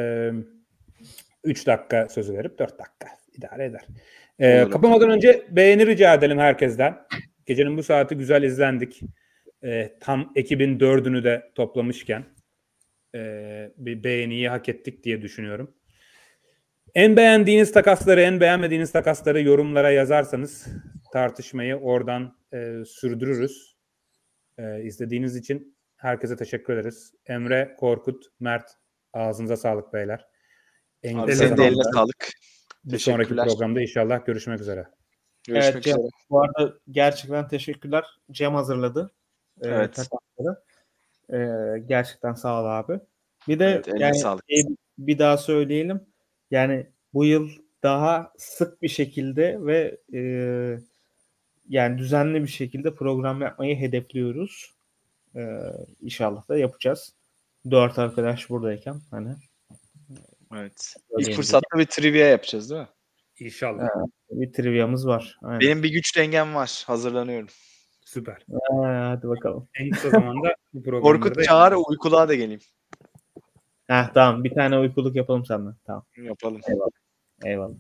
3 dakika sözü verip 4 dakika idare eder. Olur. Kapamadan önce beğeni rica edelim herkesten. Gecenin bu saati güzel izlendik. Tam ekibin 4'ünü de toplamışken bir beğeniyi hak ettik diye düşünüyorum. En beğendiğiniz takasları, en beğenmediğiniz takasları yorumlara yazarsanız tartışmayı oradan sürdürürüz. İzlediğiniz için herkese teşekkür ederiz. Emre, Korkut, Mert, ağzınıza sağlık beyler. En Abi kısa senin de eline zamanda sağlık. bir sonraki Teşekkürler. programda inşallah görüşmek üzere. Görüşmek Evet Cem, üzere. bu arada gerçekten teşekkürler. Cem hazırladı. Evet. takasları. Gerçekten sağ ol abi. Bir de Evet, eline yani sağlık. bir daha söyleyelim. Yani bu yıl daha sık bir şekilde ve yani düzenli bir şekilde program yapmayı hedefliyoruz. İnşallah da yapacağız. 4 arkadaş buradayken hani. Evet. Öyle İlk fırsatta bir trivia yapacağız değil mi? İnşallah. Bir triviamız var. Aynen. Benim bir güç dengem var. Hazırlanıyorum. Süper. Hadi bakalım. En kısa zamanda bu programları Korkut da çağır, uykuluğa da geleyim. Tamam. Bir tane uykuluk yapalım senden. Tamam. Yapalım. Eyvallah.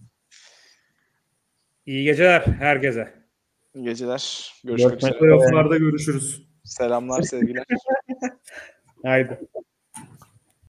İyi geceler herkese. İyi geceler. Görüşmek üzere. Playoff'larda görüşürüz. Selamlar, sevgiler. Haydi.